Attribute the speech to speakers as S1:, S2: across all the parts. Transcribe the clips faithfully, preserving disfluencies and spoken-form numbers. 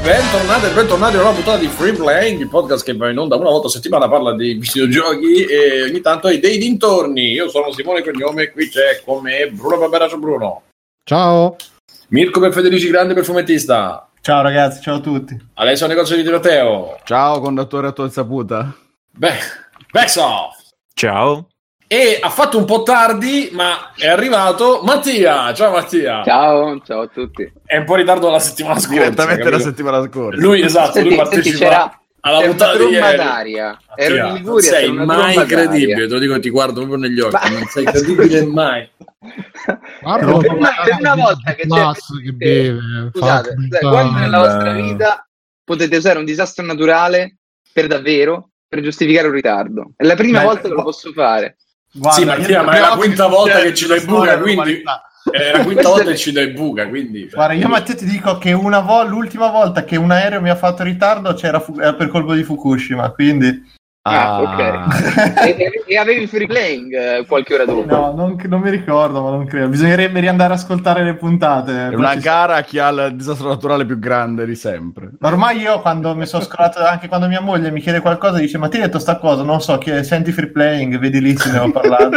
S1: bentornati e bentornati a una puntata di Free Playing, il podcast che va in onda una volta a settimana, parla di videogiochi e ogni tanto hai dei dintorni. Io sono Simone Cognome e qui c'è con me Bruno Barberaccio Bruno.
S2: Ciao.
S1: Mirko per Federici, grande perfumettista.
S3: Ciao ragazzi, ciao a tutti.
S1: Alessio Negozio di Matteo.
S2: Ciao, conduttore a tua saputa.
S1: Beh, Backsoft.
S4: Ciao.
S1: E ha fatto un po' tardi, ma è arrivato Mattia. Ciao Mattia.
S5: Ciao, ciao a tutti.
S1: È un po' in ritardo la settimana scorsa.
S2: Direttamente la settimana scorsa.
S1: Lui, esatto,
S5: senti,
S1: lui partecipa
S5: c'era,
S1: alla puntata di ieri.
S5: D'aria. Ero in Liguria,
S1: sei
S5: una
S1: mai credibile, te lo dico, ti guardo proprio negli occhi. Ma... non sei credibile mai.
S5: Guarda, per, una, per una volta che c'è
S2: che beve,
S5: scusate, quando nella vostra vita potete usare un disastro naturale per davvero per giustificare un ritardo? È la prima
S1: Beh,
S5: volta che lo posso fare.
S1: Guarda, sì, Mattia, ma è la quinta volta che ci dai buca, quindi è la quinta volta che ci dai buca, quindi
S3: guarda, io Mattia ti dico che una vo- l'ultima volta che un aereo mi ha fatto ritardo c'era fu- era per colpo di Fukushima, quindi
S5: ah, ah ok. e, e avevi Free Playing eh, qualche ora dopo?
S3: No, non, non mi ricordo, ma non credo. Bisognerebbe riandare a ascoltare le puntate.
S2: È una gara a chi ha il disastro naturale più grande di sempre.
S3: Ormai io quando mi sono scrollato, anche quando mia moglie mi chiede qualcosa, dice: ma ti hai detto sta cosa? Non so, che senti Free Playing, vedi lì se ne ho parlato.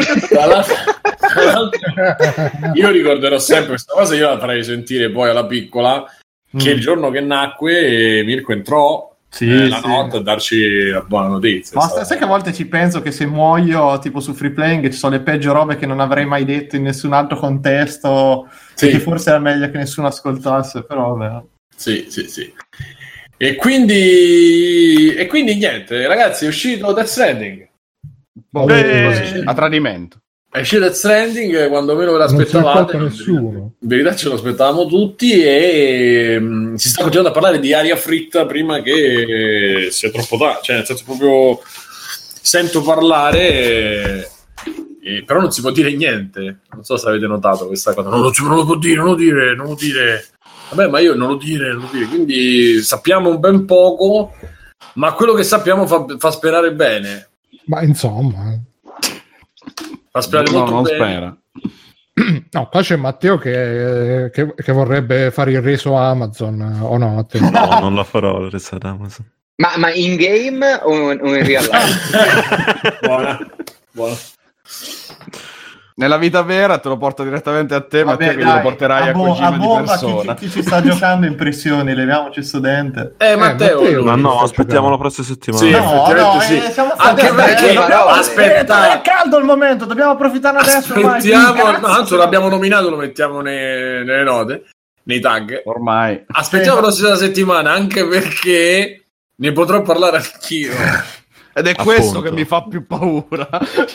S1: Io ricorderò sempre questa cosa, io la farei sentire poi alla piccola, che mm. il giorno che nacque Mirko entrò sì, eh, la sì. notte a darci la buona notizia.
S3: Ma sai che a volte ci penso che se muoio tipo su Free Playing ci sono le peggio robe che non avrei mai detto in nessun altro contesto, sì. Che forse era meglio che nessuno ascoltasse, però vabbè.
S1: Sì, sì, sì. E quindi e quindi niente, ragazzi, è uscito Death Stranding.
S2: Boh, eh, a tradimento.
S1: È uscito Death Stranding quando meno ve l'aspettavate.
S2: Non nessuno.
S1: In verità ce lo aspettavamo tutti e mh, si sta continuando a parlare di aria fritta prima che sia troppo tardi, cioè nel senso proprio sento parlare e, e, però non si può dire niente. Non so se avete notato questa cosa. Non lo, non lo può dire, non lo dire, non lo dire. Vabbè, ma io non lo dire, non lo dire. Quindi sappiamo un ben poco, ma quello che sappiamo fa, fa sperare bene.
S2: Ma insomma...
S1: fa sperare
S2: no,
S1: molto
S2: non
S1: bene.
S2: Spera. No, qua c'è Matteo che, che, che vorrebbe fare il reso a Amazon, o no Matteo?
S4: No, non la farò il reso ad Amazon.
S5: Ma, ma in game o, o in real life?
S1: Buona, buona.
S2: Nella vita vera te lo porto direttamente a te,
S3: vabbè,
S2: Matteo, che
S3: dai,
S2: lo porterai a, bo- a Kojima
S3: a bomba,
S2: di persona.
S3: Chi, chi, chi ci sta giocando in pressione, leviamoci sto dente.
S1: Eh, Matteo,
S4: eh, Matteo ma no, aspettiamo la prossima settimana.
S1: Sì,
S3: no, no,
S1: sì.
S3: Eh, siamo
S1: anche perché
S3: eh, dobbiamo,
S1: aspetta,
S3: eh, è caldo il momento, dobbiamo approfittare adesso.
S1: Aspettiamo, no, tanto l'abbiamo nominato, lo mettiamo nei, nelle note, nei tag.
S2: Ormai.
S1: Aspettiamo la prossima settimana, anche perché ne potrò parlare anch'io.
S2: Ed è
S4: Appunto.
S2: Questo che mi fa più paura.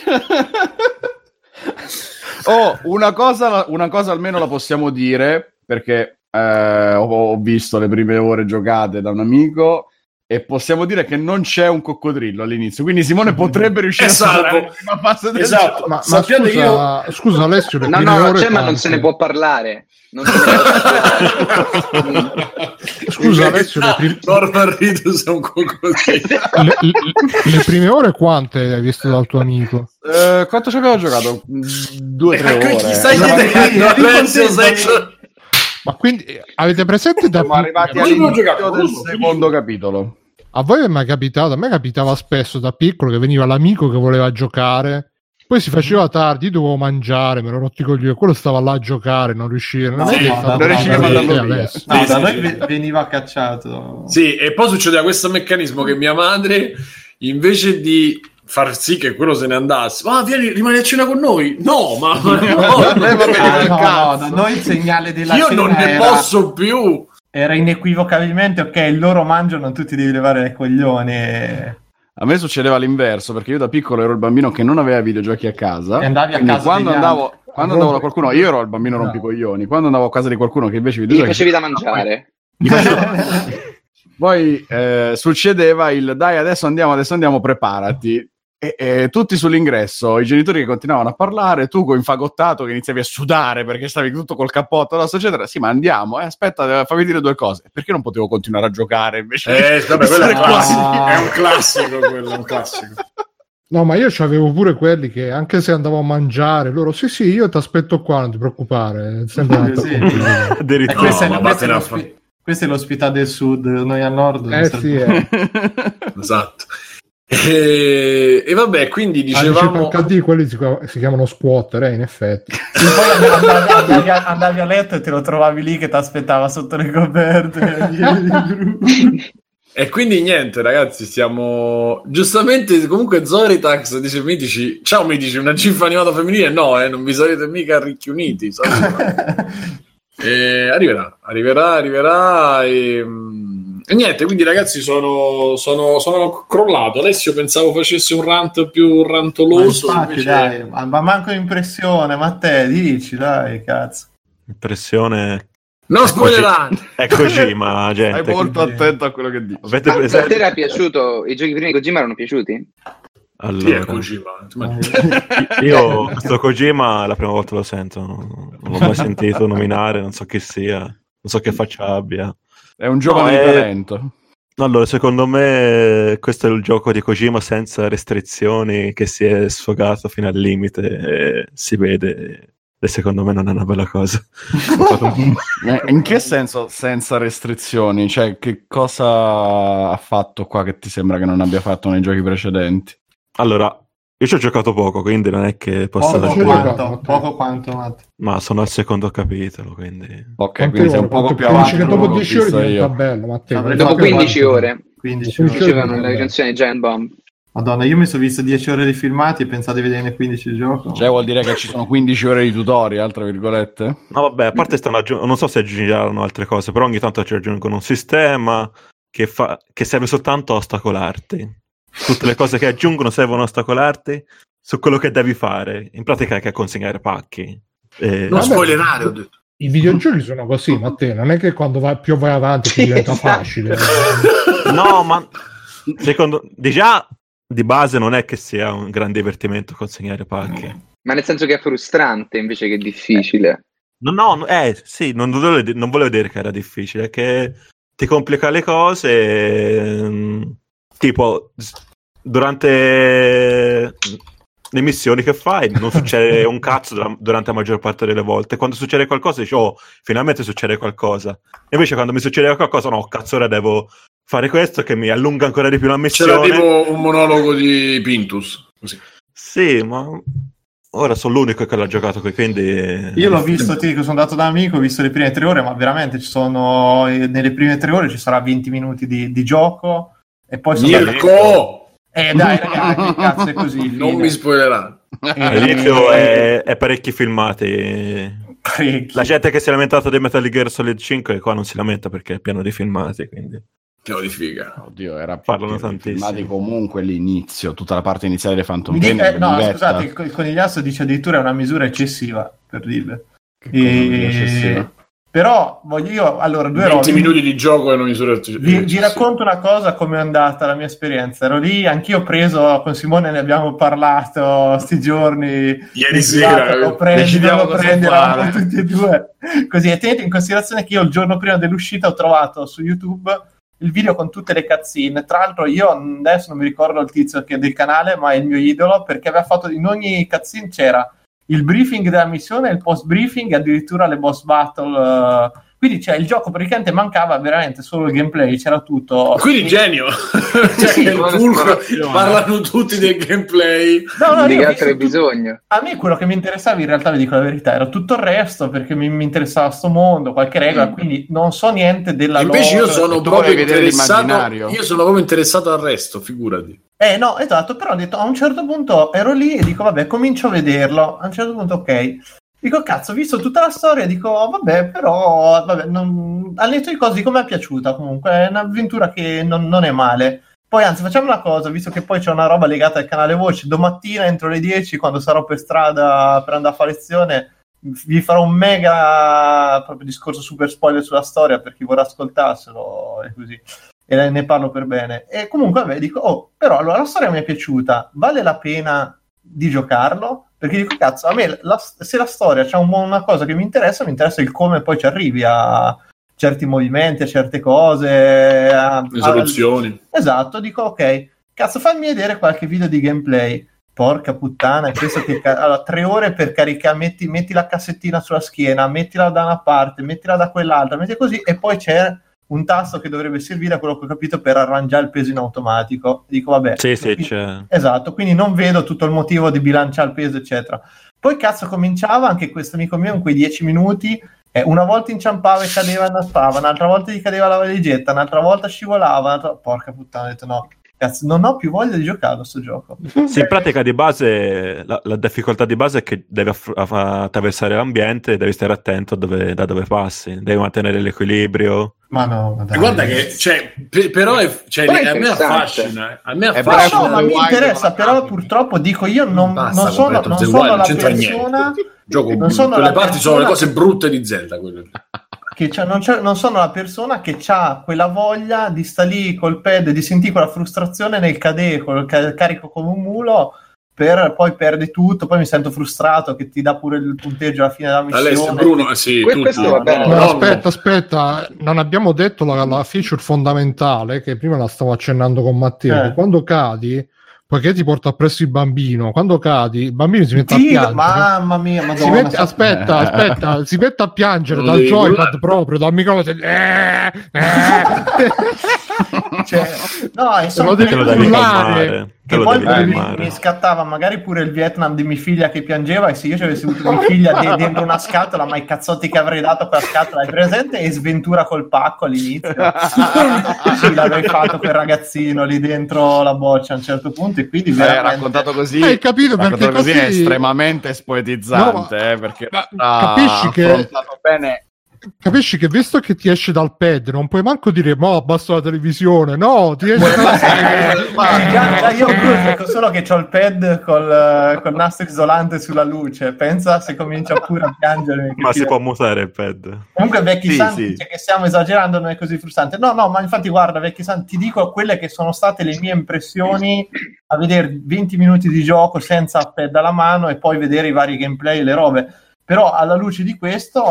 S2: Oh, una cosa, una cosa almeno la possiamo dire, perché eh, ho, ho visto le prime ore giocate da un amico e possiamo dire che non c'è un coccodrillo all'inizio, quindi Simone potrebbe riuscire
S1: esatto.
S2: a superare la prima fase del
S1: esatto.
S2: gioco.
S6: Ma, ma scusa, io... scusa Alessio, le
S5: no,
S6: prime
S5: no,
S6: ore
S5: no, c'è,
S6: quante...
S5: ma non se ne può parlare. Non se ne può parlare.
S6: Scusa Alessio, le, prim...
S1: un coccodrillo.
S6: le, le, le prime ore quante hai visto dal tuo amico?
S2: Eh, quanto ci abbiamo giocato? Due o tre ore.
S1: Chi stai chiedendo? Alessio,
S6: Ma quindi avete presente da
S2: siamo arrivati all'inizio del secondo capitolo?
S6: A voi è mai capitato? A me capitava spesso da piccolo che veniva l'amico che voleva giocare, poi si faceva tardi, io dovevo mangiare, me lo rotti con gli quello stava là a giocare, non riusciva, non
S3: no,
S6: è che
S3: no,
S6: no,
S3: non
S2: riusciva a mandarlo via.
S3: No,
S1: sì,
S3: da
S1: sì,
S3: noi
S1: sì.
S3: veniva cacciato.
S1: Sì, e poi succedeva questo meccanismo che mia madre, invece di far sì che quello se ne andasse, ma ah, vieni, rimani a cena con noi. No, ma no,
S3: no, no, no, no, noi il segnale della
S1: io
S3: cena
S1: non ne
S3: era,
S1: posso più.
S3: Era inequivocabilmente ok, il loro mangiano, non tu ti devi levare le coglioni. E...
S2: A me succedeva l'inverso, perché io da piccolo ero il bambino che non aveva videogiochi a casa.
S3: E andavi a casa
S2: quando andavo, quando andavo da qualcuno, io ero il bambino
S3: no.
S2: rompicoglioni. Quando andavo a casa di qualcuno che invece
S5: Gli
S2: videogiochi
S5: facevi da mangiare.
S2: Poi eh, succedeva il dai adesso andiamo, adesso andiamo, preparati. E, e tutti sull'ingresso, i genitori che continuavano a parlare, tu infagottato che iniziavi a sudare perché stavi tutto col cappotto addosso, eccetera. Sì, ma andiamo, eh, aspetta, fammi dire due cose. Perché non potevo continuare a giocare invece?
S1: Eh, vabbè, quello è, classico. È un classico, quello è un classico.
S6: No, ma io c'avevo pure quelli che anche se andavo a mangiare, loro sì sì, io ti aspetto qua, non ti preoccupare, è sempre una
S3: sì.
S1: Addirittura.
S3: Questo,
S1: no,
S3: è, questo, è
S1: no,
S3: lo spi- Questa è l'ospità del sud, noi al nord.
S6: Eh sì, eh.
S1: Esatto. E, e vabbè, quindi dicevamo...
S6: Ah, dice, quelli si, si chiamano squatter, eh, in effetti.
S3: Sì, poi andavi, andavi, andavi a letto e te lo trovavi lì che ti aspettava sotto le coperte.
S1: E quindi niente, ragazzi, stiamo... Giustamente, comunque Zoritax dice Mitici, ciao Mitici, una gif animata femminile? No, eh, non vi sarete mica ricchi uniti. E arriverà, arriverà, arriverà e... e niente, quindi ragazzi sono, sono, sono crollato. Alessio pensavo facesse un rant più rantoloso.
S3: Ma infatti,
S1: invece...
S3: dai, ma, ma manco impressione, ma te dici, dai, cazzo.
S4: Impressione...
S1: Non spoilerate!
S4: È Kojima, gente.
S2: Stai molto attento a quello che dici.
S4: Avete
S5: A
S4: presente?
S5: te era piaciuto? I giochi prima di Kojima erano piaciuti?
S4: Allora,
S1: Chi è Kojima?
S4: io questo Kojima la prima volta lo sento, non, non l'ho mai sentito nominare, non so chi sia, non so che faccia abbia.
S2: È un giovane
S4: No,
S2: di
S4: è-
S2: talento.
S4: Allora, secondo me questo è il gioco di Kojima senza restrizioni, che si è sfogato fino al limite e si vede, e secondo me non è una bella cosa. Ho fatto un-
S2: Eh, In che senso senza restrizioni? Cioè, che cosa ha fatto qua che ti sembra che non abbia fatto nei giochi precedenti?
S4: Allora, io ci ho giocato poco, quindi non è che posso...
S3: Poco
S6: Sì,
S3: quanto,
S6: giocato.
S3: poco quanto, Matt.
S4: Ma sono al secondo capitolo, quindi...
S2: Ok,
S6: Quante
S2: quindi sei un
S6: ore?
S2: poco
S6: Quanto-
S2: più
S6: capisci
S2: avanti.
S6: che
S2: di
S6: dopo
S2: quello che ho
S6: dieci ore
S2: visto
S6: diventa
S2: io.
S6: bello, Matteo.
S3: Avrei
S5: Dopo
S3: fatto
S5: quindici
S3: quattro.
S5: ore
S3: quindici
S6: quindici
S3: ore.
S5: dicevano
S6: ore.
S5: nella recensione di Giant Bomb.
S3: Madonna, io mi sono visto dieci ore di filmati e pensavo di vederne quindici il gioco.
S2: Cioè, vuol dire che ci sono quindici ore di tutorial, tra virgolette?
S4: No, vabbè, a parte stanno aggiung- non so se aggiungeranno altre cose, però ogni tanto ci aggiungono un sistema che, fa- che serve soltanto a ostacolarti. Tutte le cose che aggiungono servono a ostacolarti su quello che devi fare. In pratica è che consegnare pacchi. E...
S1: Non
S6: Vabbè.
S1: spoilerare, ho detto.
S6: I videogiochi sono così, Matteo. Non è che quando vai, più vai avanti più
S5: Sì,
S6: diventa
S5: esatto.
S6: facile.
S4: No, ma secondo di già di base non è che sia un gran divertimento consegnare pacchi.
S5: Ma nel senso che è frustrante invece che difficile.
S4: No, no, no, eh, sì, non volevo, non volevo dire che era difficile, è che ti complica le cose, ehm, tipo s- durante le missioni che fai non succede un cazzo dura- durante la maggior parte delle volte. Quando succede qualcosa dici, oh, finalmente succede qualcosa. E invece quando mi succede qualcosa, no, cazzo, ora devo fare questo che mi allunga ancora di più la
S1: C'era
S4: missione.
S1: tipo un monologo di Pintus. Così.
S4: Sì, ma ora sono l'unico che l'ha giocato qui, quindi...
S3: Io l'ho visto, ti dico, sono andato da amico, ho visto le prime tre ore, ma veramente ci sono, nelle prime tre ore ci sarà venti minuti di, di gioco e poi sono...
S1: Mirko!
S3: Eh dai ragazzi, che cazzo è così?
S1: Non
S3: fine.
S1: mi spoilerà.
S4: All'inizio è, è parecchi filmati.
S3: Parecchi.
S4: La gente che si è lamentata di Metal Gear Solid cinque qua non si lamenta perché è pieno di filmati, quindi
S1: Che di figa.
S2: Oddio, era
S4: Parlano
S2: più-
S4: tantissimo.
S2: filmati comunque l'inizio, tutta la parte iniziale di Phantom
S3: Mi
S2: Pain.
S3: dica-
S2: è
S3: no,
S2: lunghetta.
S3: scusate, il, il conigliasso dice addirittura è una misura eccessiva, per dirle.
S2: Che cosa
S3: E-
S2: eccessiva.
S3: Però voglio io, allora, due
S1: venti
S3: robe.
S1: minuti di gioco è una misura
S3: Vi, vi racconto una cosa, come è andata la mia esperienza. Ero lì, anch'io preso, con Simone ne abbiamo parlato sti giorni.
S1: Ieri
S3: in
S1: sera,
S3: privato, lo
S1: eh.
S3: prendi,
S2: Decidiamo
S3: non lo
S2: cosa
S3: prendi,
S2: fare.
S3: eravamo tutti e due. Così, e tenete in considerazione che io il giorno prima dell'uscita ho trovato su YouTube il video con tutte le cutscene. Tra l'altro io adesso non mi ricordo il tizio che è del canale, ma è il mio idolo, perché aveva fatto in ogni cutscene c'era il briefing della missione, il post briefing, addirittura le boss battle. Uh, quindi cioè, il gioco praticamente mancava veramente solo il gameplay, c'era tutto.
S1: Quindi genio. Cioè,
S3: Sì,
S1: il
S5: buona
S1: fulcro,
S5: esplorazione.
S1: parlano tutti del gameplay.
S3: No, no,
S5: di
S3: io
S5: che
S3: ho
S5: altro hai
S3: visto tutto-
S5: bisogno?
S3: A me quello che mi interessava in realtà, vi dico la verità, era tutto il resto, perché mi, mi interessava sto mondo, qualche regola,
S5: Mm.
S3: quindi non so niente della
S1: Invece io
S3: lore.
S1: sono
S2: tu
S1: proprio
S2: volevi vedere
S1: interessato.
S2: l'immaginario.
S1: Io sono proprio interessato al resto, figurati.
S3: Eh no, esatto, però ho detto a un certo punto ero lì e dico vabbè, comincio a vederlo. A un certo punto ok. Dico cazzo, ho visto tutta la storia, dico vabbè, però vabbè, non... al netto di cose come è piaciuta comunque, è un'avventura che non, non è male. Poi anzi facciamo una cosa, visto che poi c'è una roba legata al canale voce, domattina entro le dieci quando sarò per strada per andare a fare lezione vi farò un mega proprio discorso super spoiler sulla storia per chi vorrà ascoltarselo e così. E ne parlo per bene. E comunque vabbè, dico, oh, però allora la storia mi è piaciuta, vale la pena di giocarlo? Perché dico, cazzo, a me la, se la storia c'è un, una cosa che mi interessa, mi interessa il come poi ci arrivi a certi movimenti, a certe cose, a,
S1: Le soluzioni.
S3: a, esatto, dico, ok, cazzo, fammi vedere qualche video di gameplay. Porca puttana, è questo che ca- allora, tre ore per caricare, metti, metti la cassettina sulla schiena, mettila da una parte, mettila da quell'altra, metti così, e poi c'è un tasto che dovrebbe servire, a quello che ho capito, per arrangiare il peso in automatico. Dico vabbè,
S4: Sì, sì,
S3: quindi,
S4: c'è.
S3: esatto, quindi non vedo tutto il motivo di bilanciare il peso eccetera. Poi cazzo cominciava anche questo amico mio in quei dieci minuti, eh, una volta inciampava e cadeva e andava, un'altra volta gli cadeva la valigetta, un'altra volta scivolava, un'altra... porca puttana, ho detto no, cazzo, non ho più voglia di giocare a sto gioco.
S4: Sì, in pratica di base la, la difficoltà di base è che devi aff- aff- attraversare l'ambiente e devi stare attento a dove, da dove passi, devi mantenere l'equilibrio.
S3: Ma no, ma dai.
S1: E guarda che, cioè, per- però è, cioè,
S5: Però è
S1: a me
S5: interessante.
S1: affascina, eh. a me
S2: È
S3: No,
S1: affascina.
S3: no, ma mi
S2: Wild
S3: interessa,
S2: non
S3: però
S2: ha-
S3: purtroppo dico io non,
S1: Basta
S3: non sono,
S1: con Breath of
S3: non
S1: the
S3: sono
S1: Wild,
S3: la
S1: non c'entra
S3: persona
S1: niente. Gioco,
S3: non sono
S1: quelle
S3: la
S1: parti sono le
S3: persona
S1: cose brutte di Zelda, quelle.
S3: che c'ha, non, c'è, non sono la persona che ha quella voglia di sta lì col pad, di sentire quella frustrazione nel cadere, col ca- carico come un mulo, per poi perde tutto, poi mi sento frustrato che ti dà pure il punteggio alla fine della missione.
S1: Alessio, Bruno, eh, sì,
S5: Que-
S1: tutti.
S5: questo va bene.
S6: No,
S1: No,
S6: aspetta,
S1: no.
S6: aspetta, non abbiamo detto la, la feature fondamentale che prima la stavo accennando con Matteo,
S3: Eh.
S6: che quando cadi, poiché ti porta appresso il bambino, quando cadi il bambino si mette a
S3: Sì,
S6: piangere.
S3: mamma mia, madonna.
S6: Si mette,
S3: so-
S6: aspetta, aspetta, si mette a piangere
S1: Non
S6: dal
S1: devi
S6: joypad proprio, dal microfono. Eh, eh.
S3: cioè, no, e
S6: Te
S3: sono
S6: lo devi
S4: Te lo
S3: quelle
S4: devi
S3: cose
S6: urlare.
S4: calmare. Te
S3: che
S4: lo
S3: poi
S4: devi
S3: mi,
S4: calmare.
S3: mi scattava magari pure il Vietnam di mia figlia che piangeva, e se io ci avessi avuto mia figlia de- dentro una scatola, ma i cazzotti che avrei dato a quella scatola, hai presente? E sventura col pacco all'inizio. Sì, l'avrei fatto quel ragazzino lì dentro la boccia a un certo punto, e quindi
S2: Eh,
S3: veramente...
S2: raccontato così,
S6: Hai capito,
S2: raccontato
S6: perché
S2: così è
S6: così-
S2: estremamente spoetizzante,
S6: No, ma-
S2: eh, perché
S6: ma
S2: ha
S6: capisci che-
S2: affrontato bene.
S6: Capisci che visto che ti esce dal pad, non puoi manco dire mo abbasso la televisione, no, ti esce
S3: Eh,
S6: dal
S3: ma già, già io ecco solo che c'ho il pad col, col nastro isolante sulla luce, pensa se comincia pure a piangere.
S4: Ma si può mutare il pad.
S3: Comunque Vecchi
S2: Sì,
S3: Santi
S2: sì.
S3: dice che stiamo esagerando, non è così frustrante. No, no, ma infatti guarda, Vecchi Santi, ti dico quelle che sono state le mie impressioni a vedere venti minuti di gioco senza pad alla mano e poi vedere i vari gameplay e le robe. Però alla luce di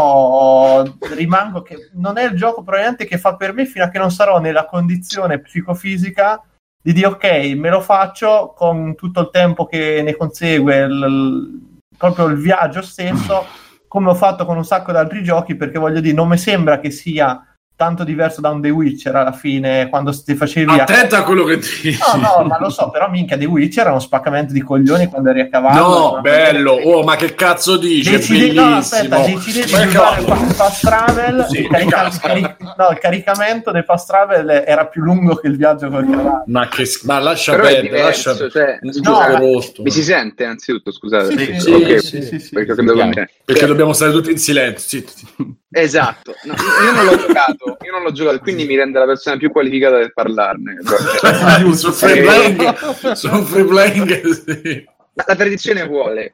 S3: questo rimango che non è il gioco probabilmente che fa per me, fino a che non sarò nella condizione psicofisica di dire ok, me lo faccio con tutto il tempo che ne consegue, il, il- proprio il viaggio stesso, come ho fatto con un sacco di altri giochi, perché voglio dire, non mi sembra che sia tanto diverso da un The Witcher alla fine, quando ti facevi...
S1: Attento a quello che dici.
S3: No, no, ma lo so, però minchia, The Witcher era uno spaccamento di coglioni quando eri a cavallo.
S1: No, bello. Oh, ma che cazzo dici?
S3: Decide, no, aspetta,
S1: Bellissimo.
S3: decide
S1: Ma
S3: di
S1: che
S3: usare
S1: cavolo.
S3: il fast travel.
S1: Sì,
S3: il, carica-
S1: cazzo.
S3: cari- no, il caricamento del fast travel era più lungo che il viaggio col cavallo.
S1: Ma che ma lascia
S5: Però è
S1: perdere, lascia
S5: diverso, cioè,
S1: un
S5: scusa,
S1: gioco rotto.
S5: mi si sente anzitutto, scusate.
S3: Sì,
S1: sì,
S5: Ok,
S3: sì, sì, sì.
S5: perché credo con me.
S1: Perché dobbiamo stare tutti in silenzio. Zitti.
S5: Esatto, no, io non l'ho giocato, io non l'ho giocato, quindi mi rende la persona più qualificata per parlarne.
S1: Sono free playing, sono free playing, sì.
S5: La, la tradizione vuole.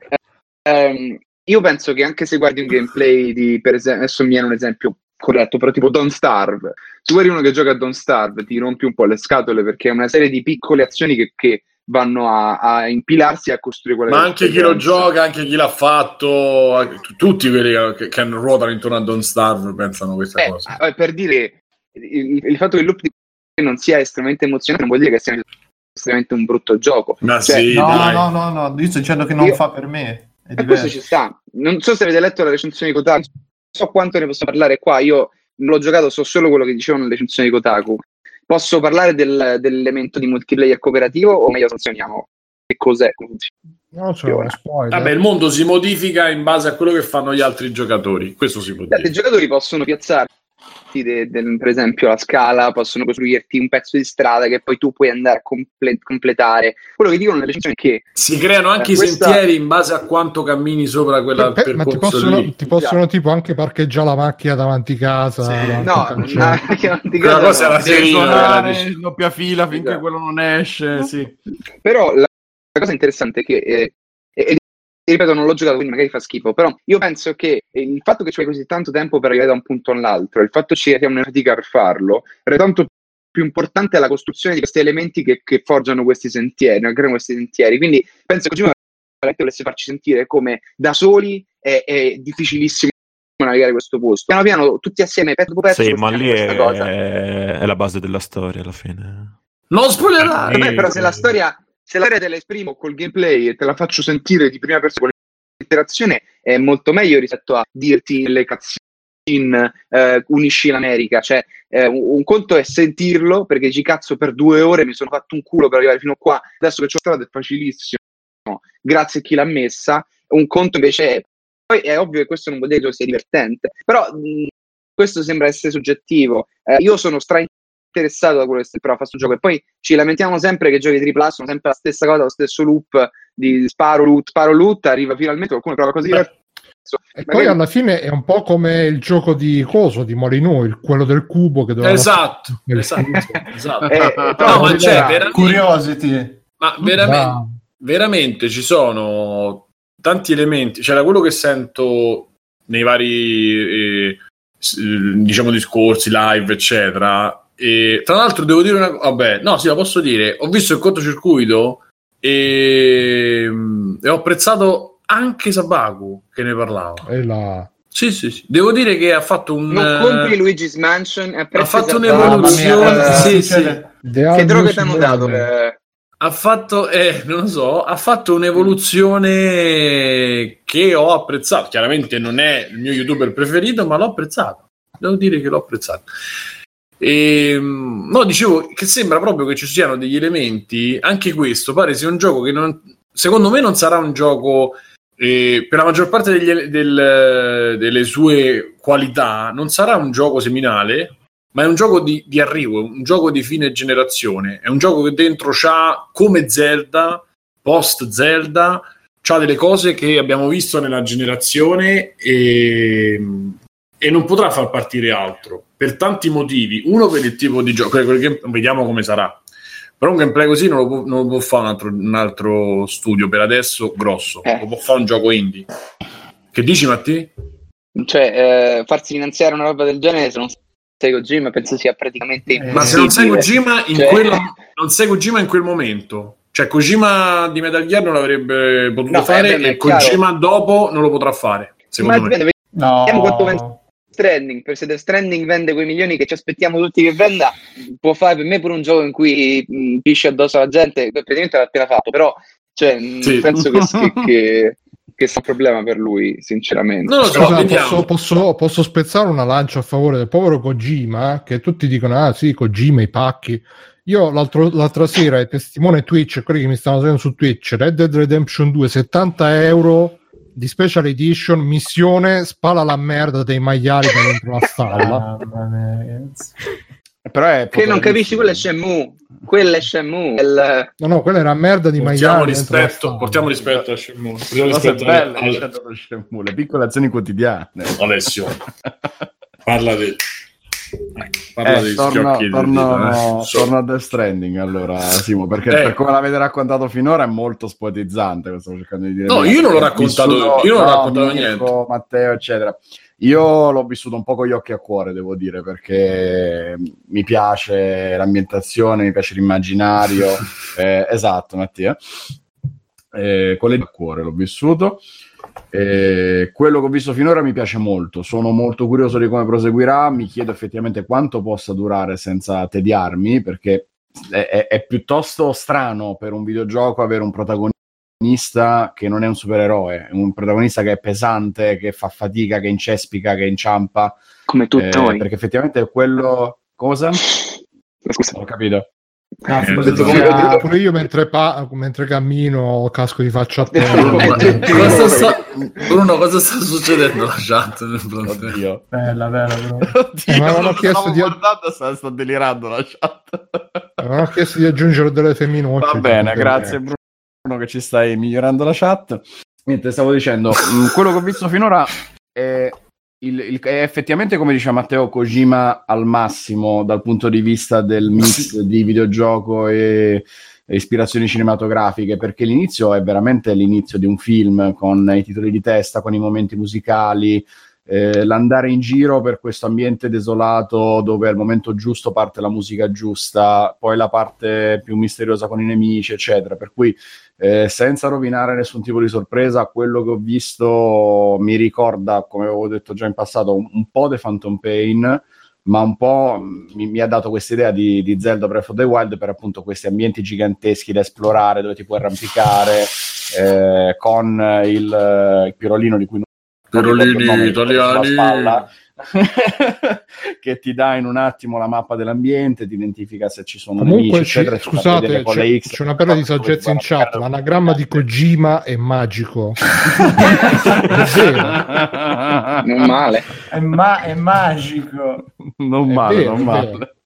S5: Ehm, io penso che anche se guardi un gameplay di, per esempio, adesso mi viene un esempio corretto, però tipo Don't Starve, se guardi uno che gioca a Don't Starve ti rompi un po' le scatole, perché è una serie di piccole azioni che, che vanno a, a impilarsi e a costruire quella
S1: Ma
S5: che è
S1: anche chi lo
S5: l'esperienza.
S1: gioca, anche chi l'ha fatto, t- tutti quelli che, che ruotano intorno a Don't Starve pensano questa
S5: Eh,
S1: cosa.
S5: eh, per dire, il, il fatto che il loop di non sia estremamente emozionante non vuol dire che sia estremamente un brutto gioco.
S1: Ma
S5: cioè,
S1: sì,
S3: No,
S1: dai.
S3: no, no, no, io sto dicendo che non
S5: Io-
S3: fa per me. È
S5: E questo
S3: diverso.
S5: ci sta. Non so se avete letto la recensione di Kotaku, non so quanto ne posso parlare qua. Io non l'ho giocato, so solo quello che dicevano le recensioni di Kotaku. Posso parlare del, dell'elemento di multiplayer cooperativo o meglio sanzioniamo? Che cos'è? Come funziona?
S6: No, c'è uno spoiler.
S1: Vabbè, il mondo si modifica in base a quello che fanno gli altri giocatori. Questo si può
S5: Gli altri
S1: dire.
S5: giocatori possono piazzarti de- del- per esempio la scala, possono costruirti un pezzo di strada che poi tu puoi andare a comple- completare. Quello che dicono nelle recensioni è che
S1: Si creano anche
S5: Eh,
S1: i
S5: questa-
S1: sentieri in base a quanto cammini sopra quella
S6: Beh, ma ti
S1: percorso
S6: possono,
S1: lì.
S6: ti possono tipo anche parcheggiare la macchina davanti casa.
S1: Sì.
S6: davanti
S5: no,
S6: al
S5: no,
S6: cancello.
S5: che non ti
S1: Quella
S5: credo,
S1: cosa
S5: no.
S1: era
S2: Devi
S1: serino,
S2: suonare
S1: era-
S2: in doppia fila finché
S5: Esatto.
S2: quello non esce, sì.
S5: Però la, la cosa interessante è che eh, e, e ripeto, non l'ho giocato, quindi magari fa schifo, però io penso che il fatto che ci vuoi così tanto tempo per arrivare da un punto all'altro, il fatto che ci sia una fatica per farlo, rende tanto più importante la costruzione di questi elementi che, che forgiano questi sentieri, no? Creano questi sentieri. Quindi penso che Kojima volesse farci sentire come da soli è, è difficilissimo navigare questo posto. Piano piano, tutti assieme, pezzo dopo pezzo,
S4: Sì, ma lì
S5: questa
S4: è,
S5: cosa.
S4: è la base della storia alla fine.
S1: Non spoilerare!
S5: Per me, però, se la storia, se la storia te la esprimo col gameplay e te la faccio sentire di prima persona con l'interazione, è molto meglio rispetto a dirti le cazzine Gin, eh, unisci l'America, cioè eh, un, un conto è sentirlo perché dici cazzo per due ore mi sono fatto un culo per arrivare fino qua, adesso che c'ho strada è facilissimo, grazie a chi l'ha messa. Un conto invece è, poi è ovvio che questo non vuol dire che sia divertente, però mh, questo sembra essere soggettivo. Eh, io sono stra interessato da quello che si prova a fare sto gioco, e poi ci lamentiamo sempre che i giochi tripla A sono sempre la stessa cosa, lo stesso loop di sparo loot, sparo loot, arriva finalmente qualcuno prova così. Beh.
S6: E poi alla fine è un po' come il gioco di Coso, di Molyneux, il- quello del cubo che doveva...
S1: Esatto, esatto, esatto.
S5: Eh, eh,
S1: No, ma c'è
S3: Dai,
S1: veramente,
S3: Curiosity.
S1: ma veramente,
S6: Ah,
S1: veramente ci sono tanti elementi, cioè da quello che sento nei vari eh, s- diciamo discorsi, live, eccetera. E tra l'altro devo dire una cosa, vabbè, no, sì, la posso dire, ho visto il cortocircuito e, e ho apprezzato anche Sabaku che ne parlava.
S6: e la...
S1: Sì, sì, sì. Devo dire che ha fatto un
S5: non compri Luigi's Mansion,
S1: ha fatto
S3: Mamma
S1: un'evoluzione,
S3: mia,
S1: sì,
S3: succede?
S1: sì.
S5: che droga ti hanno dato? Per...
S1: Ha fatto, eh, non lo so, ha fatto un'evoluzione che ho apprezzato. Chiaramente non è il mio youtuber preferito, ma l'ho apprezzato. Devo dire che l'ho apprezzato. E, no, dicevo che sembra proprio che ci siano degli elementi. Anche questo pare sia un gioco che non, secondo me non sarà un gioco eh, per la maggior parte degli, del, delle sue qualità. Non sarà un gioco seminale, ma è un gioco di, di arrivo, un gioco di fine generazione. È un gioco che dentro c'ha, come Zelda, post Zelda, c'ha delle cose che abbiamo visto nella generazione e, e non potrà far partire altro per tanti motivi. Uno, per il tipo di gioco, vediamo come sarà, però un gameplay così non lo può, non lo può fare un altro, un altro studio per adesso grosso,
S5: Eh.
S1: lo può fare un gioco indie. Che dici, Matti?
S5: Cioè, eh, farsi finanziare una roba del genere, se non sei Kojima, penso sia praticamente
S3: Eh,
S1: Ma se non sei
S5: impossibile.
S1: Kojima in
S5: Cioè-
S1: quello, non sei Kojima in quel momento, cioè Kojima di Metal Gear non l'avrebbe potuto
S5: No,
S1: fare
S5: eh, beh,
S1: e
S5: è chiaro.
S1: Kojima dopo non lo potrà fare, secondo
S5: Ma
S1: me.
S5: vediamo
S3: No.
S5: quanto vende Stranding, per se Death Stranding vende quei milioni che ci aspettiamo tutti che venda, può fare per me pure un gioco in cui mh, pisce addosso alla gente. Beh, praticamente l'ha appena fatto, però cioè, mh,
S1: Sì.
S5: penso che, che, che, che sia un problema per lui, sinceramente.
S1: Non lo so,
S6: Scusa,
S1: vediamo.
S6: posso, posso, posso spezzare una lancia a favore del povero Kojima, che tutti dicono, ah sì, Kojima, i pacchi. Io l'altro, l'altra sera, il testimone Twitch, quelli che mi stavano seguendo su Twitch, Red Dead Redemption due, settanta euro di special edition, missione, spala la merda dei maiali da dentro la stalla.
S3: Mamma mia, ragazzi.
S2: Però è
S5: Che non capisci,
S2: poterissimo.
S5: quello è Shenmue, quello è Shenmue. è il-
S6: No, no, quella era merda di
S1: Portiamo
S6: maiali dentro la
S1: rispetto,
S6: stalla.
S1: portiamo rispetto a Shenmue, portiamo
S2: Cose
S1: rispetto
S2: belle
S1: al-
S2: che c'è dallo Shenmue, le piccole azioni quotidiane.
S1: Alessio. Parla di ecco, parla
S2: Eh,
S1: dei
S2: torno,
S1: schiocchi
S2: torno,
S1: di dita, eh. So-
S2: torno a Death Stranding allora, Simo, perché
S1: Eh.
S2: per come l'avete raccontato finora è molto spotizzante, lo stavo cercando di dire.
S1: No,
S2: prima,
S1: io non l'ho
S2: perché ho
S1: raccontato-
S2: vissuto-
S1: io non ho
S2: no,
S1: raccontato
S2: Mirko,
S1: niente.
S2: Matteo, eccetera. Io l'ho vissuto un po' con gli occhi a cuore, devo dire, perché mi piace l'ambientazione, mi piace l'immaginario. eh, esatto, Mattia. Eh, con le a cuore l'ho vissuto. Eh, quello che ho visto finora mi piace molto, sono molto curioso di come proseguirà, mi chiedo effettivamente quanto possa durare senza tediarmi, perché è, è- è piuttosto strano per un videogioco avere un protagonista che non è un supereroe, è un protagonista che è pesante, che fa fatica, che incespica, che inciampa,
S5: come tutti
S2: eh,
S5: noi.
S2: perché effettivamente è quello... Cosa?
S5: Scusa.
S2: Non ho capito.
S3: No,
S1: Eh,
S3: fu-
S5: detto
S3: sia-
S5: come-
S6: Pure io mentre, pa- mentre cammino casco di faccia a
S1: Bruno,
S6: terra.
S1: cosa sta, Bruno, cosa sta succedendo alla chat nel fronte?
S2: Oddio.
S3: Bella, bella, bro.
S2: Oddio,
S6: Eh, ma avevano
S2: non
S6: chiesto
S2: stavo
S6: di-
S2: guardando, sta, sta delirando la chat.
S6: Non ho chiesto di aggiungere delle femminucce.
S2: Va bene, grazie Bruno che ci stai migliorando la chat. Niente, stavo dicendo, mh, quello che ho visto finora è, il, il- è effettivamente, come diceva Matteo, Kojima al massimo dal punto di vista del mix di videogioco e, e ispirazioni cinematografiche, perché l'inizio è veramente l'inizio di un film con i titoli di testa, con i momenti musicali, eh, l'andare in giro per questo ambiente desolato dove al momento giusto parte la musica giusta, poi la parte più misteriosa con i nemici, eccetera. Per cui eh, senza rovinare nessun tipo di sorpresa, quello che ho visto mi ricorda, come avevo detto già in passato, un, un po' The Phantom Pain, ma un po' mi, mi ha dato questa idea di, di Zelda Breath of the Wild, per appunto questi ambienti giganteschi da esplorare dove ti puoi arrampicare, eh, con il, il pirolino di cui non
S1: Pirolini
S2: ricordo il nome,
S1: italiani.
S2: sulla spalla, che ti dà in un attimo la mappa dell'ambiente, ti identifica se ci sono
S6: Comunque
S2: nemici,
S6: ci,
S2: eccetera,
S6: scusate,
S2: con
S6: c'è,
S2: le X,
S6: c'è una perla di saggezza in chat, l'anagramma di Kojima è magico. È vero.
S5: Non male.
S3: È, ma- è magico.
S2: Non
S6: È
S2: male,
S6: vero,
S2: non
S6: è
S2: male.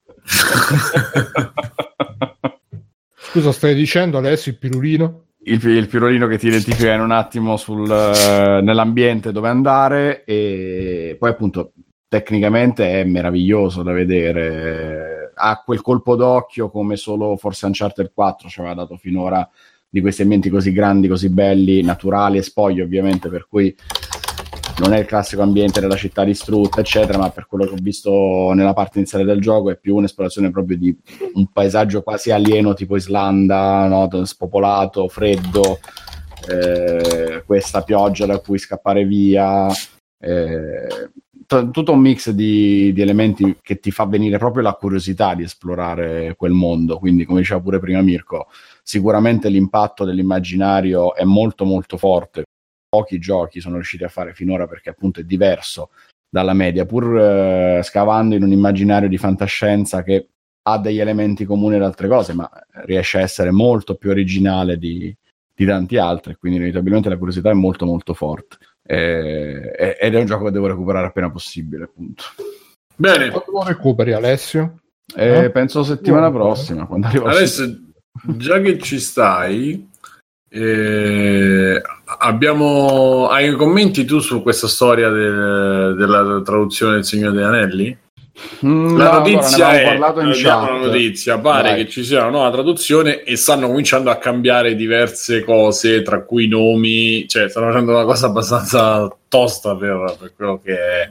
S6: Scusa, stai dicendo Alessio il pirulino?
S2: Il, il pirolino che ti identifica in un attimo sul, eh, nell'ambiente dove andare, e poi appunto tecnicamente è meraviglioso da vedere, ha quel colpo d'occhio come solo forse Uncharted quattro ci aveva dato finora, di questi ambienti così grandi, così belli, naturali e spogli ovviamente, per cui non è il classico ambiente della città distrutta eccetera, ma per quello che ho visto nella parte iniziale del gioco è più un'esplorazione proprio di un paesaggio quasi alieno tipo Islanda, no? Spopolato, freddo, eh, questa pioggia da cui scappare via, eh, t- tutto un mix di, di elementi che ti fa venire proprio la curiosità di esplorare quel mondo. Quindi, come diceva pure prima Mirko, sicuramente l'impatto dell'immaginario è molto molto forte. Pochi giochi sono riusciti a fare finora, perché appunto è diverso dalla media, pur eh, scavando in un immaginario di fantascienza che ha degli elementi comuni ad altre cose, ma riesce a essere molto più originale di, di tanti altri, quindi inevitabilmente la curiosità è molto molto forte, eh, ed è un gioco che devo recuperare appena possibile, appunto.
S1: Bene,
S6: Quando lo recuperi, Alessio?
S2: Eh,
S6: Eh?
S2: penso settimana
S6: Oh,
S2: prossima, quando arrivo.
S1: adesso già che ci stai, eh, abbiamo hai commenti tu su questa storia del, della traduzione del Signore degli Anelli?
S2: Mm,
S1: La
S2: no,
S1: notizia
S2: allora, ne
S1: è
S2: avevamo parlato in
S1: diamo
S2: chat.
S1: la notizia, pare
S2: Dai.
S1: che ci sia una nuova traduzione e stanno cominciando a cambiare diverse cose, tra cui i nomi, cioè stanno facendo una cosa abbastanza tosta per, per quello che è.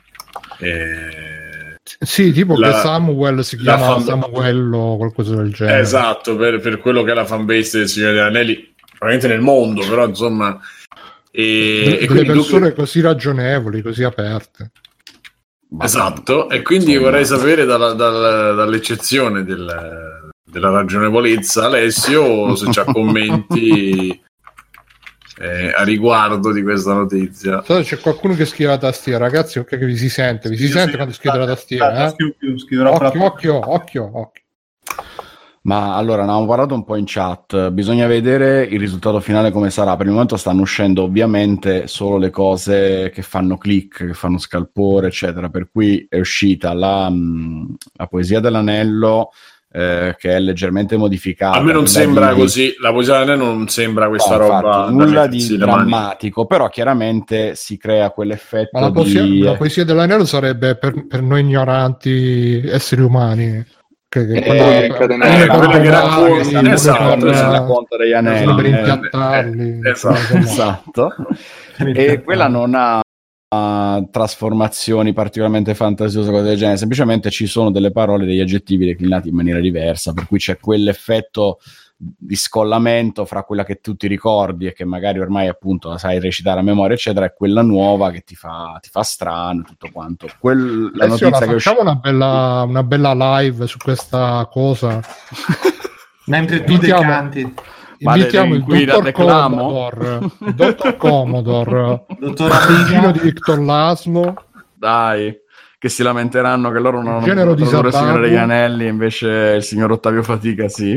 S1: Eh,
S6: Sì, tipo
S1: la-
S6: che Samuel si
S1: la
S6: chiama
S1: fan-
S6: Samuel o qualcosa del genere.
S1: esatto, per, per quello che è la fanbase del Signore degli Anelli, probabilmente nel mondo, però insomma. E,
S6: De-
S1: e
S6: delle
S1: quindi tu-
S6: persone così ragionevoli, così aperte.
S1: Esatto, e quindi
S2: Insomma.
S1: vorrei sapere dalla, dalla- dall'eccezione del- della ragionevolezza, Alessio, se c'ha commenti eh, a riguardo di questa notizia.
S6: So, c'è qualcuno che scrive la tastiera, ragazzi, ok che vi si sente, vi si
S3: Sì,
S6: sente
S3: sì,
S6: quando scrive la
S3: aspetta,
S6: tastiera, eh?
S3: scrivo più, scriverò
S6: Occhio,
S3: proprio-
S6: occhio, occhio, occhio.
S2: Ma allora, ne avevamo parlato un po' in chat, bisogna vedere il risultato finale come sarà. Per il momento stanno uscendo ovviamente solo le cose che fanno click, che fanno scalpore, eccetera, per cui è uscita la, mh, la poesia dell'anello, eh, che è leggermente modificata.
S1: A me non
S2: quella
S1: sembra
S2: di-
S1: così, la poesia dell'anello non sembra questa
S2: No, infatti,
S1: roba da
S2: nulla di
S1: mettersi le mani.
S2: drammatico, però chiaramente si crea quell'effetto
S6: Ma la poesia,
S2: di...
S6: la poesia dell'anello sarebbe per, per noi ignoranti esseri umani. Che, che
S5: Eh,
S6: quella,
S5: catenare.
S1: Eh, quella che racconta-
S2: Sì,
S1: esatto,
S2: per-
S1: esatto.
S2: la conta degli anelli,
S6: solo per
S2: eh,
S6: impiattarli.
S1: eh, esatto.
S2: esatto. E quella non ha uh, trasformazioni particolarmente fantasiose, cose del genere, semplicemente ci sono delle parole, degli aggettivi declinati in maniera diversa, per cui c'è quell'effetto di scollamento fra quella che tu ti ricordi e che magari ormai appunto la sai recitare a memoria eccetera, e quella nuova che ti fa, ti fa strano e tutto quanto. Quel, la
S6: Alessio,
S2: notizia
S6: la
S2: che è
S6: facciamo
S2: uscita...
S6: una bella, una bella live su questa cosa.
S3: Mentre tu
S6: Invitiamo-
S3: decanti,
S2: Ma
S6: Invitiamo
S2: de-
S6: il
S2: qui da
S6: dottor
S2: declamo?
S6: Commodore, il dottor Commodore,
S3: dottor
S6: il cugino
S3: Amiga,
S6: di Victor Laszlo,
S2: Dai, che si lamenteranno che loro non hanno
S6: Genero
S2: potuto
S6: di
S2: tradurre il Signore
S6: Sababu.
S2: degli Anelli, invece il signor Ottavio Fatica sì.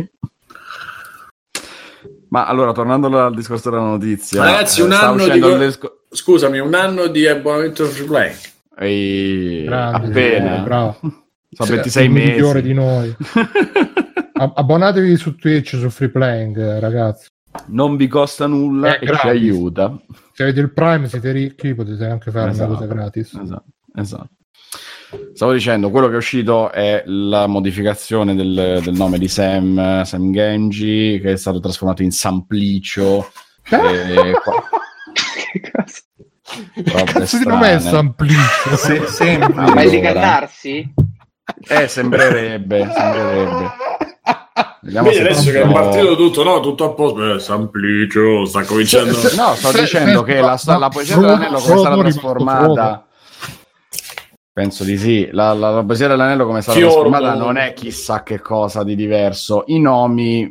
S2: Ma allora, tornando al discorso della notizia,
S1: Ragazzi, un
S2: eh, sta
S1: anno
S2: uscendo
S1: di-
S2: il disco-
S1: Scusami, un anno di abbonamento free play.
S2: Ehi,
S6: Grande,
S2: appena,
S6: bravo.
S2: sono ventisei
S6: il
S2: mesi.
S6: migliore di noi. Ab- Abbonatevi su Twitch, su Free Playing, eh, ragazzi.
S2: Non vi costa nulla
S6: È
S2: e
S6: gratis.
S2: ci aiuta.
S6: Se avete il Prime, siete ricchi, potete anche fare
S2: Esatto,
S6: una cosa gratis.
S2: Esatto, esatto. Stavo dicendo, quello che è uscito è la modificazione del, del nome di Sam, Sam Genji, che è stato trasformato in Samplicio. e qua-
S5: Che cazzo?
S2: robe
S6: Cazzo di nome è
S2: strane.
S6: Samplicio?
S3: se- sempre.
S5: Ma è di
S2: Allora.
S5: cannarsi?
S2: Eh, sembrerebbe, sembrerebbe. Vediamo
S1: Vedi
S2: se
S1: adesso che è
S2: posso-
S1: partito tutto, no, tutto a posto. Eh, Samplicio, sta cominciando.
S2: No, sto
S6: Se-
S2: dicendo
S6: se-
S2: che la,
S6: ma-
S2: la poesia
S6: Frodo-
S2: dell'anello come è stata
S6: Frodo rimasto
S2: trasformata, penso di sì, la, la, la poesia dell'anello come è stata
S1: Fiordo.
S2: trasformata non è chissà che cosa di diverso. I nomi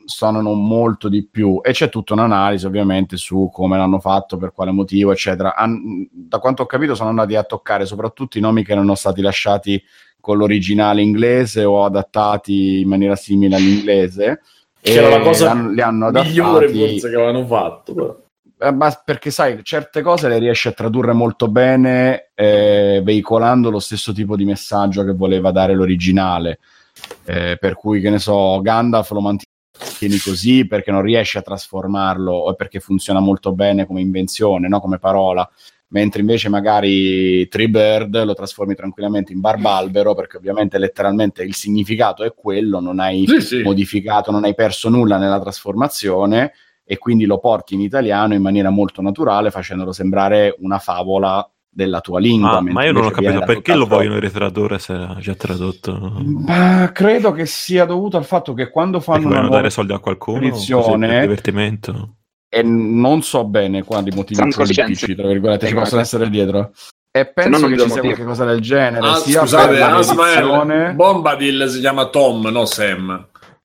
S2: suonano molto di più, e c'è tutta un'analisi ovviamente su come l'hanno fatto, per quale motivo, eccetera. An- da quanto ho capito sono andati a toccare soprattutto i nomi che erano stati lasciati con l'originale inglese o adattati in maniera simile all'inglese,
S1: che era la cosa
S2: han- li hanno adattati,
S1: migliore forse che avevano fatto, però.
S2: Eh, ma perché sai, certe cose le riesce a tradurre molto bene, eh, veicolando lo stesso tipo di messaggio che voleva dare l'originale, eh, per cui, che ne so, Gandalf lo mantieni così perché non riesci a trasformarlo, o perché funziona molto bene come invenzione, no? Come parola, mentre invece magari Treebird lo trasformi tranquillamente in Barbalbero, perché ovviamente letteralmente il significato è quello, non hai
S1: Sì, sì.
S2: modificato, non hai perso nulla nella trasformazione, e quindi lo porti in italiano in maniera molto naturale, facendolo sembrare una favola della tua lingua.
S4: Ah, ma io non ho capito perché lo vogliono ritradurre se era già tradotto.
S2: Ma credo che sia dovuto al fatto che quando fanno
S4: Perché
S2: una
S4: vogliono
S2: nuova
S4: dare soldi a qualcuno, così
S2: edizione,
S4: per divertimento.
S2: e non so bene quali motivi
S5: Saranno
S2: politici,
S5: coscienze.
S2: tra virgolette, ci
S5: Eh,
S2: possono
S5: guarda.
S2: essere dietro. E
S5: no
S2: penso
S5: non
S2: che
S5: vedo
S2: ci sia
S5: motivo.
S2: qualcosa del genere,
S1: Ah,
S2: sia
S1: scusate,
S2: per
S1: Asmael,
S2: l'edizione...
S1: Bombadil si chiama Tom, no Sam.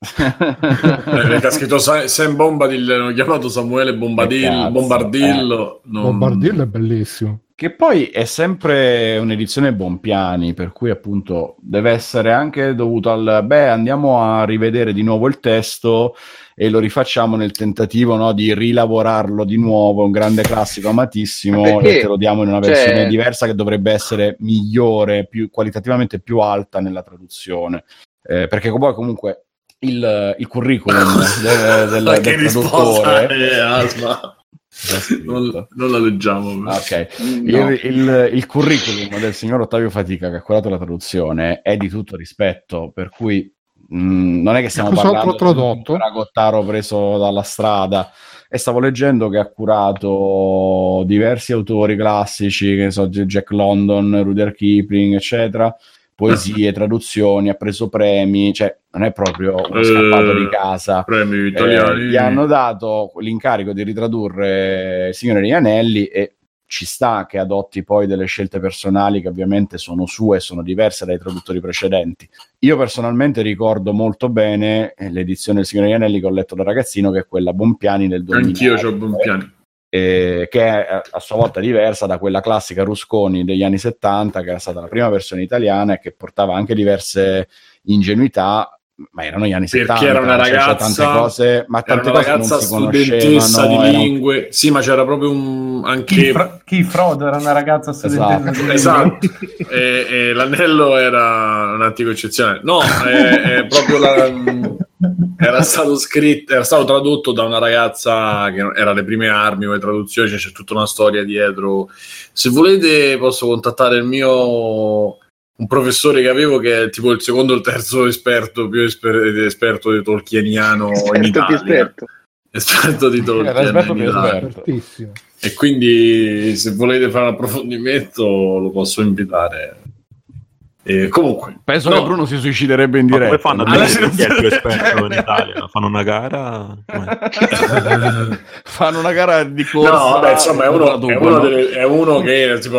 S1: Perché ha scritto Sa- Sam Bombadil, hanno chiamato Samuele Bombadil,
S2: Che cazzo,
S1: Bombardillo. non-
S6: Bombardillo è bellissimo.
S2: Che poi è sempre un'edizione Bonpiani, per cui appunto deve essere anche dovuto al beh, andiamo a rivedere di nuovo il testo e lo rifacciamo nel tentativo, no, di rilavorarlo di nuovo, un grande classico amatissimo,
S5: Perché?
S2: e te lo diamo in una
S5: Cioè-
S2: versione diversa che dovrebbe essere migliore, più qualitativamente più alta nella traduzione, eh, perché poi comunque il, il curriculum del, del,
S1: Ma che
S2: del
S1: risposta
S2: traduttore
S1: è, Asma? Non, non la leggiamo.
S2: Ah, ok.
S5: No.
S2: Il, il, il curriculum del signor Ottavio Fatica, che ha curato la traduzione, è di tutto rispetto, per cui mh, non è che stiamo
S6: Cos'altro
S2: parlando
S6: tradotto?
S2: di un Ragottaro preso dalla strada. E stavo leggendo che ha curato diversi autori classici, che ne so, Jack London, Rudyard Kipling, eccetera, poesie, traduzioni, ha preso premi, cioè non è proprio uno
S1: Eh,
S2: scappato di casa.
S1: Premi
S2: Eh,
S1: italiani.
S2: gli hanno dato l'incarico di ritradurre Il Signore degli Anelli, e ci sta che adotti poi delle scelte personali che ovviamente sono sue e sono diverse dai traduttori precedenti. Io personalmente ricordo molto bene eh, l'edizione del Signore degli Anelli che ho letto da ragazzino, che è quella Bonpiani del duemilanove,
S1: Anch'io c'ho Bonpiani.
S2: eh, che è a sua volta diversa da quella classica Rusconi degli anni settanta, che era stata la prima versione italiana e che portava anche diverse ingenuità, ma erano gli anni
S1: Perché
S2: settanta,
S1: era una
S2: c'era
S1: ragazza,
S2: tante cose, ma
S1: era
S2: tante
S1: una
S2: cose non
S1: ragazza
S2: si
S1: studentessa
S2: conoscevano.
S1: di
S2: era un-
S1: lingue. Sì, ma c'era proprio un
S3: Chi,
S1: anche
S3: Fro- chi Frodo era una ragazza studentessa di lingue.
S1: esatto. e, e l'anello era un antico eccezionale. No, è, è proprio la era stato scritto, era stato tradotto da una ragazza che era le prime armi come traduzione, cioè c'è tutta una storia dietro. Se volete posso contattare il mio un professore che avevo, che è tipo il secondo o il terzo esperto più esper- esperto di tolkieniano in
S5: Esperto più
S1: Italia.
S5: esperto.
S1: Esperto di
S2: Era
S1: Tolkien
S2: esperto
S1: in
S2: più
S1: Italia.
S2: esperto.
S6: Fortissimo.
S1: E quindi se volete fare un approfondimento lo posso invitare. E comunque
S2: Penso
S1: no.
S2: che Bruno si suiciderebbe in
S4: Ma
S2: diretta.
S4: come fanno a
S2: non è-
S4: decidere chi è il più esperto in Italia? Fanno una gara? Com'è?
S2: Fanno una gara di corsa.
S1: No, vabbè, insomma, è uno, è
S2: traducono.
S1: uno, delle- è uno che tipo,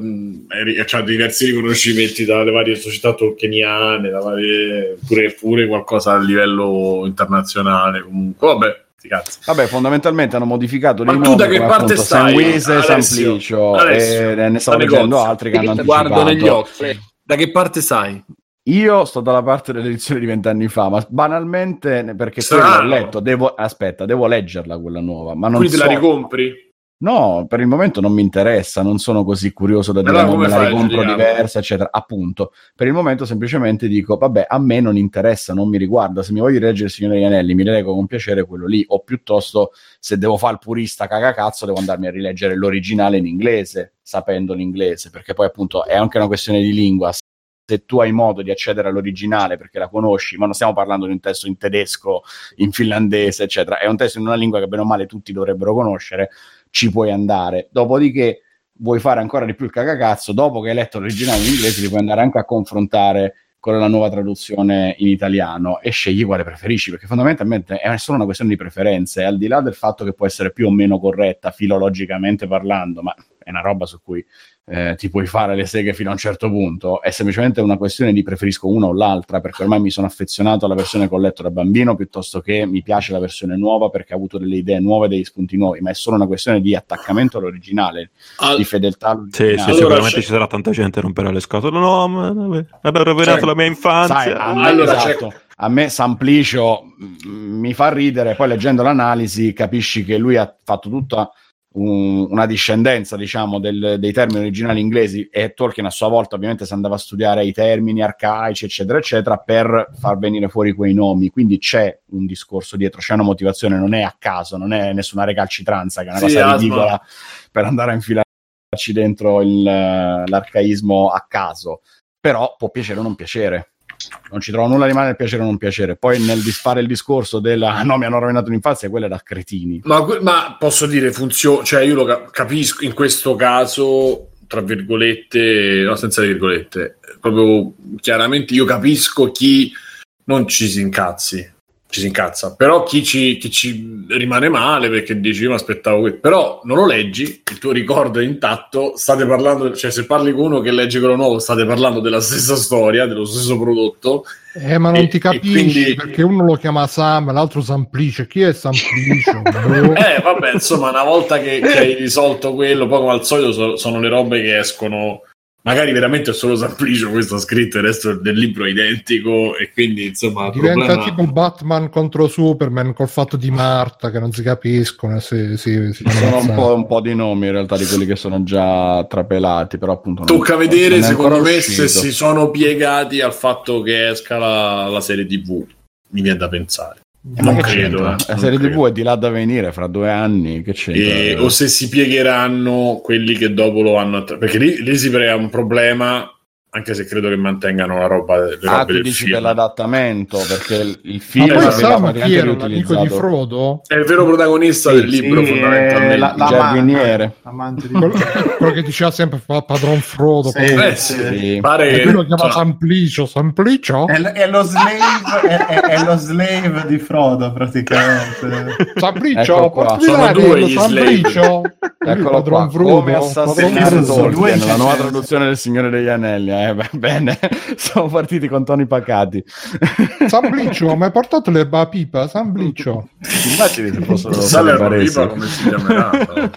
S1: ha diversi riconoscimenti dalle varie società tolkieniane, da varie, pure, pure qualcosa a livello internazionale. Comunque, vabbè, sti cazzi.
S2: Vabbè, fondamentalmente hanno modificato
S1: Ma
S2: dei
S1: tu
S2: nomi
S1: da che
S2: come
S1: parte
S2: appunto
S1: stai,
S2: Sanguise,
S1: Alessio?
S2: Samplicio,
S1: Alessio,
S2: e ne stavo
S1: da
S2: leggendo
S1: negozio.
S2: altri che hanno
S5: Ti
S2: anticipato.
S1: Guardo negli occhi. Da che parte sai?
S2: Io sto dalla parte dell'edizione di vent'anni fa, ma banalmente perché
S1: Strano.
S2: quella ho letto, devo, aspetta, devo leggerla quella nuova, ma non
S1: Quindi te
S2: so.
S1: la ricompri?
S2: No, per il momento non mi interessa, non sono così curioso da dire
S1: Allora
S2: non
S1: come
S2: me la
S1: fai a
S2: ricompro
S1: giudicarla?
S2: diversa, eccetera. Appunto, per il momento semplicemente dico, vabbè, a me non interessa, non mi riguarda, se mi voglio leggere Il Signore degli Anelli mi leggo con piacere quello lì, o piuttosto se devo fare il purista cagacazzo devo andarmi a rileggere l'originale in inglese, sapendo l'inglese, perché poi appunto è anche una questione di lingua. Se tu hai modo di accedere all'originale perché la conosci, ma non stiamo parlando di un testo in tedesco, in finlandese, eccetera, è un testo in una lingua che bene o male tutti dovrebbero conoscere, ci puoi andare. Dopodiché vuoi fare ancora di più il cagacazzo, dopo che hai letto l'originale in inglese ti puoi andare anche a confrontare con la nuova traduzione in italiano e scegli quale preferisci, perché fondamentalmente è solo una questione di preferenze, al di là del fatto che può essere più o meno corretta filologicamente parlando, ma è una roba su cui eh, ti puoi fare le seghe fino a un certo punto, è semplicemente una questione di preferisco una o l'altra, perché ormai mi sono affezionato alla versione che ho letto da bambino piuttosto che mi piace la versione nuova perché ha avuto delle idee nuove, degli spunti nuovi, ma è solo una questione di attaccamento all'originale,
S1: Al...
S2: di fedeltà
S4: Sì,
S2: all'originale.
S4: sì,
S1: allora,
S4: sicuramente
S1: c'è...
S4: ci sarà tanta gente che romperà le scatole. No, ma abbiamo rovinato
S1: cioè,
S4: la mia infanzia.
S2: Sai, a me,
S1: allora,
S2: esatto,
S1: c'è...
S2: a me Samplicio mh, mi fa ridere, poi leggendo l'analisi capisci che lui ha fatto tutta un, una discendenza, diciamo, del, dei termini originali inglesi, e Tolkien a sua volta ovviamente si andava a studiare i termini arcaici eccetera eccetera per far venire fuori quei nomi, quindi c'è un discorso dietro, c'è una motivazione, non è a caso, non è nessuna recalcitranza che è una
S1: Sì,
S2: cosa
S1: Asma.
S2: ridicola per andare a infilarci dentro il, l'arcaismo a caso, però può piacere o non piacere. Non ci trovo nulla di male nel piacere o non piacere. Poi nel disfare il discorso della no, mi hanno rovinato l'infanzia, quella è da cretini.
S1: Ma, ma posso dire, funziona, cioè io lo cap- capisco in questo caso, tra virgolette, no, senza virgolette, proprio chiaramente io capisco chi non ci si incazzi, ci si incazza, però chi ci, chi ci rimane male perché dici io mi aspettavo questo, però non lo leggi, il tuo ricordo è intatto, state parlando, cioè se parli con uno che legge quello nuovo state parlando della stessa storia, dello stesso prodotto.
S6: Eh, ma non
S1: e,
S6: ti capisci
S1: quindi...
S6: perché uno lo chiama Sam, l'altro Samplice. Chi è Samplice?
S1: eh vabbè, insomma, una volta che, che hai risolto quello, poi come al solito so, sono le robe che escono. Magari veramente è solo Samplicio questo scritto, il resto del libro è identico e quindi insomma
S6: diventa
S1: problema...
S6: tipo Batman contro Superman col fatto di Marta che non si capiscono, si, si, si
S2: sono un po', un po' di nomi in realtà di quelli che sono già trapelati, però appunto
S1: tocca
S2: non,
S1: vedere
S2: non
S1: secondo me
S2: uscito.
S1: se si sono piegati al fatto che esca la, la serie tivù, mi viene da pensare.
S2: Ma
S1: Non
S2: che
S1: credo,
S2: c'entra?
S1: eh,
S2: La
S1: non
S2: serie
S1: credo.
S2: tivù è di là da venire fra due anni, che c'entra?
S1: E, o se si piegheranno quelli che dopo lo hanno attra- perché lì, lì si crea un problema, anche se credo che mantengano la roba, le
S2: Ah,
S1: robe
S2: tu
S1: del
S2: dici
S1: film.
S2: per l'adattamento, perché il, il
S6: Ma
S2: film
S6: poi
S1: esatto.
S2: aveva
S6: Sam chi
S2: praticamente
S6: era l'amico di
S2: riutilizzato
S6: Frodo?
S1: È il vero protagonista
S2: Sì,
S1: del libro,
S3: Sì,
S1: fondamentalmente.
S3: eh, la-
S2: il giardiniere.
S3: Amante di
S6: quello, quello che diceva sempre pa- padron Frodo.
S3: Sì.
S1: Eh sì,
S2: Sì.
S1: pare
S6: E
S1: che
S6: quello chiama
S1: cioè,
S6: Samplicio. Samplicio?
S3: È, l- è lo slave è, è- è lo slave di Frodo praticamente.
S6: Samplicio,
S2: Ecco qua.
S6: porti
S1: Sono
S6: l'anello,
S1: due gli
S6: Samplicio.
S2: Eccolo qua,
S6: Padron Frodo,
S2: come assassinare
S6: Padron Frodo.
S2: Tolkien, la nuova
S3: Due-
S2: traduzione del Signore degli Anelli. Eh, beh, bene, siamo partiti con toni pacati.
S6: Samplicio, mi hai portato l'erba a pipa? Samplicio.
S2: Immagini se fossero
S1: Sale
S2: fare baresi.
S1: Viva, come si chiamerà? No?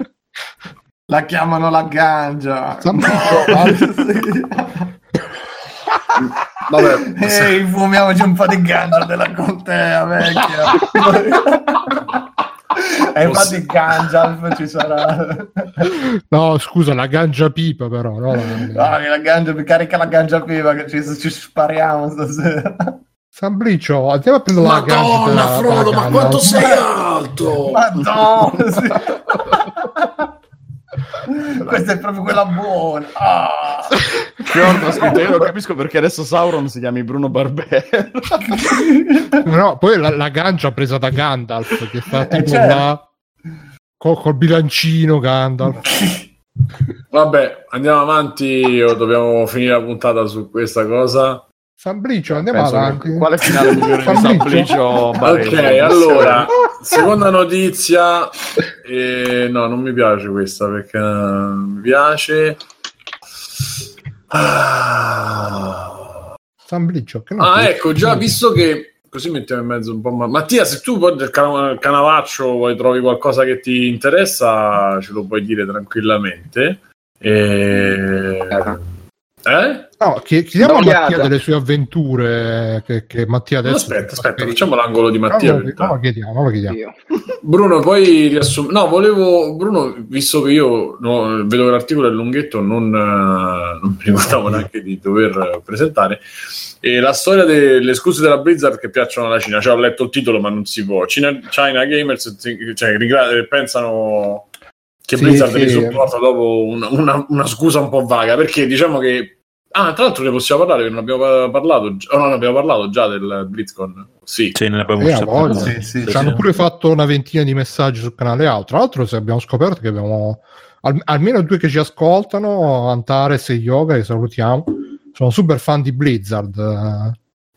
S3: La chiamano la ganja.
S6: Samplicio.
S1: Vabbè,
S3: Ehi, fumiamoci un po' di ganja della contea vecchia. E infatti Gandalf ci sarà.
S6: No, scusa, la gangia pipa però. No, la...
S3: No, la ganja, carica la ganja piva che ci, ci spariamo stasera.
S6: Samplicio, andiamo a prendere la gangia.
S1: Madonna,
S6: della-
S1: Frodo,
S6: della
S1: ma
S6: canna.
S1: quanto sei alto!
S3: Madonna, sì. Questa è proprio quella buona. Ah.
S2: Fiordo ha scritto, io lo capisco perché adesso Sauron si chiami Bruno Barbero.
S6: No, poi la, la gancia presa da Gandalf che sta
S3: Eh,
S6: tipo
S3: certo.
S6: là col, col bilancino Gandalf.
S1: Vabbè, andiamo avanti o dobbiamo finire la puntata su questa cosa?
S6: Samplicio, andiamo
S2: Penso
S6: avanti.
S2: che- quale finale migliore di
S6: Samplicio?
S2: Samplicio Baresi?
S1: Ok, allora, seconda notizia. Eh, no, non mi piace questa perché non mi piace. Ah,
S6: Samplicio, che
S1: Ah,
S6: non-
S1: ecco, già visto che così mettiamo in mezzo un po'. Ma... Mattia, se tu poi del Cana- Canavaccio vuoi trovi qualcosa che ti interessa, ce lo puoi dire tranquillamente. E... Eh?
S6: No, chi- chiediamo a
S5: Un'occhiata.
S6: Mattia delle sue avventure che, che Mattia
S1: No,
S6: adesso
S1: aspetta, aspetta, facciamo l'angolo di
S6: no,
S1: Mattia.
S6: no, no, lo chiediamo, lo chiediamo.
S5: Io.
S1: Bruno, poi riassum... No, volevo... Bruno, visto che io no, vedo che l'articolo è lunghetto, non, eh, non mi ricordavo neanche di dover presentare. E la storia delle scuse della Blizzard che piacciono alla Cina. Cioè, ho letto il titolo, ma non si può. Cina, China Gamers cioè, rigra- pensano che
S6: Sì,
S1: Blizzard
S6: sì.
S1: li sopporta dopo una, una, una scusa un po' vaga, perché diciamo che... Ah, tra l'altro ne possiamo parlare, non abbiamo parlato, gi- oh, no, non abbiamo parlato già del BlizzCon. Sì.
S4: Sì, ne abbiamo
S6: Eh,
S4: visto
S6: ha voglia.
S3: Sì, sì,
S6: Ci hanno
S3: sì.
S6: pure fatto una ventina di messaggi sul canale A. Tra l'altro, se abbiamo scoperto che abbiamo al- almeno due che ci ascoltano, Antares e Yoga, che salutiamo, sono super fan di Blizzard.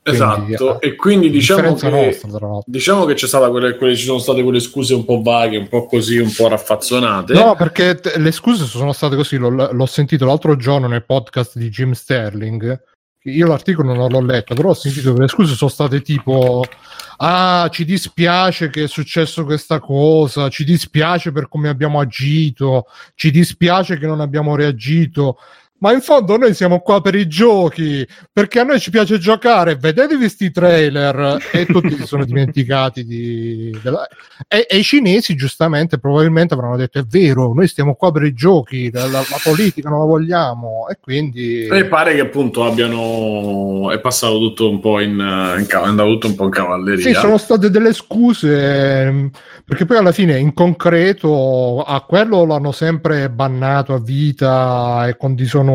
S1: Esatto, e quindi diciamo che,
S6: nostra,
S1: diciamo che c'è stata quelle, quelle, ci sono state quelle scuse un po' vaghe, un po' così, un po' raffazzonate.
S6: No, perché t- le scuse sono state così, l'ho, l'ho sentito l'altro giorno nel podcast di Jim Sterling. Io l'articolo non l'ho letto, però ho sentito che le scuse sono state tipo: ah, ci dispiace che è successo questa cosa, ci dispiace per come abbiamo agito, ci dispiace che non abbiamo reagito. Ma in fondo noi siamo qua per i giochi, perché a noi ci piace giocare, vedetevi sti trailer. E tutti si sono dimenticati di... della... e, e i cinesi giustamente probabilmente avranno detto: è vero, noi stiamo qua per i giochi, la, la, la politica non la vogliamo, e quindi...
S1: E pare che appunto abbiano... è passato tutto un po' in, in cav- è andato tutto un po' in cavalleria.
S6: Sì, sono state delle scuse, perché poi alla fine in concreto a quello l'hanno sempre bannato a vita e con disonore.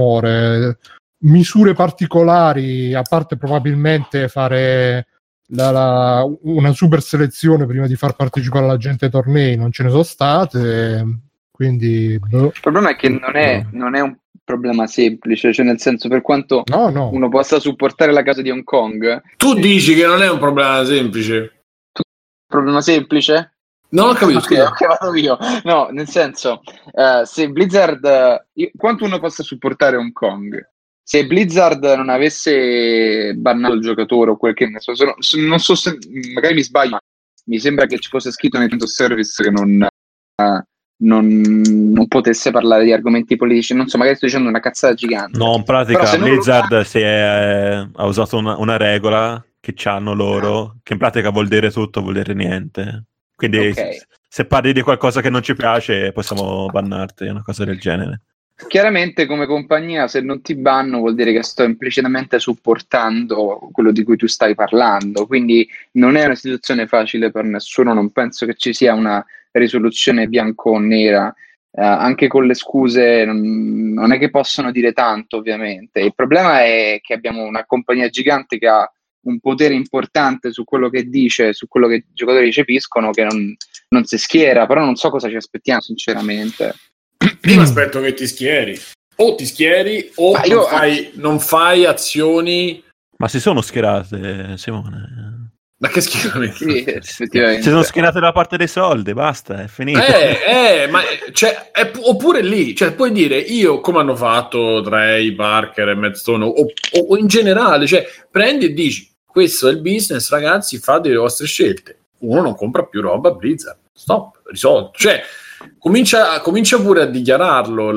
S6: Misure particolari, a parte probabilmente fare la, la, una super selezione prima di far partecipare la gente ai tornei, non ce ne sono state, quindi boh.
S5: Il problema è che non è, non è un problema semplice, cioè nel senso, per quanto
S6: no, no.
S5: uno possa supportare la causa di Hong Kong,
S1: tu dici che non è un problema semplice?
S5: Un problema semplice?
S1: Non ho capito,
S5: okay,
S1: scusa.
S5: ok, vado io. No, nel senso, uh, se Blizzard, io, quanto uno possa supportare Hong Kong, se Blizzard non avesse bannato il giocatore o quel che ne so, se, se, non so se, magari mi sbaglio, ma mi sembra che ci fosse scritto nel service che non, uh, non, non potesse parlare di argomenti politici, non so, magari sto dicendo una cazzata gigante.
S4: No, in pratica Blizzard
S5: fa...
S4: si è, ha usato una, una regola che c'hanno loro, che in pratica vuol dire tutto, vuol dire niente. Quindi okay. se, se parli di qualcosa che non ci piace possiamo bannarti, una cosa del genere.
S5: Chiaramente come compagnia, se non ti banno vuol dire che sto implicitamente supportando quello di cui tu stai parlando, quindi non è una situazione facile per nessuno, non penso che ci sia una risoluzione bianco o nera, uh, anche con le scuse non, non è che possono dire tanto, ovviamente. Il problema è che abbiamo una compagnia gigante che ha un potere importante su quello che dice, su quello che i giocatori recepiscono, che non, non si schiera, però non so cosa ci aspettiamo sinceramente.
S1: Io aspetto che ti schieri, o ti schieri o
S5: io...
S1: non, fai, non fai azioni.
S4: Ma si sono schierate, Simone?
S1: Ma che schieramento?
S5: Sì, effettivamente.
S4: Si sono schierate dalla parte dei soldi, basta, è finito.
S1: Eh, eh, ma cioè, è, oppure lì, cioè, puoi dire io, come hanno fatto Trey, Parker e Matt Stone, o, o, o in generale, cioè, prendi e dici: questo è il business, ragazzi, fate le vostre scelte. Uno non compra più roba Blizzard, stop, risolto. Cioè, comincia, comincia pure a dichiararlo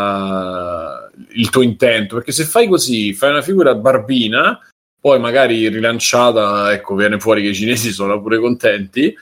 S1: la, il tuo intento, perché se fai così, fai una figura barbina, poi magari rilanciata, ecco, viene fuori che i cinesi sono pure contenti,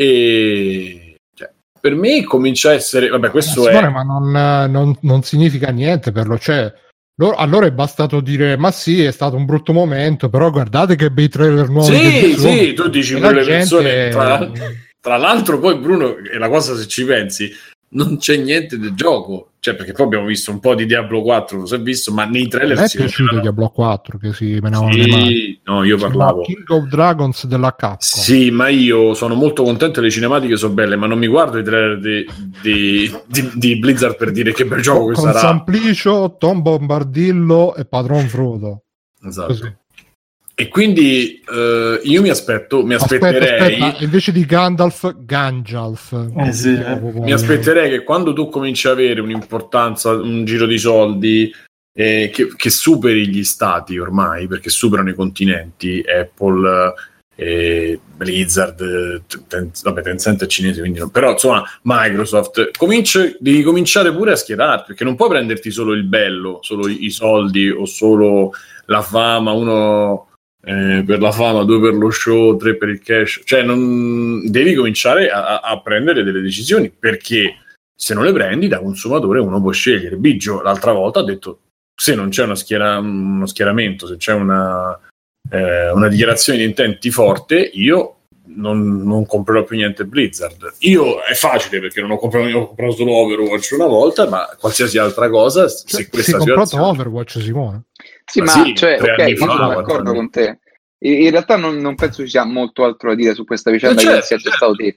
S1: e cioè, per me comincia a essere, vabbè, questo
S6: ma
S1: è
S6: Simone, ma non, non, non significa niente per lo, cioè allora è bastato dire: ma sì, è stato un brutto momento, però guardate che bei trailer nuovi.
S1: Sì, sì, tu dici pure le persone,
S6: gente...
S1: tra, tra l'altro poi Bruno, è la cosa, se ci pensi, non c'è niente del gioco, cioè, perché poi abbiamo visto un po' di Diablo quattro, lo si è visto, ma nei trailer
S6: non è
S1: si
S6: piaciuto
S1: vedevano...
S6: Diablo quattro, che si menavano
S1: sì,
S6: le mani.
S1: no, io parlavo
S6: King of Dragons della Capcom.
S1: Sì, ma io sono molto contento, le cinematiche sono belle, ma non mi guardo i trailer di, di, di, di Blizzard per dire che bel gioco
S6: con,
S1: che
S6: con
S1: sarà.
S6: Samplicio, Tom Bombardillo e Padron Frodo.
S1: Esatto.
S6: Così.
S1: E quindi uh, io mi aspetto, mi aspetterei
S6: aspetta, aspetta. Invece di Gandalf, Ganjalf.
S1: Eh sì, eh. Mi aspetterei che quando tu cominci a avere un'importanza, un giro di soldi eh, che, che superi gli stati ormai, perché superano i continenti, Apple, eh, Blizzard, ten, vabbè, Tencent è cinese, quindi no. Però insomma Microsoft, cominci, devi cominciare pure a schierarti, perché non puoi prenderti solo il bello, solo i, i soldi o solo la fama, uno eh, per la fama, due per lo show, tre per il cash, cioè non devi cominciare a, a prendere delle decisioni, perché se non le prendi da consumatore uno può scegliere. Biggio l'altra volta ha detto: se non c'è uno, schiera, uno schieramento, se c'è una eh, una dichiarazione di intenti forte, io non, non comprerò più niente Blizzard. Io è facile, perché non ho comprato, io ho comprato solo Overwatch una volta, ma qualsiasi altra cosa, se
S6: cioè,
S1: questa
S6: si è comprato
S1: situazione...
S6: Overwatch, Simone.
S5: Sì, ma,
S1: ma sì,
S5: cioè, ok, io
S1: fa,
S5: sono d'accordo con te. In realtà non, non penso ci sia molto altro da dire su questa vicenda,
S1: certo,
S5: che sia già
S1: certo.
S5: stato detto.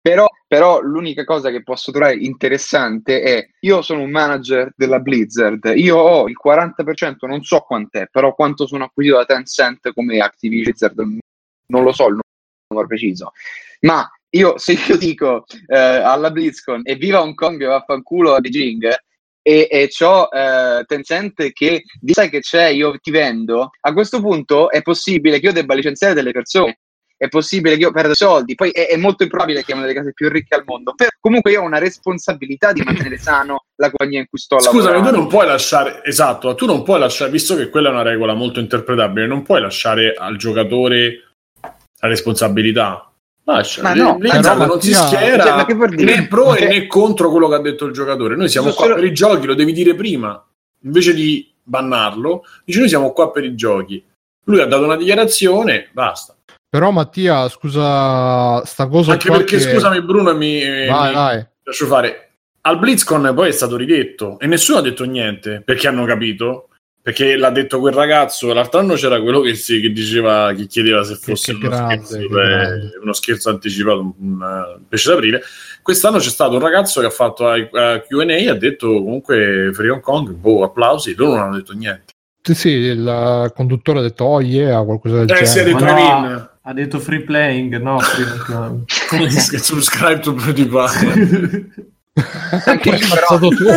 S5: Però, però l'unica cosa che posso trovare interessante è: io sono un manager della Blizzard, io ho il quaranta per cento, non so quant'è, però quanto sono acquisito da Tencent come Activision Blizzard, non lo so il numero preciso, ma io se io dico eh, alla BlizzCon evviva Hong Kong e vaffanculo a Beijing, e, e c'ho eh, Tencent che dice che c'è, io ti vendo, a questo punto è possibile che io debba licenziare delle persone, è possibile che io perda soldi, poi è, è molto improbabile che è una delle case più ricche al mondo, però comunque io ho una responsabilità di mantenere sano la compagnia in cui sto
S1: Scusami,
S5: lavorando.
S1: tu non puoi lasciare, esatto, tu non puoi lasciare, visto che quella è una regola molto interpretabile, non puoi lasciare al giocatore la responsabilità. Lascia,
S5: Ma no,
S1: Blizzard
S6: però,
S1: non si
S6: Mattia,
S1: schiera
S5: cioè, ma che vuol dire?
S1: né pro
S5: Cioè-
S1: e né contro quello che ha detto il giocatore. Noi siamo
S5: Solo-
S1: qua per i giochi, lo devi dire prima, invece di bannarlo, dice noi siamo qua per i giochi. Lui ha dato una dichiarazione, basta.
S6: Però Mattia, scusa, sta cosa
S1: Anche
S6: qua
S1: perché,
S6: che...
S1: scusami Bruno, mi,
S6: Vai,
S1: mi
S6: vai.
S1: lascio fare. Al BlizzCon poi è stato ridetto e nessuno ha detto niente, perché hanno capito, perché l'ha detto quel ragazzo. L'altro anno c'era quello che, si, che diceva, che chiedeva se fosse
S6: che
S1: uno,
S6: grande,
S1: scherzo,
S6: che
S1: beh,
S6: grande.
S1: uno scherzo anticipato, un, un pesce d'aprile. Quest'anno c'è stato un ragazzo che ha fatto a, a Q and A e ha detto comunque Free Hong Kong, boh, applausi, loro non hanno detto niente.
S6: Sì, sì, il conduttore ha detto oh yeah, qualcosa del
S1: Eh, si è
S6: genere.
S1: detto
S3: Ma no,
S1: Ravin.
S3: ha detto free playing, no, free
S1: Subscribe to PewDiePie.
S5: Anche
S6: Poi
S5: lì,
S6: è
S5: però,
S6: passato tu.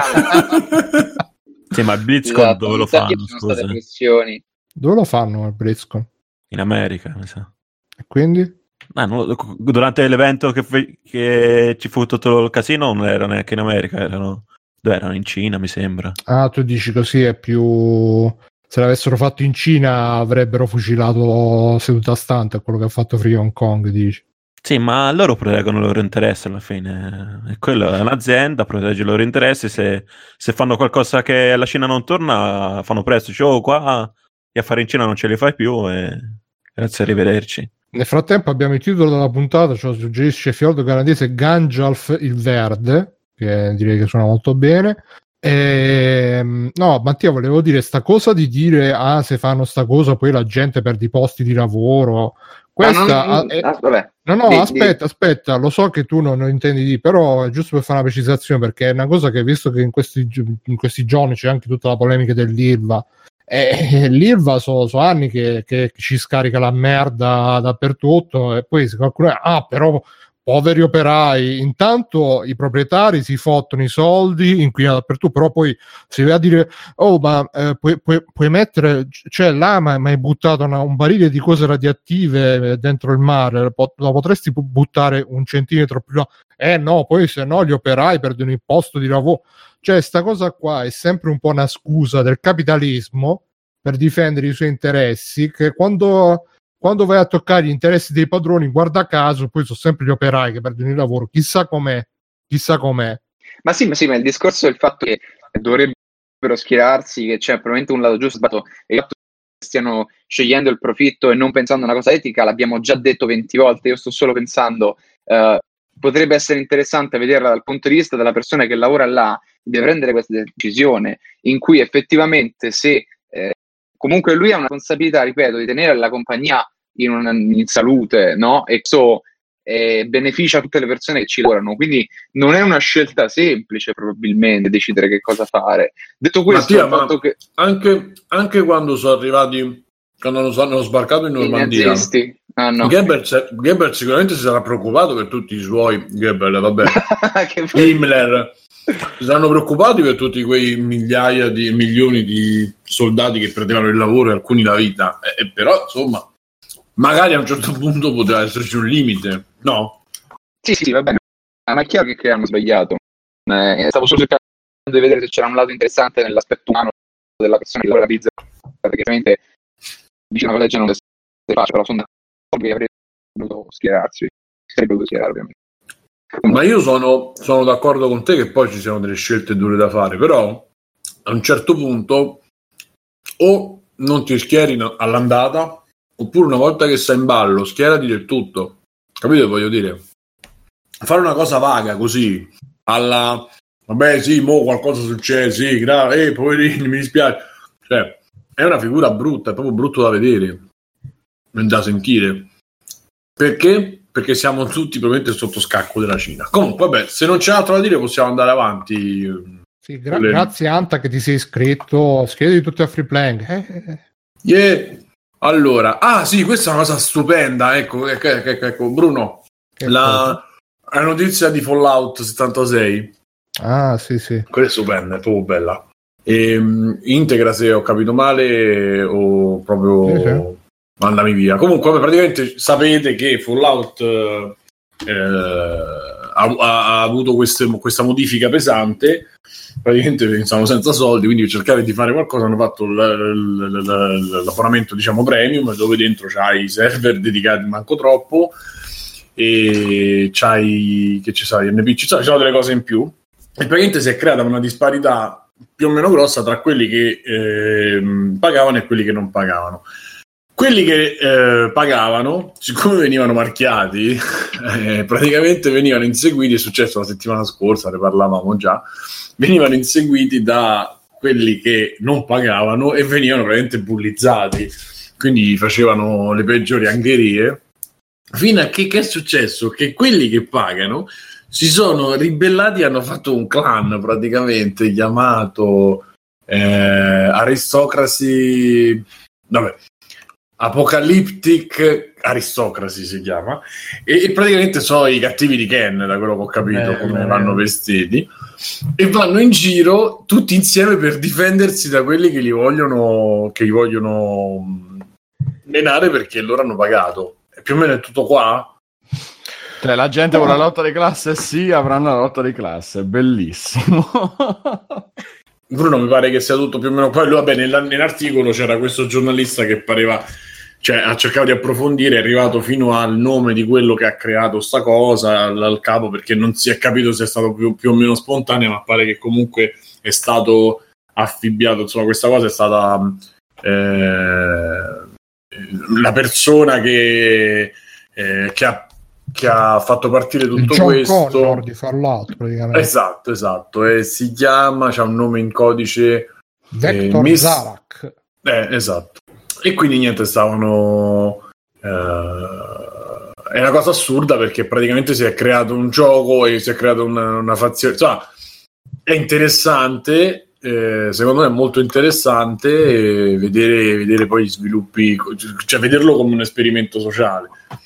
S4: Sì, ma il BlizzCon
S5: esatto,
S4: dove lo
S5: da chi
S4: fanno,
S5: ci sono state
S4: scusa?
S5: pressioni.
S6: Dove lo fanno il BlizzCon?
S4: In America, mi sa.
S6: E quindi?
S4: Ah, non lo- durante l'evento che, fe- che ci fu tutto il casino non era neanche in America, erano, dove erano? In Cina, mi sembra.
S6: Ah, tu dici così è più... Se l'avessero fatto in Cina avrebbero fucilato seduta stante, è quello che ha fatto Free Hong Kong, dici.
S4: Sì, ma loro proteggono i loro interessi alla fine. E quello è un'azienda, protegge i loro interessi. Se, se fanno qualcosa che la Cina non torna, fanno presto. Dice, oh, qua gli affari in Cina non ce li fai più e grazie, arrivederci.
S6: Nel frattempo abbiamo il titolo della puntata, ce lo suggerisce Fiordo Canadese, Ganjalf il Verde, che direi che suona molto bene. E, no, Mattia, volevo dire sta cosa di dire ah, se fanno sta cosa poi la gente perde i posti di lavoro. Questa
S5: Ma non-
S6: è...
S5: ah, vabbè.
S6: No, no,
S5: Di-
S6: aspetta,
S5: di-
S6: aspetta, lo so che tu non lo intendi di, però è giusto per fare una precisazione, perché è una cosa che visto che in questi, gi- in questi giorni c'è anche tutta la polemica dell'Ilva, e, e l'Ilva sono so anni che, che ci scarica la merda dappertutto, e poi se qualcuno è, ah, però poveri operai, intanto i proprietari si fottono i soldi, inquinano dappertutto, però poi si va a dire oh ma eh, puoi, puoi, puoi mettere, cioè là ma hai buttato una, un barile di cose radioattive dentro il mare, pot- la potresti buttare un centimetro più là, eh no, poi se no gli operai perdono il posto di lavoro, cioè sta cosa qua è sempre un po' una scusa del capitalismo per difendere i suoi interessi, che quando quando vai a toccare gli interessi dei padroni, guarda caso, poi sono sempre gli operai che perdono il lavoro, chissà com'è, chissà com'è.
S5: Ma sì, ma sì, ma il discorso è il fatto che dovrebbero schierarsi, che c'è probabilmente un lato giusto sbagliato, e il fatto che stiano scegliendo il profitto e non pensando a una cosa etica, l'abbiamo già detto venti volte, io sto solo pensando, eh, potrebbe essere interessante vederla dal punto di vista della persona che lavora là, deve prendere questa decisione, in cui effettivamente se eh, comunque lui ha una responsabilità, ripeto, di tenere la compagnia in, una, in salute, no? E so, eh, beneficia tutte le persone che ci lavorano, quindi non è una scelta semplice probabilmente decidere che cosa fare. Detto questo,
S1: Mattia,
S5: il fatto
S1: ma
S5: che
S1: anche, anche quando sono arrivati, quando hanno, hanno sbarcato in
S5: i
S1: Normandia,
S5: nazisti, ah, no.
S1: Goebbels, Goebbels sicuramente si sarà preoccupato per tutti i suoi Goebbels, vabbè,
S5: che poi-
S1: Himmler si saranno preoccupati per tutti quei migliaia di milioni di soldati che perdevano il lavoro e alcuni la vita, e, e però insomma magari a un certo punto poteva esserci un limite, no?
S5: Sì, sì, va bene, ma è chiaro che, che hanno sbagliato. Eh, stavo solo cercando di vedere se c'era un lato interessante nell'aspetto umano della persona che lavora la pizza, perché ovviamente dice una legge non deve essere facile, però sono d'accordo che avrebbe dovuto schierarsi, si sarebbe dovuto schierare ovviamente.
S1: Ma io sono, sono d'accordo con te che poi ci siano delle scelte dure da fare, però a un certo punto o non ti schieri all'andata, oppure una volta che sei in ballo schierati del tutto, capito che voglio dire? Fare una cosa vaga così alla vabbè sì, mo qualcosa succede, sì, grave, eh, poverini, mi dispiace, cioè è una figura brutta, è proprio brutto da vedere, da sentire. Perché? Perché siamo tutti probabilmente sotto scacco della Cina. Comunque, vabbè, se non c'è altro da dire possiamo andare avanti.
S6: Sì, gra- Le... Grazie Anta che ti sei iscritto. Iscriviti tutti a Free Playing. Eh.
S1: Yeah. Allora, ah sì, questa è una cosa stupenda. Ecco, ecco, ecco, ecco. Bruno, che la... la notizia di Fallout settantasei.
S6: Ah, sì, sì.
S1: Quella è stupenda, è proprio bella. E, um, integra, se ho capito male, o proprio sì, sì. Mandami via. Comunque, praticamente sapete che Fallout eh, ha, ha avuto queste, questa modifica pesante. Praticamente pensavano senza soldi, quindi per cercare di fare qualcosa hanno fatto l- l- l- l'abbonamento, diciamo, premium, dove dentro c'hai i server dedicati manco troppo e c'hai che ci sa, N P C, ci sono delle cose in più, e praticamente si è creata una disparità più o meno grossa tra quelli che eh, pagavano e quelli che non pagavano. Quelli che eh, pagavano, siccome venivano marchiati, eh, praticamente venivano inseguiti, è successo la settimana scorsa, ne parlavamo già, venivano inseguiti da quelli che non pagavano e venivano veramente bullizzati, quindi facevano le peggiori angherie, fino a che, che è successo? Che quelli che pagano si sono ribellati e hanno fatto un clan praticamente chiamato eh, Aristocracy, vabbè, Apocalyptic Aristocracy si chiama, e, e praticamente sono i cattivi di Ken, da quello che ho capito, eh, come eh. vanno vestiti, e vanno in giro tutti insieme per difendersi da quelli che li vogliono che li vogliono menare perché loro hanno pagato. E più o meno è tutto qua.
S2: Cioè, la gente vuole la lotta di classe, sì, avranno la lotta di classe, bellissimo.
S1: Bruno, mi pare che sia tutto più o meno. Poi, vabbè, nell'articolo c'era questo giornalista che pareva, cioè, ha cercato di approfondire, è arrivato fino al nome di quello che ha creato sta cosa, al, al capo, perché non si è capito se è stato più, più o meno spontaneo, ma pare che comunque è stato affibbiato, insomma, questa cosa è stata eh, la persona che, eh, che ha che ha fatto partire tutto
S6: John
S1: questo
S6: Connor di Fallout, praticamente.
S1: Esatto, esatto, e si chiama, c'ha un nome in codice
S6: Vector eh, Miss... Zarak.
S1: Eh, esatto. E quindi niente, stavano eh... è una cosa assurda perché praticamente si è creato un gioco e si è creato una, una fazione, cioè, è interessante, eh, secondo me è molto interessante eh, vedere, vedere poi gli sviluppi, cioè vederlo come un esperimento sociale.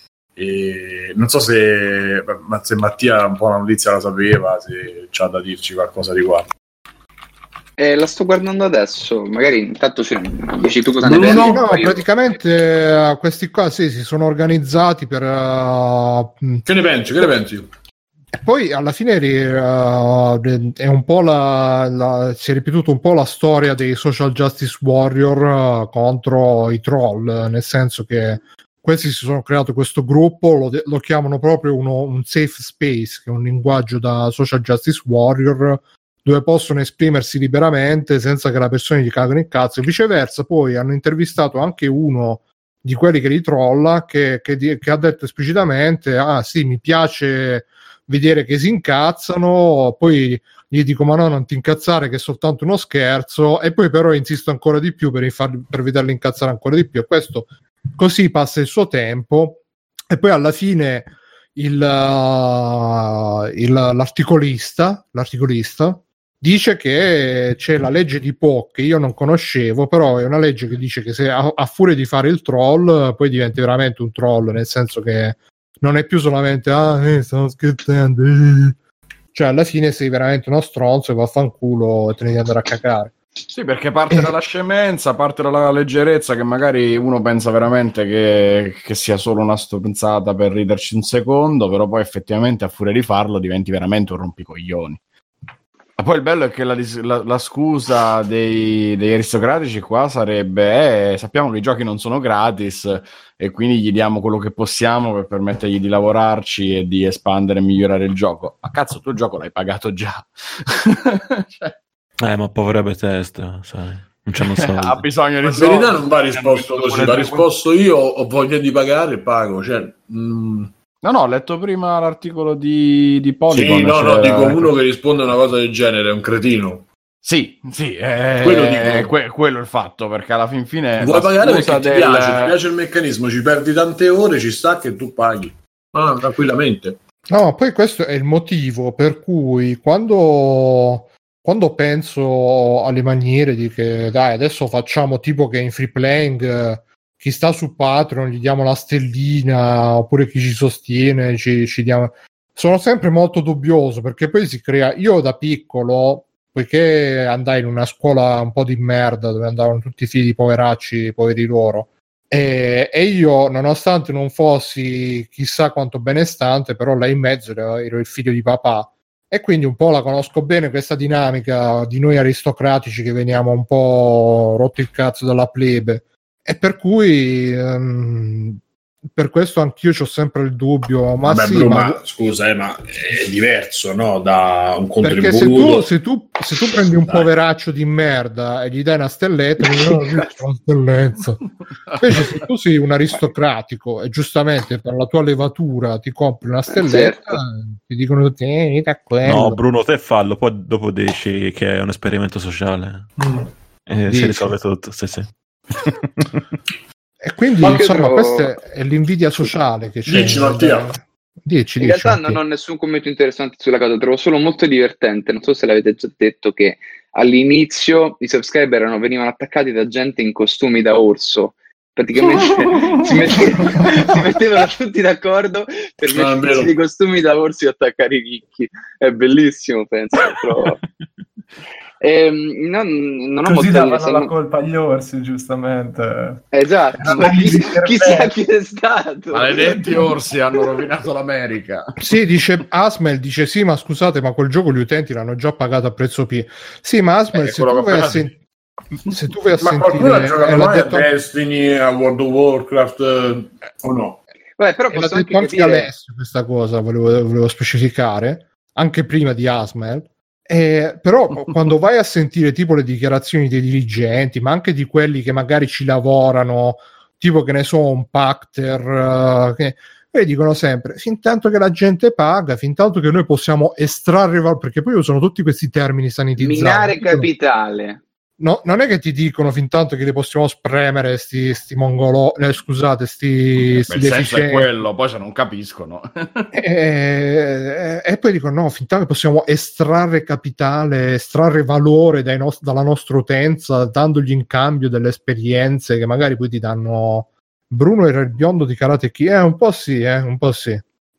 S1: E non so se, se Mattia un po' la notizia la sapeva, se c'ha da dirci qualcosa a riguardo.
S5: Eh, la sto guardando adesso, magari intanto cioè, dici tu cosa
S6: no,
S5: ne pensi?
S6: No, praticamente uh, questi qua sì, si sono organizzati per... Uh,
S1: che ne pensi? Che ne pensi?
S6: E poi alla fine uh, è un po' la, la, si è ripetuto un po' la storia dei social justice warrior uh, contro i troll, nel senso che questi si sono creato questo gruppo, lo, de- lo chiamano proprio uno, un safe space, che è un linguaggio da social justice warrior, dove possono esprimersi liberamente senza che la persona gli cagano il cazzo, e viceversa. Poi hanno intervistato anche uno di quelli che li trolla, che, che, di- che ha detto esplicitamente: ah sì, mi piace vedere che si incazzano, poi gli dico ma no, non ti incazzare che è soltanto uno scherzo, e poi però insisto ancora di più per, farli, per vederli incazzare ancora di più, e questo così passa il suo tempo. E poi alla fine il, uh, il, l'articolista l'articolista dice che c'è la legge di Poe che io non conoscevo, però è una legge che dice che se a, a furia di fare il troll poi diventi veramente un troll, nel senso che non è più solamente ah eh, sto scherzando, cioè alla fine sei veramente uno stronzo e vaffanculo e te ne devi andare a cagare.
S2: Sì, perché parte dalla scemenza, parte dalla leggerezza, che magari uno pensa veramente che, che sia solo una stronzata per riderci un secondo, però poi effettivamente a furia di farlo diventi veramente un rompicoglioni. Ma poi il bello è che la, la, la scusa dei, degli aristocratici qua sarebbe eh, sappiamo che i giochi non sono gratis e quindi gli diamo quello che possiamo per permettergli di lavorarci e di espandere e migliorare il gioco. Ma cazzo, tu il gioco l'hai pagato già. Cioè...
S4: Eh, ma povera Bethesda, sai, non c'hanno soldi.
S2: Ha bisogno di
S1: soldi. In verità non va risposto così, va risposto io ho voglia di pagare e pago, cioè... Mm.
S2: No, no, ho letto prima l'articolo di, di Polygon.
S1: Sì, no, no, dico uno che risponde a una cosa del genere, è un cretino.
S2: Sì, sì, eh,
S1: Quello dico.
S2: que- quello è il fatto, perché alla fin fine
S1: Vuoi
S2: la
S1: pagare perché
S2: scusa
S1: ti
S2: del-
S1: piace, ti piace il meccanismo, ci perdi tante ore, ci sta che tu paghi. Ah, tranquillamente.
S6: No, poi questo è il motivo per cui quando, quando penso alle maniere di che dai, adesso facciamo tipo che in free playing eh, chi sta su Patreon gli diamo la stellina, oppure chi ci sostiene ci, ci diamo. Sono sempre molto dubbioso, perché poi si crea. Io da piccolo, poiché andai in una scuola un po' di merda dove andavano tutti i figli poveracci, poveri loro. E, e io, nonostante non fossi chissà quanto benestante, però là in mezzo ero, ero il figlio di papà, e quindi un po' la conosco bene questa dinamica di noi aristocratici che veniamo un po' rotto il cazzo dalla plebe, e per cui um, per questo anch'io c'ho sempre il dubbio. Ma
S1: Vabbè,
S6: sì,
S1: Bru,
S6: ma...
S1: ma scusa, eh, ma è diverso, no? Da un
S6: perché
S1: contributo.
S6: se tu, se tu, se tu prendi un
S1: Dai.
S6: poveraccio di merda e gli dai una stelletta, mi dicono, "Oh, una stellezza". Invece se tu sei un aristocratico e giustamente per la tua levatura ti compri una stelletta,
S5: Certo.
S6: ti dicono tutti, eh, da quello.
S4: No, Bruno, te fallo, poi dopo dici che è un esperimento sociale.
S3: Mm.
S4: E
S6: Dici.
S4: si risolve tutto, sì, sì.
S6: E quindi
S5: Ma che
S6: insomma
S5: trovo-
S6: questa è l'invidia sociale che c'è.
S1: Dici, Mattia.
S6: Dici,
S5: In
S6: dici,
S5: realtà
S6: Mattia.
S5: non ho nessun commento interessante sulla cosa, trovo solo molto divertente. Non so se l'avete già detto che all'inizio i subscriber erano, venivano attaccati da gente in costumi da orso. Praticamente si, mettevano, si mettevano tutti d'accordo per
S1: No, è
S5: mettersi
S1: vero.
S5: i costumi da orsi e attaccare i ricchi. È bellissimo, penso. Però... Ehm, non, non ho
S3: Così
S5: molto da dire.
S3: davano
S5: se
S3: la
S5: non-
S3: colpa agli orsi, giustamente.
S5: Esatto,
S3: Erano
S5: ma chi-
S3: perfetti.
S5: chissà chi è stato.
S2: Maledetti orsi hanno rovinato l'America.
S6: Sì, dice Asmel, dice sì, ma scusate, ma quel gioco gli utenti l'hanno già pagato a prezzo pieno. Sì, ma Asmel,
S2: Eh,
S6: se,
S2: quello
S6: tu
S2: che
S6: vai a
S2: fa-
S6: sen- se tu vai a
S1: Ma qualcuno ha
S6: sentire,
S1: giocato
S6: e l'ha
S1: mai a
S6: detto,
S1: Destiny, a World of Warcraft eh, o no?
S5: Vabbè, però
S6: e l'ha
S5: posso
S6: detto
S5: anche
S6: anche
S5: capire...
S6: Alessio questa cosa, volevo, volevo specificare, anche prima di Asmel. Eh, però quando vai a sentire tipo le dichiarazioni dei dirigenti, ma anche di quelli che magari ci lavorano, tipo che ne so, un Pacter, uh, che e dicono sempre, fin tanto che la gente paga, fin tanto che noi possiamo estrarre valore, perché poi usano tutti questi termini sanitizzati.
S5: Minare
S6: Dicono,
S5: capitale.
S6: no, non è che ti dicono fin tanto che li possiamo spremere sti, sti mongolo, eh, scusate, sti, sti
S2: Il senso è
S6: deficienti.
S2: quello, poi se non capiscono.
S6: E, e poi dicono no, fin tanto che possiamo estrarre capitale, estrarre valore dai nos- dalla nostra utenza, dandogli in cambio delle esperienze che magari poi ti danno. Bruno era il biondo di Karate Kid, eh, un po' sì, eh, un po' sì.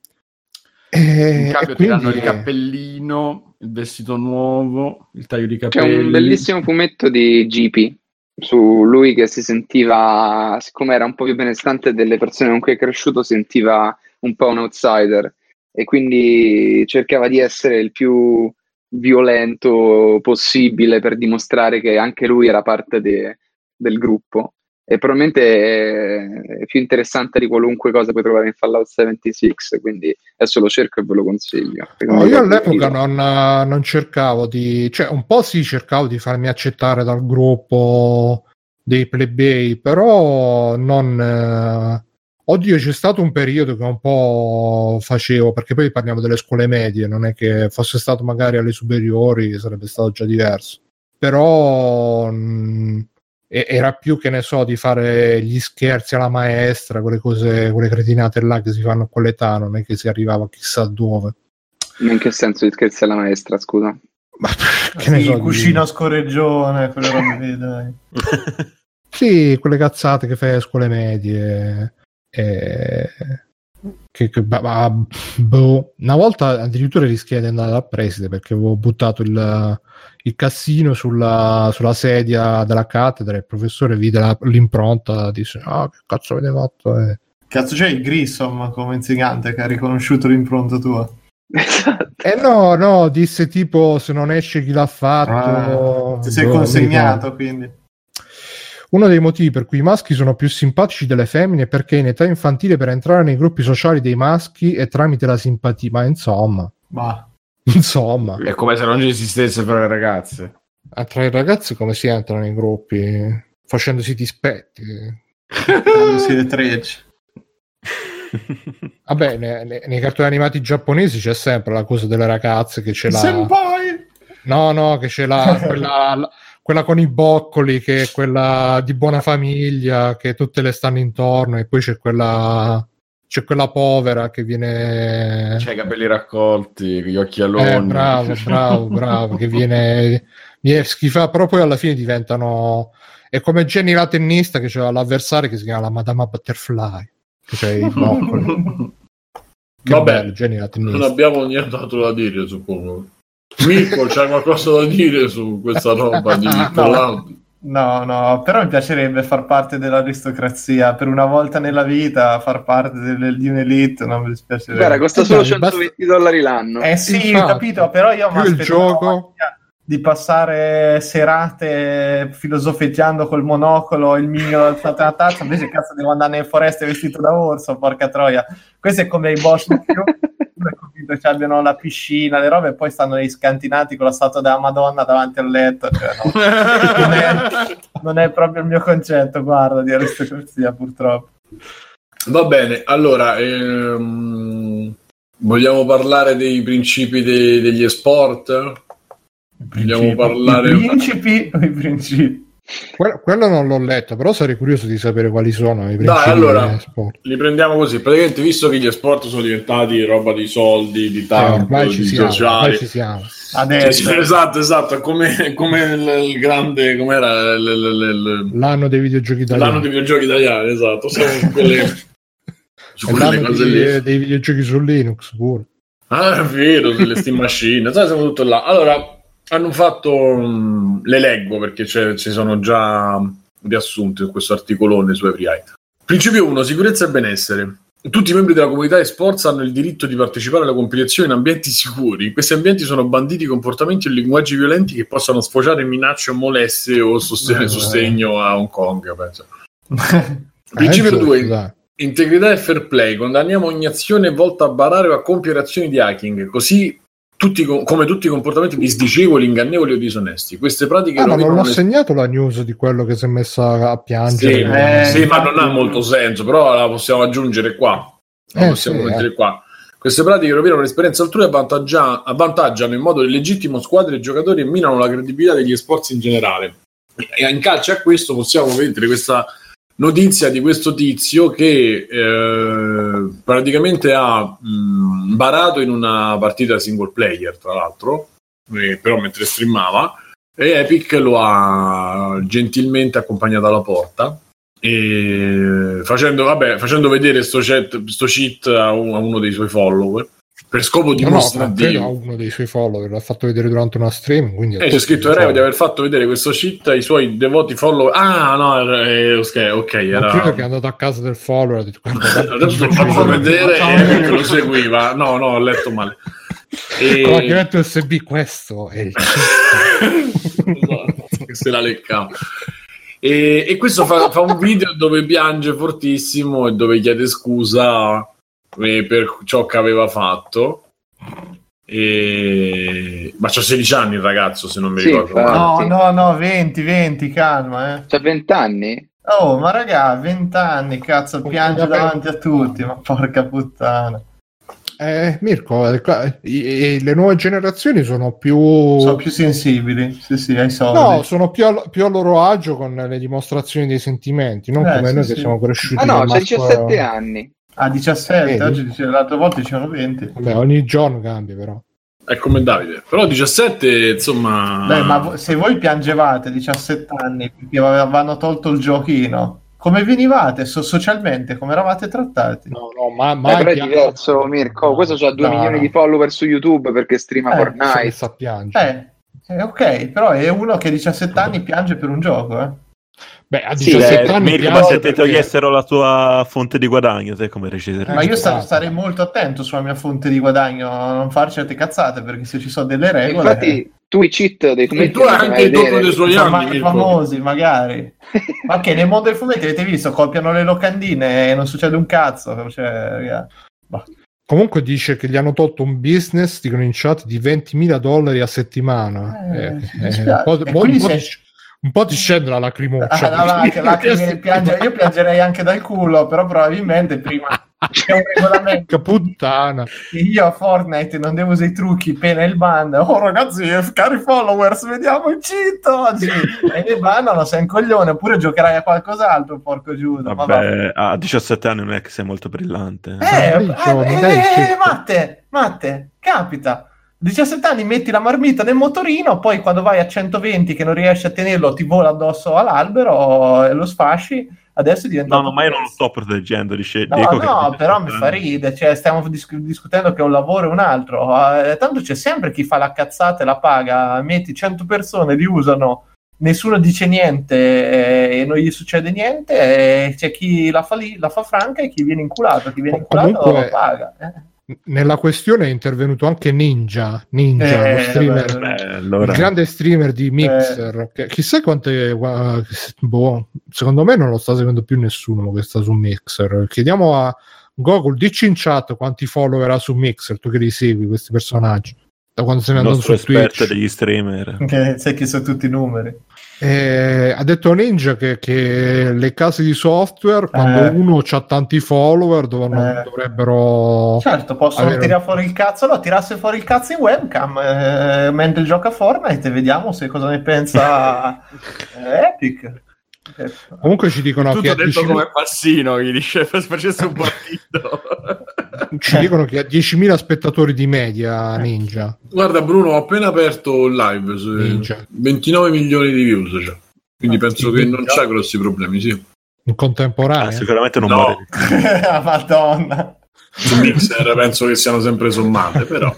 S6: E,
S2: In cambio
S6: e
S2: ti danno
S6: quindi-
S2: il cappellino, il vestito nuovo, il taglio di
S5: C'è
S2: capelli.
S5: un bellissimo fumetto di G P su lui che si sentiva, siccome era un po' più benestante delle persone con cui è cresciuto, sentiva un po' un outsider e quindi cercava di essere il più violento possibile per dimostrare che anche lui era parte de- del gruppo. E probabilmente è più interessante di qualunque cosa puoi trovare in Fallout settantasei, quindi adesso lo cerco e ve lo consiglio. perché
S6: No,
S5: non mi
S6: io
S5: ricordo il
S6: all'epoca
S5: titolo.
S6: non, non cercavo di, cioè un po' sì, cercavo di farmi accettare dal gruppo dei plebei, però non. eh, Oddio, c'è stato un periodo che un po' facevo, perché poi parliamo delle scuole medie, non è che fosse stato magari alle superiori, sarebbe stato già diverso. Però mh, e- era più, che ne so, di fare gli scherzi alla maestra, quelle cose, quelle cretinate là che si fanno a quell'età, non è che si arrivava chissà dove.
S5: Ma in che senso di scherzi alla maestra, scusa?
S6: Ma che ne
S3: Sì,
S6: so, di-
S3: cuscino a scorreggione, quelle robe lì, dai.
S6: sì, quelle cazzate che fai alle scuole medie. E... Che, che, bah, bah, boh. Una volta addirittura rischiai di andare dal preside perché avevo buttato il, il cassino sulla, sulla sedia della cattedra e il professore vide la, l'impronta, disse ah, che cazzo avete fatto? E...
S3: Cazzo, c'è il Grissom come insegnante che ha riconosciuto l'impronta tua.
S5: Esatto.
S6: Eh no, no, disse tipo se non esce chi l'ha fatto.
S3: Ah, ti sei
S6: Boh,
S3: consegnato, quindi.
S6: Uno dei motivi per cui i maschi sono più simpatici delle femmine è perché in età infantile per entrare nei gruppi sociali dei maschi è tramite la simpatia, ma insomma,
S3: Ma
S6: insomma,
S2: È come se non ci esistesse fra le ragazze.
S6: a tra i ragazzi come si entra nei gruppi? Facendosi dispetti.
S3: dandosi le trecce.
S6: Vabbè, ne- ne- nei cartoni animati giapponesi c'è sempre la cosa delle ragazze che ce l'ha.
S3: Senpai!
S6: No, no, che c'è la, quella, quella con i boccoli, che è quella di buona famiglia, che tutte le stanno intorno, e poi c'è quella c'è quella povera che viene...
S2: C'ha i capelli raccolti, gli occhialoni.
S6: Eh, bravo, bravo, bravo, che viene, viene schifata, però poi alla fine diventano... È come Jenny la tennista, che c'era l'avversario che si chiama la Madama Butterfly, che c'è i boccoli. Che
S1: Vabbè,
S6: bello, Jenny la tennista.
S1: non abbiamo nient'altro da dire, suppongo. Mirko, c'hai qualcosa da dire su questa roba di Colautti?
S3: No, no, però mi piacerebbe far parte dell'aristocrazia per una volta nella vita, far parte del, di un'elite, non mi dispiacerebbe.
S5: Guarda, costa solo
S6: Dai, basta-
S5: centoventi dollari l'anno.
S3: Eh sì,
S6: Infatti.
S3: capito, però io mi
S6: Più il
S3: aspettavo
S6: gioco-
S3: di passare serate filosofeggiando col monocolo, il mignolo alzato alla tazza, invece cazzo devo andare nelle foreste vestito da orso, porca troia. Questo è come i boss più capito, cioè, abbiano la piscina, le robe, e poi stanno lì scantinati con la statua della Madonna davanti al letto, cioè, no. non, è, non è proprio il mio concetto, guarda, di aristocrazia, purtroppo.
S1: Va bene, allora ehm, vogliamo parlare dei principi de- degli esport? Vogliamo parlare...
S3: I principi o i principi?
S6: Que- quello non l'ho letto, però sarei curioso di sapere quali sono i principi.
S1: Dai, allora,
S6: del sport.
S1: li prendiamo così. Praticamente, visto che gli sport sono diventati roba di soldi, di
S6: Eh,
S1: tanto,
S6: ormai ci
S1: di
S6: siamo,
S1: sociali.
S6: ormai ci siamo.
S3: Adesso.
S1: Sì, esatto, esatto, come, come il, il grande, com'era il, il, il, il,
S6: L'anno dei videogiochi italiani.
S1: l'anno dei videogiochi italiani, esatto, siamo su quelle, su
S6: È
S1: quelle
S6: l'anno
S1: cose
S6: dei,
S1: lì.
S6: dei videogiochi su Linux pure.
S1: Ah, è vero, delle Steam Machine, sai, siamo tutto là. Allora, hanno fatto, mh, le leggo perché c'è, ci sono già riassunti in questo articolone su EveryEye. Principio uno, sicurezza e benessere. Tutti i membri della comunità eSports hanno il diritto di partecipare alla competizione in ambienti sicuri. In questi ambienti sono banditi comportamenti e linguaggi violenti che possano sfociare in minacce o molestie o sosten-
S3: Eh.
S1: sostegno a Hong Kong, penso.
S6: Eh,
S1: Principio
S6: giusto,
S1: due,
S6: dai.
S1: integrità e fair play. Condanniamo ogni azione volta a barare o a compiere azioni di hacking, così tutti, come tutti i comportamenti disdicevoli, ingannevoli o disonesti. Queste pratiche
S6: Ah, ma non
S1: rovinano
S6: l'ho
S1: le-
S6: segnato la news di quello che si è messa a piangere.
S1: Sì,
S3: Eh,
S1: sì, ma non ha molto senso, però la possiamo aggiungere qua. La
S6: Eh,
S1: possiamo
S6: sì,
S1: mettere
S6: eh.
S1: qua. Queste pratiche rovinano l'esperienza altrui e avvantaggia- avvantaggiano in modo illegittimo squadre e giocatori e minano la credibilità degli sport in generale. E in calce a questo possiamo vedere questa notizia di questo tizio che eh, praticamente ha mh, barato in una partita single player, tra l'altro, eh, però mentre streamava, e Epic lo ha gentilmente accompagnato alla porta e facendo, vabbè, facendo vedere sto, chat, sto cheat a, un- a uno dei suoi follower per scopo
S6: No, no,
S1: dimostrativo.
S6: credo a uno dei suoi follower l'ha fatto vedere durante una stream, quindi
S1: Eh, c'è scritto Ereo di aver fatto vedere questo cheat ai suoi devoti follower. Ah, no, eh, ok, ok,
S6: Ma
S1: era...
S6: credo che è andato a casa del follower e ha detto guarda,
S1: Adesso lo faccio vedere e che lo seguiva. No, no, ho letto male.
S6: Come
S1: E...
S6: che metto U S B, questo è il
S1: Esatto, che se la leccava. E, e questo fa, fa un video dove piange fortissimo e dove chiede scusa eh, per ciò che aveva fatto. E... Ma c'ha sedici anni il ragazzo, se non mi
S5: Sì,
S1: ricordo
S5: fa-
S1: male.
S3: No, no, no, venti, venti, calma, eh.
S5: C'ha vent'anni?
S3: Oh, ma raga, venti anni, cazzo, piange
S6: Vabbè.
S3: davanti a tutti, ma porca puttana.
S6: Eh, Mirko, eh, qua- i- i- le nuove generazioni sono più...
S3: Sono più sensibili, sì, sì, ai soldi.
S6: No, sono più a, più a loro agio con le dimostrazioni dei sentimenti, non
S3: Eh,
S6: come
S3: sì,
S6: noi
S3: sì.
S6: che siamo cresciuti.
S5: Ah no,
S6: con
S5: c'ha
S6: Marco-
S5: diciassette anni.
S3: A diciassette,
S6: Vedi?
S3: oggi dice, l'altra volta dicevano venti.
S6: Vabbè, ogni giorno cambia però.
S1: È come Davide. Però diciassette, insomma...
S3: Beh, ma vo- se voi piangevate a diciassette anni perché avevano tolto il giochino, come venivate so- socialmente, come eravate trattati?
S6: No, no, ma
S5: Eh,
S6: mai
S5: però è
S6: piange-
S5: diverso, Mirko. Questo c'ha due
S6: No,
S5: milioni
S6: no.
S5: di follower su YouTube perché streama
S3: Eh,
S6: Si è
S5: Fortnite.
S6: messa a piangere.
S3: Eh, eh, ok, però è uno che a diciassette anni piange per un gioco, eh.
S6: Beh, a
S5: Sì,
S6: diciassette
S4: Eh,
S6: anni
S4: Mirko, ma
S6: piange
S4: se ti
S6: perché-
S4: togliessero la tua fonte di guadagno, te come reciteresti?
S3: Ma io sta-
S6: esatto.
S3: starei molto attento sulla mia fonte di guadagno, a non fare certe cazzate, perché se ci sono delle regole...
S5: Infatti, tu i cheat dei
S1: E
S5: fumetti
S1: tu hai
S5: li vai
S1: anche
S5: a
S1: il doppio
S5: vedere.
S1: dei suoi
S3: sono
S1: anni,
S3: mai
S1: Mirko.
S3: famosi, magari. Ma che nel mondo dei fumetti avete visto? Copiano le locandine e non succede un cazzo. Cioè, raga. Bah.
S6: Comunque dice che gli hanno tolto un business, dicono in chat, di ventimila dollari a settimana.
S3: Eh,
S6: Eh,
S3: mi
S6: eh,
S3: dispiace.
S6: un, po',
S3: E
S6: un po'
S3: quindi
S6: un po'
S3: se-
S6: ti, un po' ti scende la lacrimoccia.
S3: Ah, no, no, anche lacrime, piange- io piangerei anche dal culo, però probabilmente prima C'è un regolamento.
S6: Che puttana.
S3: Io a Fortnite non devo usare i trucchi, pena il ban. Oh ragazzi, cari followers, vediamo il cheat oggi. E mi bannano, sei un coglione, oppure giocherai a qualcos'altro, porco Giuda.
S4: Vabbè, a diciassette anni non è che sei molto brillante.
S3: Eh, eh,
S6: Riccio,
S3: eh,
S6: mi dai il
S3: eh,
S6: cheat?
S3: Matte, Matte, capita. diciassette anni metti la marmita nel motorino, poi quando vai a centoventi che non riesci a tenerlo ti vola addosso all'albero e lo sfasci. Adesso diventa
S4: No, no, ma io non lo sto proteggendo, dice,
S3: no,
S4: dico che
S3: no,
S4: a
S3: però mi
S4: diciassette
S3: fa
S4: anni-
S3: ridere, cioè, stiamo dis- discutendo che un lavoro è un altro, eh, tanto c'è sempre chi fa la cazzata e la paga, metti cento persone, li usano, nessuno dice niente eh, e non gli succede niente, e c'è chi la fa, lì, la fa franca e chi viene inculato, chi viene inculato
S6: Comunque-
S3: lo paga. Eh.
S6: Nella questione è intervenuto anche Ninja, Ninja,
S3: Eh,
S6: lo streamer,
S3: beh,
S4: Beh, allora...
S6: il grande streamer di Mixer. Che chissà quante, gua- boh, secondo me non lo sta seguendo più nessuno che sta su Mixer. Chiediamo a Google, dici in chat quanti follower ha su Mixer, tu che li segui questi personaggi da quando se ne
S4: il
S6: andano
S4: nostro
S6: su
S4: esperto
S6: Twitch.
S4: degli streamer.
S3: Che sai chi sono tutti i numeri.
S6: Eh, ha detto Ninja che, che le case di software quando
S3: Eh.
S6: uno ha tanti follower dov-
S3: Eh.
S6: dovrebbero
S3: Certo, possono
S6: avere-
S3: tirare fuori il cazzo, no, tirasse fuori il cazzo in webcam eh, mentre gioca a Fortnite e vediamo se cosa ne pensa eh, Epic. Eh,
S6: comunque ci dicono che
S2: Tutto
S6: ha
S2: detto
S6: dieci-
S2: come Passino, gli dice facesse un partito.
S6: ci dicono che ha diecimila spettatori di media Ninja.
S1: Guarda Bruno, ho appena aperto il live, su-
S6: Ninja.
S1: ventinove milioni di views, cioè. Quindi
S3: Ah,
S1: penso
S3: sì,
S1: che
S3: Ninja.
S1: non c'ha grossi problemi, sì.
S6: In contemporanea.
S4: Ah, sicuramente non
S1: No.
S4: muore.
S3: La Madonna.
S1: Su Mixer penso che siano sempre sommate, però.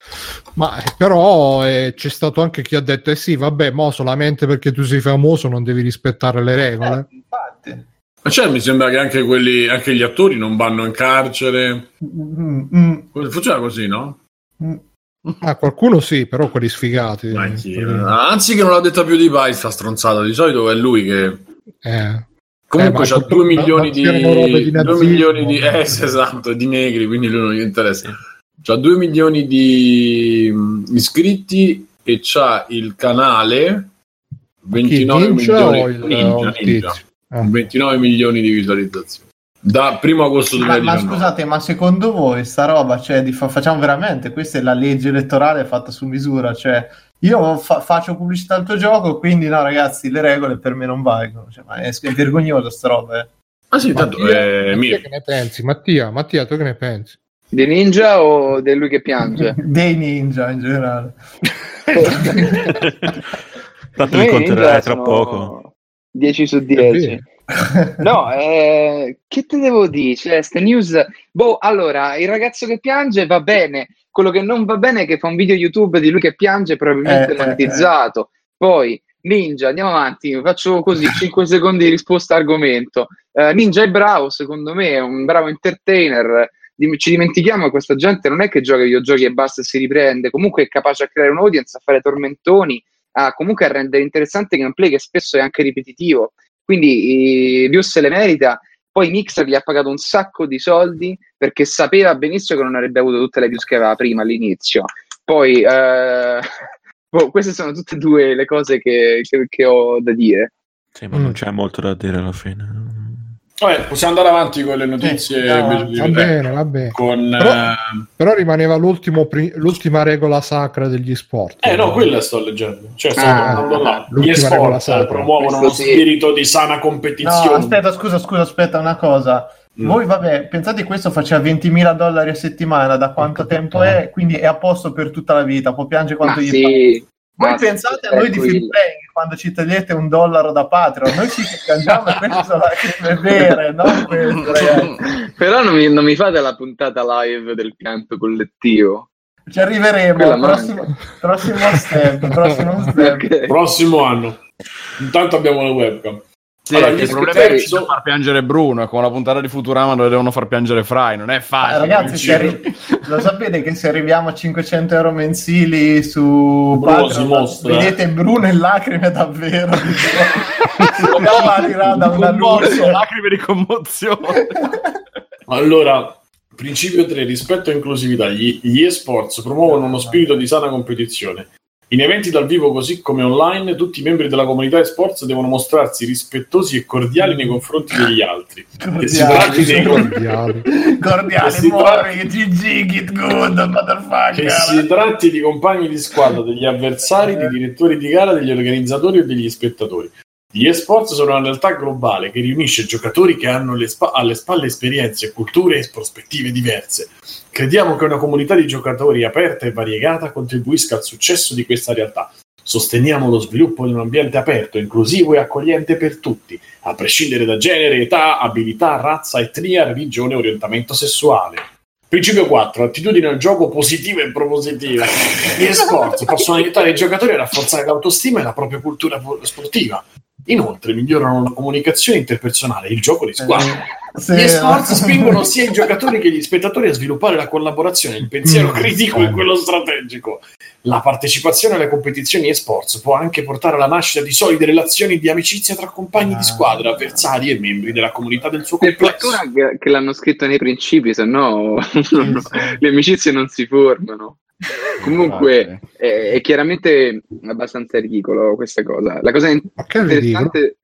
S6: Ma eh, però eh, c'è stato anche chi ha detto eh sì vabbè mo solamente perché tu sei famoso non devi rispettare le regole.
S3: Eh, infatti.
S1: Ma cioè, mi sembra che anche quelli, anche gli attori non vanno in carcere.
S3: Mm, mm,
S1: Funziona così, no?
S3: mm.
S6: Ah, qualcuno sì, però quelli sfigati.
S1: Ma chi-
S6: quelli-
S1: Anzi, che non l'ha detta più di Pai, sta stronzata. Di solito è lui che.
S6: eh.
S1: Comunque
S6: Eh, ma
S1: c'ha
S6: purtroppo
S1: due milioni
S6: ma c'erano robe
S1: di,
S6: di
S1: due
S6: nazismo.
S1: milioni di eh, sì, esatto, di negri, quindi lui non gli interessa. C'ha due milioni di mm, iscritti e c'ha il canale ventinove
S6: Ninja
S1: milioni
S6: o il-
S1: Ninja,
S6: o il
S1: Ninja.
S6: tizio? Ah.
S1: ventinove milioni di visualizzazioni da primo agosto
S3: Ma, ma
S1: duemiladiciannove.
S3: scusate, ma secondo voi sta roba, cioè, di fa- facciamo veramente, questa è la legge elettorale fatta su misura, cioè io fa- faccio pubblicità al tuo gioco, quindi no ragazzi, le regole per me non valgono, cioè, ma è, è vergognoso sta roba, eh.
S1: Ah sì, tanto
S6: Mattia,
S1: è
S6: Mattia,
S1: mio.
S6: che ne pensi? Mattia, Mattia, tu che ne pensi?
S5: Di Ninja o di lui che piange?
S3: Dei ninja in generale.
S4: Tanto li
S5: Noi
S4: incontrerai
S5: Ninja
S4: tra
S5: sono
S4: poco.
S5: dieci su
S6: È
S5: dieci.
S6: vero.
S5: No, eh, che te devo dire? Cioè, ste news. Boh, allora, il ragazzo che piange va bene. Quello che non va bene è che fa un video YouTube di lui che piange, probabilmente
S3: Eh, eh,
S5: monetizzato. Poi, Ninja, andiamo avanti. Faccio così, cinque secondi di risposta a argomento. Eh, Ninja è bravo, secondo me, è un bravo entertainer. Dim- Ci dimentichiamo che questa gente non è che gioca ai videogiochi e basta e si riprende. Comunque è capace a creare un audience, a fare tormentoni, a comunque a rendere interessante gameplay che spesso è anche ripetitivo. Quindi i views se le merita. Poi Mixer gli ha pagato un sacco di soldi perché sapeva benissimo che non avrebbe avuto tutte le views che aveva prima all'inizio. Poi eh, boh, queste sono tutte e due le cose che, che, che ho da dire.
S4: Sì, ma
S6: Mm.
S4: non c'è molto da dire alla fine.
S1: Vabbè, possiamo andare avanti con le notizie
S3: Sì, no,
S1: invece di-
S6: Va
S1: eh,
S6: bene, va bene.
S1: con
S6: Però-
S1: eh,
S6: Però rimaneva l'ultimo pri- l'ultima regola sacra degli sport.
S1: eh no, quella sto leggendo. Cioè, sto
S5: Ah,
S1: tornando là. Gli
S6: l'ultima regola
S1: sport
S6: sacra.
S1: promuovono
S5: Questo
S1: uno
S5: sì.
S1: spirito di sana
S3: No,
S1: competizione.
S3: aspetta, scusa, scusa, aspetta una cosa.
S1: Mm.
S3: Voi, vabbè, pensate che questo faceva ventimila dollari a settimana, da quanto
S6: Porca
S3: tempo
S6: puttana.
S3: è? Quindi è a posto per tutta la vita, può piangere quanto
S5: Ma
S3: gli
S5: sì,
S3: Voi
S5: ma
S3: pensate a noi di
S5: ecco il-
S3: Film Playing quando ci togliete un dollaro da Patreon, noi ci piangiamo e queste sono lacrime vere, no? Queste, ragazzi.
S5: Però non mi, non mi fate la puntata live del pianto collettivo.
S3: Ci arriveremo,
S5: Quella
S3: prossimo, prossimo step, prossimo step.
S5: Ok.
S1: Prossimo anno. Intanto abbiamo la webcam.
S2: Sì,
S1: Allora,
S2: il
S1: gli
S2: problema è
S1: spettatori
S2: che devono far piangere Bruno, è come la puntata di Futurama dove devono far piangere Fry, non è
S3: Ah,
S2: facile.
S3: ragazzi, se
S1: giro.
S3: arri- lo sapete che se arriviamo a cinquecento euro mensili su
S1: Bruno si
S3: Patreon,
S1: mostra.
S3: vedete Bruno in lacrime davvero. Lo apparirà da una
S2: Commosso,
S3: luce.
S2: lacrime di commozione.
S1: Allora, principio tre, rispetto e inclusività. Gli, gli esports promuovono uno spirito di sana competizione. In eventi dal vivo così come online, tutti i membri della comunità esports devono mostrarsi rispettosi e cordiali nei confronti degli altri. Che si tratti dei
S6: cordiali.
S3: Cordiali,
S1: Che si
S3: muori, G G, get good, motherfucker.
S1: Che si tratti di compagni di squadra, degli avversari, di direttori di gara, degli organizzatori o degli spettatori. Gli esports sono una realtà globale che riunisce giocatori che hanno le spa- alle spalle esperienze, culture e prospettive diverse. Crediamo che una comunità di giocatori aperta e variegata contribuisca al successo di questa realtà. Sosteniamo lo sviluppo di un ambiente aperto, inclusivo e accogliente per tutti, a prescindere da genere, età, abilità, razza, etnia, religione o orientamento sessuale. Principio quattro. Attitudine al gioco positiva e propositiva. Gli esports possono aiutare i giocatori a rafforzare l'autostima e la propria cultura sportiva. Inoltre migliorano la comunicazione interpersonale e il gioco di squadra.
S3: Sì.
S1: Gli esports spingono sia i giocatori che gli spettatori a sviluppare la collaborazione, il pensiero critico e quello strategico. La partecipazione alle competizioni esports può anche portare alla nascita di solide relazioni di amicizia tra compagni di squadra, avversari e membri della comunità del suo
S5: Per
S1: complesso.
S5: fortuna che, che l'hanno scritto nei principi, se no no, le amicizie non si formano. Comunque è, è chiaramente abbastanza ridicolo questa cosa. La cosa interessante,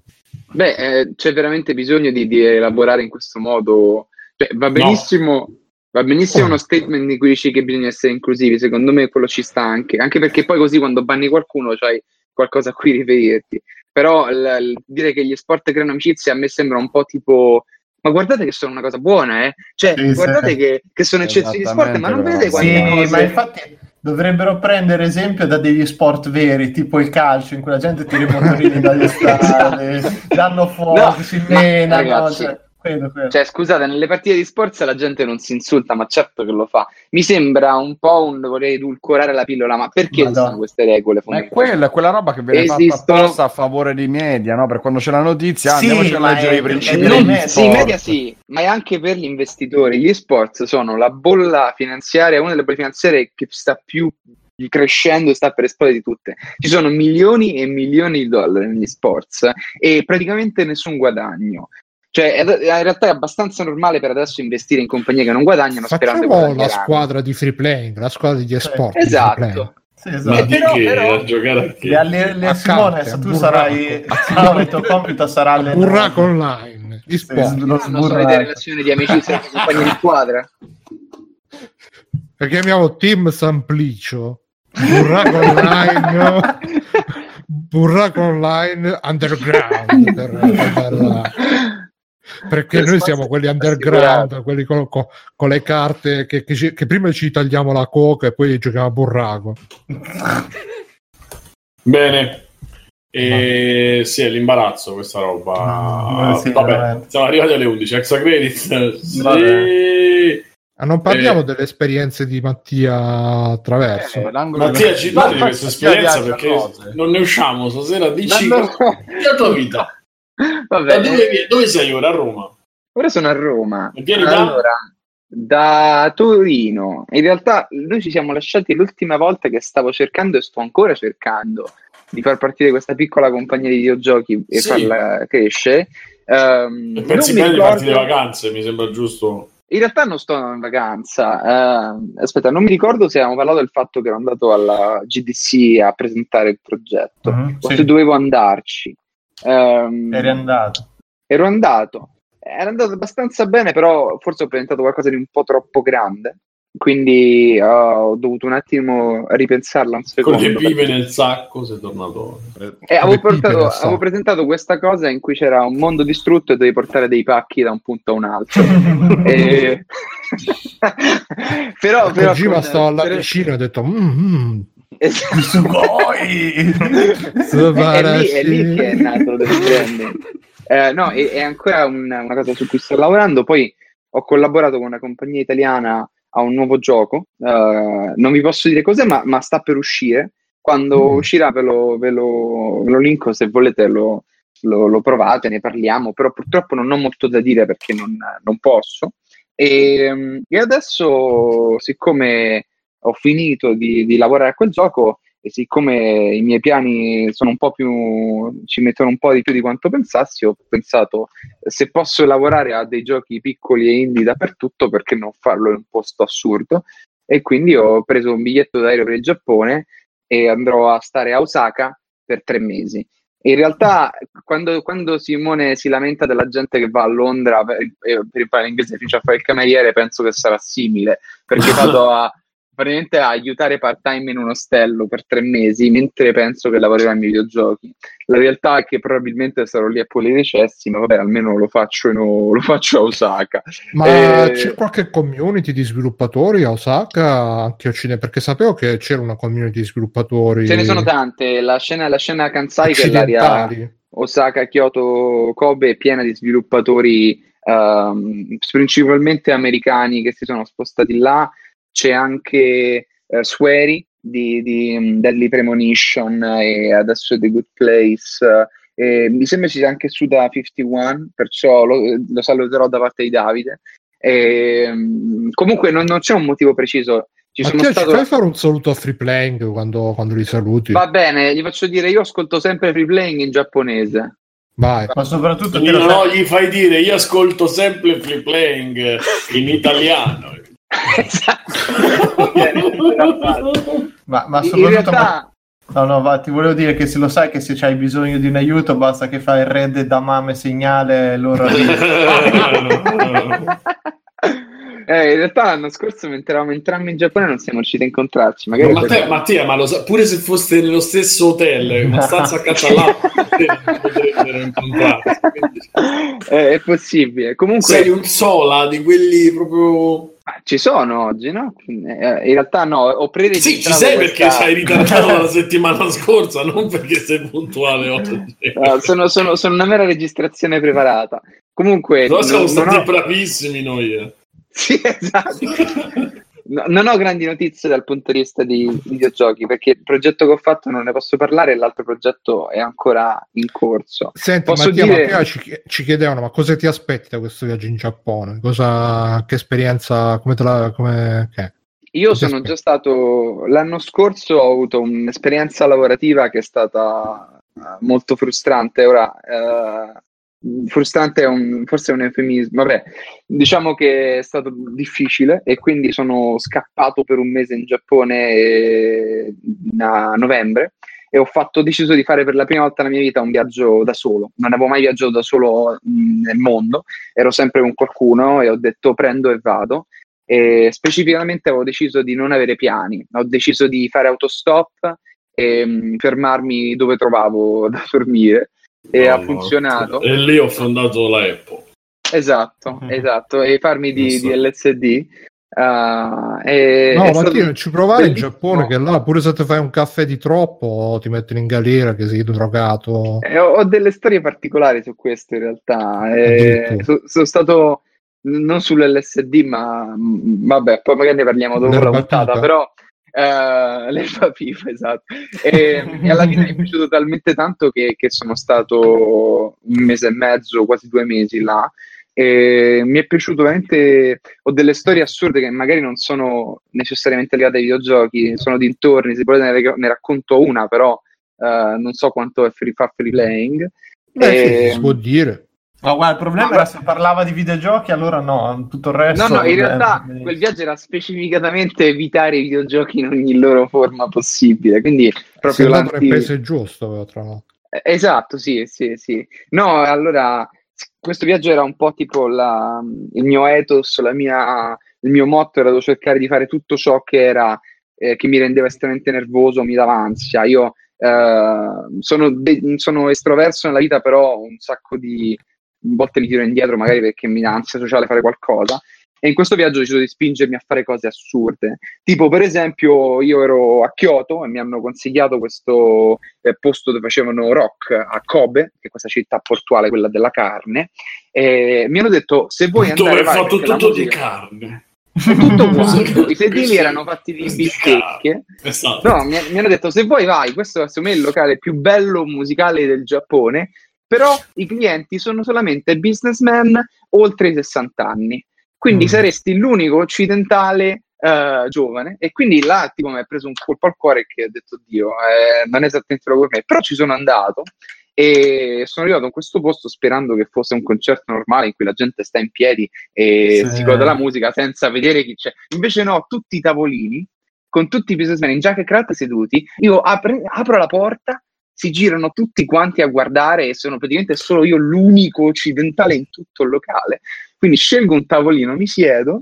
S5: beh, eh, c'è veramente bisogno di, di elaborare in questo modo. Cioè, va benissimo, no. va benissimo uno statement in cui dici che bisogna essere inclusivi. Secondo me quello ci sta anche, anche perché poi così quando banni qualcuno c'hai qualcosa a cui riferirti. Però l- l- dire che gli sport creano amicizie a me sembra un po' tipo. Ma guardate che sono una cosa buona, eh? Cioè,
S3: Sì,
S5: guardate
S3: sì.
S5: che, che sono eccezioni di sport, ma non vedete quante
S3: Sì,
S5: cose...
S3: ma infatti dovrebbero prendere esempio da degli sport veri, tipo il calcio, in cui la gente tira i motorini dalle strade, danno fuoco,
S5: No,
S3: si
S5: ma,
S3: menano,
S5: ragazzi,
S3: cioè, quello, quello.
S5: cioè, scusate, nelle partite di sport la gente non si insulta, ma certo che lo fa. Mi sembra un po' un vorrei edulcorare la pillola, ma perché
S3: Madonna.
S5: esistono queste regole?
S2: Ma è quella, è quella roba che viene
S5: Esistono-
S2: fatta apposta a favore di media, no? Per quando c'è la notizia, ah,
S3: Sì,
S2: andiamoci a
S3: ma
S2: leggere
S3: è-
S2: i principi
S3: è
S2: degli
S3: media,
S5: Sì,
S2: sport.
S5: media sì, ma è anche per gli investitori. Gli sports sono la bolla finanziaria, una delle bolle finanziarie che sta più crescendo e sta per esplodere di tutte. Ci sono milioni e milioni di dollari negli sports e praticamente nessun guadagno. Cioè, in realtà è abbastanza normale per adesso investire in compagnie che non guadagnano sperando che
S6: Facciamo la
S5: guadagneranno.
S6: squadra di free playing, la squadra degli esport. di free
S5: Esatto.
S6: playing.
S3: Sì,
S1: Ma
S3: esatto.
S1: di
S5: però-
S1: che?
S5: però-
S1: A giocare a che?
S3: Le, le, le-
S6: A
S3: Simone,
S6: carte,
S3: se
S6: a
S3: tu
S6: burraco.
S3: sarai Simone, il tuo compito sarà allenare.
S6: Burraco online, gli
S3: Sì,
S6: sport.
S3: lo
S5: Non so,
S3: sburraco.
S5: avete relazioni di amicizia con i compagni di squadra?
S6: La chiamiamo Team Samplicio. Burraco online. Burraco online underground. Per, per, per, perché noi siamo quelli underground, quelli con, con, con le carte che, che, ci, che prima ci tagliamo la coca e poi giochiamo a burraco.
S1: Bene. E sì, è l'imbarazzo questa roba.
S3: Mm, sì,
S1: Vabbè,
S3: veramente.
S1: siamo arrivati alle undici. Extra credit. Sì.
S3: Vabbè.
S6: Ah, non parliamo
S1: Eh.
S6: delle esperienze di Mattia Attraverso.
S2: Eh, l'angolo
S1: Mattia,
S2: della-
S1: ci parli di questa
S2: Mattia
S1: esperienza
S2: viaggia
S1: perché
S2: cose.
S1: non ne usciamo stasera. Dici
S5: Ma no.
S1: la tua vita.
S5: Vabbè,
S1: Da dove, vi- dove sei ora? A Roma?
S5: ora sono a Roma.
S1: E vieni da?
S5: Allora, da Torino. In realtà noi ci siamo lasciati l'ultima volta che stavo cercando e sto ancora cercando di far partire questa piccola compagnia di videogiochi e
S1: Sì.
S5: farla crescere. Ehm,
S1: E
S5: non
S1: pensi
S5: mi
S1: bene di farti le
S5: ricordo-
S1: vacanze, mi sembra giusto.
S5: In realtà non sto in vacanza. Eh, aspetta, non mi ricordo se avevamo parlato del fatto che ero andato alla G D C a presentare il progetto
S3: Mhm,
S5: o
S3: sì.
S5: se dovevo andarci. Ehm,
S3: Eri andato.
S5: ero andato. Era andato abbastanza bene, però forse ho presentato qualcosa di un po' troppo grande. Quindi uh, ho dovuto un attimo ripensarla un
S1: Con
S5: secondo.
S1: le pive
S5: perché-
S1: nel sacco sei tornato.
S5: E avevo,
S6: le pipe
S5: portato-
S6: nel sacco.
S5: avevo presentato questa cosa in cui c'era un mondo distrutto e dovevi portare dei pacchi da un punto a un altro. e... però, però
S6: Kojima
S5: con-
S6: stava là
S5: per-
S6: vicino e ha detto mm, mm,
S5: Esatto.
S3: Sugoi!
S5: è, lì, è lì che è nato del branding. Eh, no, è, è ancora un- una cosa su cui sto lavorando. Poi ho collaborato con una compagnia italiana a un nuovo gioco. Eh, non vi posso dire cos'è, ma, ma sta per uscire. Quando
S6: Mm.
S5: uscirà ve lo, ve lo, ve lo linko, se volete lo, lo, lo provate, ne parliamo. Però purtroppo non ho molto da dire perché non, non posso. E, e adesso, siccome ho finito di, di lavorare a quel gioco e siccome i miei piani sono un po' più, ci mettono un po' di più di quanto pensassi, ho pensato se posso lavorare a dei giochi piccoli e indie dappertutto, perché non farlo in un posto assurdo? E quindi ho preso un biglietto d'aereo per il Giappone e andrò a stare a Osaka per tre mesi. In realtà, quando, quando Simone si lamenta della gente che va a Londra per, per imparare l'inglese e finisce a fare il cameriere, penso che sarà simile, perché vado a praticamente a aiutare part-time in un ostello per tre mesi, mentre penso che lavorerò ai miei videogiochi. La realtà è che probabilmente sarò lì a pulire i cessi, ma vabbè, almeno lo faccio, in, lo faccio a Osaka.
S6: Ma
S5: Eh,
S6: c'è qualche community di sviluppatori a Osaka, anche occidentale? Perché sapevo che c'era una community di sviluppatori.
S5: Ce ne sono tante. La scena, la scena Kansai, che è l'area Osaka, Kyoto, Kobe, è piena di sviluppatori um, principalmente americani che si sono spostati là. C'è anche uh, Swery di, di um, Deadly Premonition e adesso The Good Place. Uh, e mi sembra ci sia anche Suda cinquantuno, perciò lo, lo saluterò da parte di Davide. E, um, comunque non, non c'è un motivo preciso. Ci
S6: Ma
S5: sono
S6: ti
S5: stato...
S6: fai fare un saluto a Free Playing quando, quando li saluti?
S5: Va bene, gli faccio dire, io ascolto sempre Free Playing in giapponese.
S6: Vai.
S3: Ma soprattutto
S1: no, no, gli fai dire, io ascolto sempre Free Playing in italiano.
S5: Esatto.
S3: ma, ma soprattutto
S5: in realtà...
S3: No, no, va, ti volevo dire che se lo sai che se c'hai bisogno di un aiuto basta che fai il red da mame segnale loro
S5: Eh, in realtà l'anno scorso mentre eravamo entrambi in Giappone non siamo riusciti a incontrarci. Magari
S1: ma Matteo, Mattia, ma lo sa- pure se foste nello stesso hotel, una stanza accanto all'altra, potrebbero incontrarsi.
S5: eh, è possibile. Comunque
S1: sei un sola di quelli proprio.
S5: Ma ci sono oggi, no? In realtà no, ho preregistrato.
S1: Sì, ci sei
S5: questa...
S1: perché sei ritardato la settimana scorsa, non perché sei puntuale oggi.
S5: No, sono, sono, sono una mera registrazione preparata. Comunque,
S1: no, siamo
S5: non,
S1: stati
S5: non ho...
S1: bravissimi noi. Eh.
S5: Sì, esatto. No, non ho grandi notizie dal punto di vista di videogiochi, perché il progetto che ho fatto non ne posso parlare e l'altro progetto è ancora in corso.
S6: Senti,
S5: posso
S6: Mattia,
S5: dire...
S6: Mattia ci, ci chiedevano, ma cosa ti aspetti da questo viaggio in Giappone? Cosa, che esperienza, come te la... Come, che?
S5: Io
S6: Cosa
S5: sono
S6: aspetti?
S5: già stato, l'anno scorso ho avuto un'esperienza lavorativa che è stata molto frustrante. Ora, eh, frustrante è un, forse è un eufemismo, vabbè, diciamo che è stato difficile e quindi sono scappato per un mese in Giappone a novembre e ho fatto, ho deciso di fare per la prima volta nella mia vita un viaggio da solo. Non avevo mai viaggiato da solo mh, nel mondo, ero sempre con qualcuno e ho detto prendo e vado. E specificamente avevo deciso di non avere piani, ho deciso di fare autostop e mh, fermarmi dove trovavo da dormire e
S1: No,
S5: ha
S1: no.
S5: funzionato.
S1: E lì ho fondato la Apple.
S5: Esatto,
S3: Mhm.
S5: esatto, e farmi di,
S1: Giusto.
S5: di L S D. Uh, e,
S6: No,
S5: è
S6: Mattia,
S5: stato
S6: non ci provare in
S5: bellissimo.
S6: Giappone, che là pure se ti fai un caffè di troppo ti mettono in galera che sei drogato.
S5: Eh, ho, ho delle storie particolari su questo in realtà. Eh,
S6: Addirittura.
S5: so- sono stato non sull'L S D, ma mh, vabbè, poi magari ne parliamo dopo
S6: L'erba
S5: la puntata,
S6: pipa.
S5: però eh, l'erba pipa, esatto. E, e alla fine mi è piaciuto talmente tanto che, che sono stato un mese e mezzo, quasi due mesi là. E mi è piaciuto veramente. Ho delle storie assurde che magari non sono necessariamente legate ai videogiochi, sono dintorni. Se volete ne, ne racconto una, però eh, non so quanto è free, fa free playing.
S6: Beh, sì,
S5: E-
S6: si può dire.
S3: No, guarda, il problema
S5: Ma-
S3: era se parlava di videogiochi, allora no, tutto il resto...
S5: No, no, in
S3: vabbè,
S5: realtà
S3: benissimo.
S5: quel viaggio era specificatamente evitare i videogiochi in ogni loro forma possibile, quindi
S6: Sei
S5: proprio
S6: andato nel
S5: l'anti...
S6: paese giusto, però, tra l'altro.
S5: Eh, Esatto, sì, sì, sì. No, allora, questo viaggio era un po' tipo la- il mio ethos, la mia, il mio motto era di cercare di fare tutto ciò che era, eh, che mi rendeva estremamente nervoso, mi dava ansia. Io eh, sono, de- sono estroverso nella vita, però un sacco di volte mi tiro indietro, magari perché mi dà ansia sociale fare qualcosa. E in questo viaggio ho deciso di spingermi a fare cose assurde. Tipo, per esempio, io ero a Kyoto e mi hanno consigliato questo eh, posto dove facevano rock a Kobe, che è questa città portuale, quella della carne. E mi hanno detto: se vuoi
S1: Dove
S5: andare,
S1: è
S5: vai,
S1: fatto
S5: perché la
S1: tutto di
S5: musica-
S1: carne.
S5: è tutto quanto. I sedili
S1: Questi-
S5: erano fatti di
S1: questi
S5: bistecche.
S1: carne. Esatto.
S5: No, mi, mi hanno detto: se vuoi, vai. Questo è secondo me il locale più bello musicale del Giappone. Però i clienti sono solamente businessmen oltre i sessanta anni. Quindi
S6: Mm.
S5: saresti l'unico occidentale eh, giovane. E quindi là tipo mi ha preso un colpo al cuore che ho detto: Dio, eh, non è esattamente quello per me. Però ci sono andato e sono arrivato in questo posto sperando che fosse un concerto normale in cui la gente sta in piedi e
S3: Sì.
S5: si gode la musica senza vedere chi c'è. Invece no, tutti i tavolini con tutti i businessmen in giacca e cravatta seduti, io apre, apro la porta, si girano tutti quanti a guardare e sono praticamente solo io l'unico occidentale in tutto il locale. Quindi scelgo un tavolino, mi siedo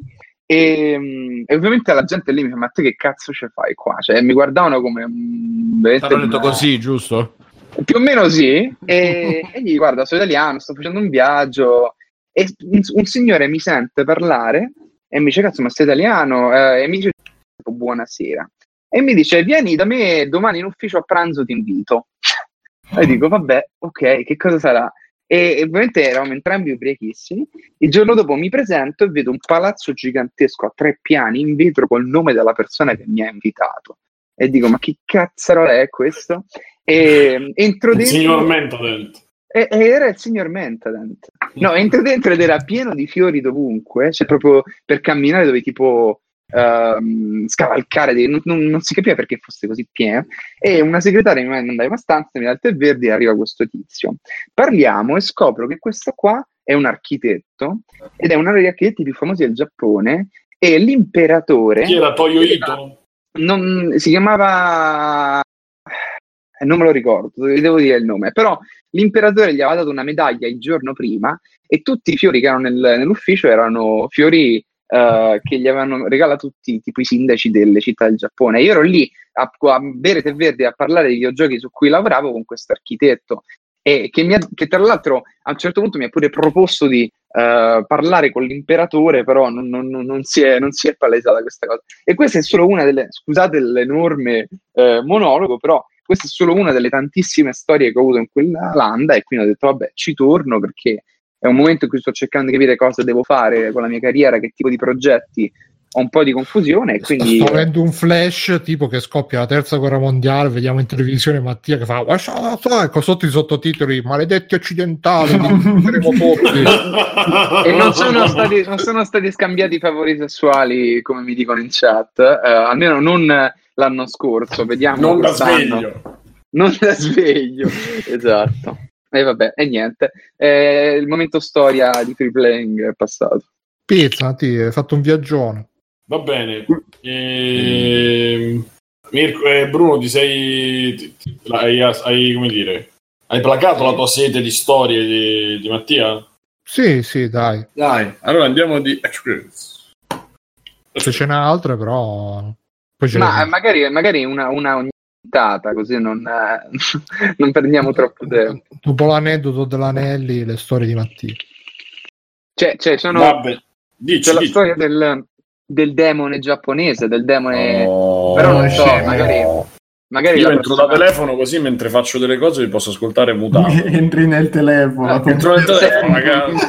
S5: e, e ovviamente la gente lì mi fa: ma te che cazzo ce fai qua? Cioè mi guardavano come un...
S2: T'hanno detto così, giusto?
S5: Più o meno sì, e, e gli guarda, sono italiano, sto facendo un viaggio, e un, un signore mi sente parlare e mi dice: cazzo, ma sei italiano? Eh, e mi dice: buonasera. E mi dice: vieni da me domani in ufficio a pranzo, ti invito. E dico: vabbè, ok, che cosa sarà? E, e ovviamente eravamo entrambi ubriachissimi. Il giorno dopo mi presento e vedo un palazzo gigantesco a tre piani in vetro col nome della persona che mi ha invitato. E dico: ma che cazzarola è questo? E entro
S1: il
S5: dentro.
S1: Signor Mentadent.
S5: E, e era il signor Mentadent. No, entro dentro ed era pieno di fiori dovunque, cioè proprio per camminare dove tipo uh, scavalcare, dei, non, non, non si capiva perché fosse così pieno. E una segretaria mi manda in una stanza, mi dà il tè verde e arriva questo tizio. Parliamo e scopro che questo qua è un architetto ed è uno degli architetti più famosi del Giappone, e l'imperatore...
S1: Chi era Toyo Ito?
S5: Non, si chiamava... non me lo ricordo, devo dire il nome, però l'imperatore gli aveva dato una medaglia il giorno prima e tutti i fiori che erano nel, nell'ufficio erano fiori uh, che gli avevano regalato tutti tipo i sindaci delle città del Giappone. Io ero lì a, a bere tè verde e a parlare dei videogiochi su cui lavoravo con questo architetto, e che, mi ha, che tra l'altro a un certo punto mi ha pure proposto di uh, parlare con l'imperatore, però non, non, non, si è, non si è palesata questa cosa. E questa è solo una delle, scusate l'enorme uh, monologo, però questa è solo una delle tantissime storie che ho avuto in quella landa, e quindi ho detto vabbè, ci torno perché è un momento in cui sto cercando di capire cosa devo fare con la mia carriera, che tipo di progetti, ho un po' di confusione, e quindi...
S6: Sto avendo un flash tipo che scoppia la terza guerra mondiale, vediamo in televisione Mattia che fa ecco sotto i sottotitoli maledetti occidentali tutti.
S5: E non sono, stati, non sono stati scambiati favori sessuali come mi dicono in chat, uh, almeno non l'anno scorso, vediamo.
S1: Non da sveglio.
S5: Non da sveglio, esatto. E vabbè, e niente. Eh, il momento storia di free playing è passato.
S6: Pizza, ti hai fatto un viaggione.
S1: Va bene. E... Mirko, eh, Bruno, ti sei... Ti, ti, hai, hai, come dire... Hai placato la tua sete di storie di, di Mattia?
S6: Sì, sì, dai.
S1: Dai, allora andiamo di experience.
S6: Se ce n'è altre, però... Poi ce
S5: Ma magari, magari una, una ogni puntata, così non, eh, non perdiamo troppo tempo.
S6: Dopo l'aneddoto dell'Anelli, le storie di Mattia.
S5: Cioè, cioè sono...
S1: Vabbè, dici,
S5: c'è la
S1: dici.
S5: storia del, del demone giapponese, del demone...
S1: Oh,
S5: però non so,
S3: scemo.
S5: magari... magari
S1: Io
S5: la
S1: entro
S5: prossima...
S1: da telefono, così mentre faccio delle cose vi posso ascoltare mutato.
S3: Entri nel telefono.
S5: Ah,
S1: Entro nel telefono, ragazzi.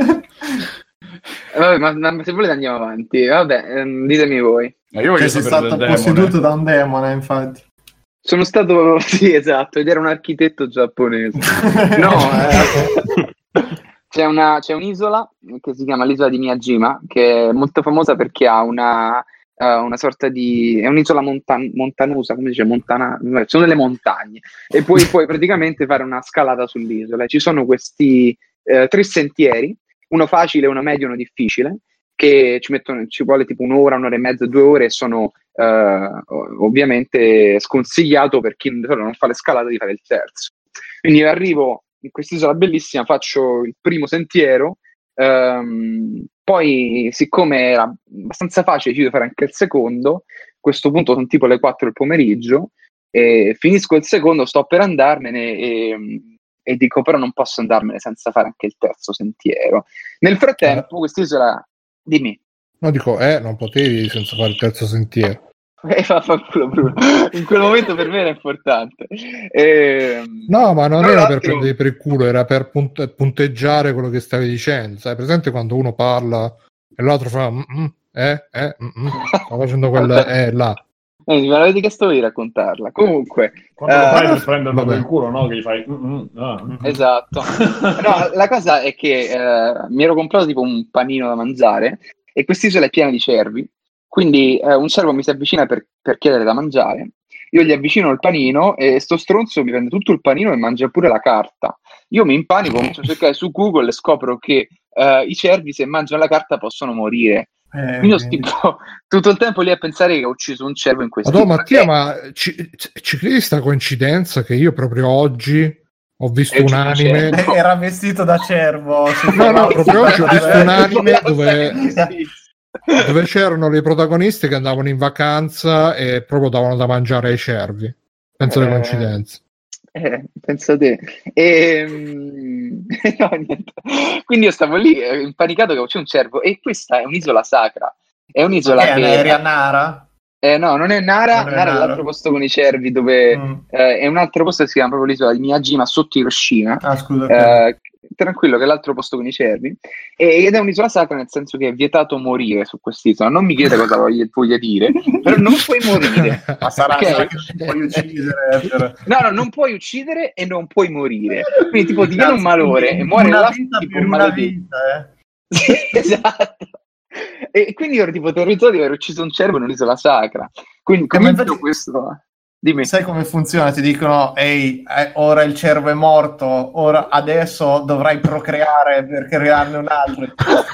S5: Vabbè, ma, ma se volete andiamo avanti. Vabbè, ehm, ditemi voi.
S2: Ma io voglio
S3: Che sei
S2: sapere
S3: stato
S2: del
S3: posseduto
S2: demone.
S3: da un demone, infatti.
S5: Sono stato... sì, esatto, ed era un architetto giapponese. No, eh, c'è, una, c'è un'isola che si chiama l'isola di Miyajima, che è molto famosa perché ha una, uh, una sorta di... è un'isola montan- montanosa, come si dice? Montana... sono delle montagne, e poi puoi praticamente fare una scalata sull'isola. Ci sono questi uh, tre sentieri, uno facile, uno medio e uno difficile, che ci mettono, ci vuole tipo un'ora, un'ora e mezza, due ore, e sono uh, ovviamente sconsigliato per chi non fa le scalate di fare il terzo. Quindi io arrivo in quest'isola bellissima, faccio il primo sentiero, um, poi siccome era abbastanza facile decido di fare anche il secondo. A questo punto sono tipo le quattro del pomeriggio e finisco il secondo, sto per andarmene e, e dico però non posso andarmene senza fare anche il terzo sentiero. Nel frattempo
S6: eh.
S5: quest'isola... Dimmi.
S6: No, dico, eh, non potevi senza fare il terzo sentiero.
S5: Eh, fa, fa culo, Bruno. In quel momento per me era importante. E,
S6: no, ma non
S5: tra
S6: era
S5: l'altro...
S6: per prendere per il culo, era per punt- punteggiare quello che stavi dicendo. Sai, presente quando uno parla e l'altro fa mm-mm, eh, eh, mm-mm. Sto facendo quella eh là.
S5: Eh, me l'avete chiesto di raccontarla. Comunque,
S1: Quando lo
S5: uh,
S1: fai per prenderlo
S6: vabbè.
S1: per il culo, no? Che gli fai... Mm-hmm, ah, mm-hmm.
S5: Esatto. No, la cosa è che uh, mi ero comprato tipo un panino da mangiare e quest'isola è piena di cervi. Quindi uh, un cervo mi si avvicina per, per chiedere da mangiare. Io gli avvicino il panino e sto stronzo mi prende tutto il panino e mangia pure la carta. Io mi impanico, comincio a cercare su Google e scopro che uh, i cervi se mangiano la carta possono morire.
S3: Eh,
S5: Quindi io sto tipo tutto il tempo lì a pensare che ho ucciso un cervo in questo.
S6: Madonna, Mattia, ma ci, ci credi sta coincidenza che io proprio oggi ho visto un anime?
S3: Eh, era vestito da cervo.
S6: No, no, proprio oggi ho visto un anime dove, dove c'erano le protagoniste che andavano in vacanza e proprio davano da mangiare ai cervi. Penso alle
S5: Eh,
S6: coincidenze.
S5: Eh, penso a te. E, no, niente. Quindi io stavo lì eh, impanicato che c'è un cervo e questa è un'isola sacra. È un'isola
S3: Che
S5: che...
S3: eri a Nara?
S5: Eh, no, non è Nara,
S3: Non è
S5: Nara è
S3: Nara.
S5: l'altro posto con i cervi dove
S3: Mm.
S5: eh, è un altro posto che si chiama proprio l'isola di Miyajima sotto Hiroshima.
S3: Ah, scusa. ok.
S5: Eh, tranquillo, che è l'altro posto con i cervi. E- ed è un'isola sacra nel senso che è vietato morire su quest'isola. Non mi chiede cosa voglia, voglia dire, però non puoi morire.
S3: Ma sarà,
S5: ok?
S3: sarà che non puoi uccidere per...
S5: No, no, non puoi uccidere e non puoi morire. Quindi tipo ti viene un malore e muore
S3: una
S5: là
S3: vita
S5: tipo
S3: per una
S5: maledetto.
S3: vita, eh.
S5: Sì, esatto. E quindi ero tipo terrorizzato di aver ucciso un cervo in un'isola sacra. Quindi
S3: Eh, ma
S5: comincio
S3: infatti-
S5: questo. Dimmi.
S3: Sai come funziona? Ti dicono, ehi, eh, ora il cervo è morto, ora adesso dovrai procreare per crearne un altro.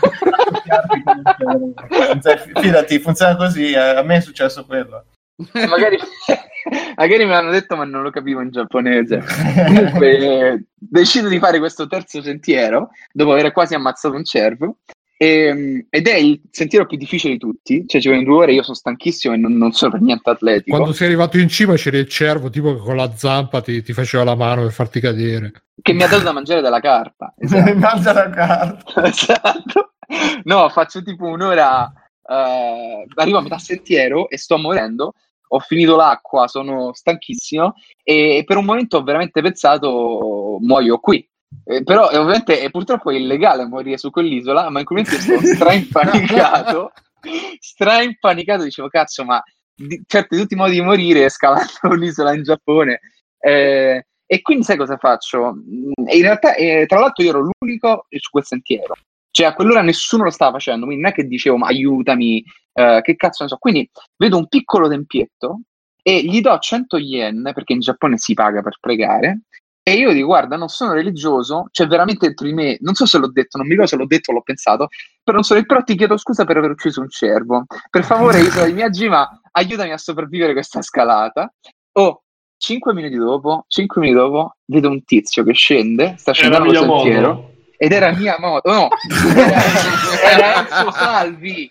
S3: Cioè, fidati, funziona così, eh, a me è successo quello.
S5: magari, magari me l'hanno detto ma non lo capivo in giapponese. Comunque eh, decido di fare questo terzo sentiero dopo aver quasi ammazzato un cervo. E, ed è il sentiero più difficile di tutti, cioè ci vogliono due ore, io sono stanchissimo e non, non sono per niente atletico.
S6: Quando sei arrivato in cima c'era il cervo tipo che con la zampa ti, ti faceva la mano per farti cadere.
S5: Che mi ha dato da mangiare dalla carta. Esatto.
S3: Mangia la carta.
S5: Esatto. No, faccio tipo un'ora, eh, arrivo a metà sentiero e sto morendo, ho finito l'acqua, sono stanchissimo e per un momento ho veramente pensato muoio qui. Eh, però eh, ovviamente è purtroppo è illegale morire su quell'isola, ma in quel momento sono stra-impanicato, stra-impanicato, dicevo cazzo, ma di, certo di tutti i modi di morire scalando un'isola in Giappone. Eh, e quindi sai cosa faccio? E in realtà, eh, tra l'altro io ero l'unico su quel sentiero, cioè a quell'ora nessuno lo stava facendo, quindi non è che dicevo ma aiutami, eh, che cazzo ne so. Quindi vedo un piccolo tempietto e gli do cento yen, perché in Giappone si paga per pregare, e io dico guarda non sono religioso, cioè veramente dentro di me, non so se l'ho detto, non mi ricordo se l'ho detto o l'ho pensato, però, non so, però ti chiedo scusa per aver ucciso un cervo, per favore isola di Miyajima aiutami a sopravvivere questa scalata. Oh, cinque minuti dopo, cinque minuti dopo vedo un tizio che scende, sta scendendo il sentiero ed era Miyamoto, no, era, era Enzo Salvi.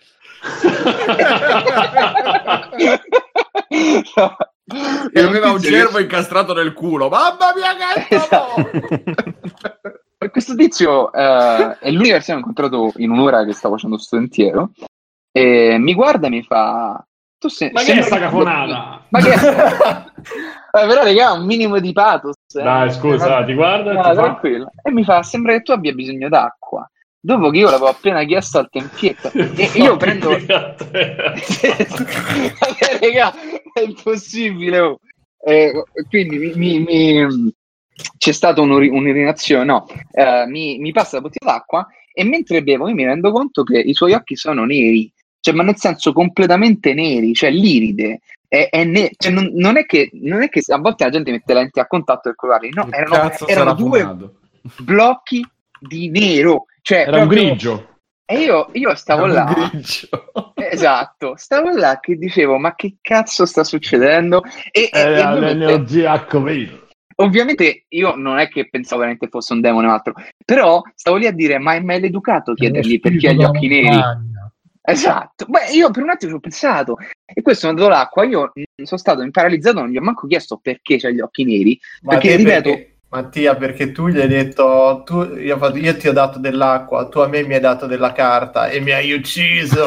S5: No.
S2: E aveva un cervo incastrato nel culo. Mamma mia, che
S5: esatto. Questo tizio eh, è l'unica persona che ho incontrato in un'ora che stavo facendo sentiero e mi guarda e mi fa tu sei,
S1: ma che è sta cafonata?
S5: Ma che è sta... eh, però raga, un minimo di pathos. Eh.
S1: Dai, scusa,
S5: eh,
S1: ti guarda
S5: no,
S1: ti
S5: tranquillo. Fa... E mi fa, sembra che tu abbia bisogno d'acqua. Dopo che io l'avevo appena chiesto al tempietto. E io prendo... Vabbè, raga, è impossibile. Oh. Eh, quindi mi, mi, mi... c'è stata un'ur- un'urinazione, no. Eh, mi, mi passa la bottiglia d'acqua e mentre bevo io mi rendo conto che i suoi occhi sono neri. Cioè, ma nel senso completamente neri, cioè l'iride è, è ne- cioè, non, non, è che, non è che a volte la gente mette lenti a contatto per colorarli, no,
S2: Che
S5: erano,
S2: cazzo
S5: erano
S2: sarà
S5: due
S2: fumato?
S5: blocchi di nero, cioè
S1: era un
S5: proprio...
S1: grigio
S5: E io, io stavo
S2: Era
S5: là,
S2: un grigio.
S5: esatto, stavo là che dicevo, ma che cazzo sta succedendo? E, e, e ovviamente, ovviamente io non è che pensavo veramente fosse un demone o altro, però stavo lì a dire, ma è maleducato chiedergli perché ha gli occhi neri? Esatto, beh io per un attimo ci ho pensato e questo mi ha dato l'acqua, io sono stato imparalizzato, non gli ho manco chiesto perché c'ha gli occhi neri,
S3: Ma
S5: perché ripeto
S3: perché, Mattia, perché tu gli hai detto tu, io, io ti ho dato dell'acqua, tu a me mi hai dato della carta e mi hai ucciso.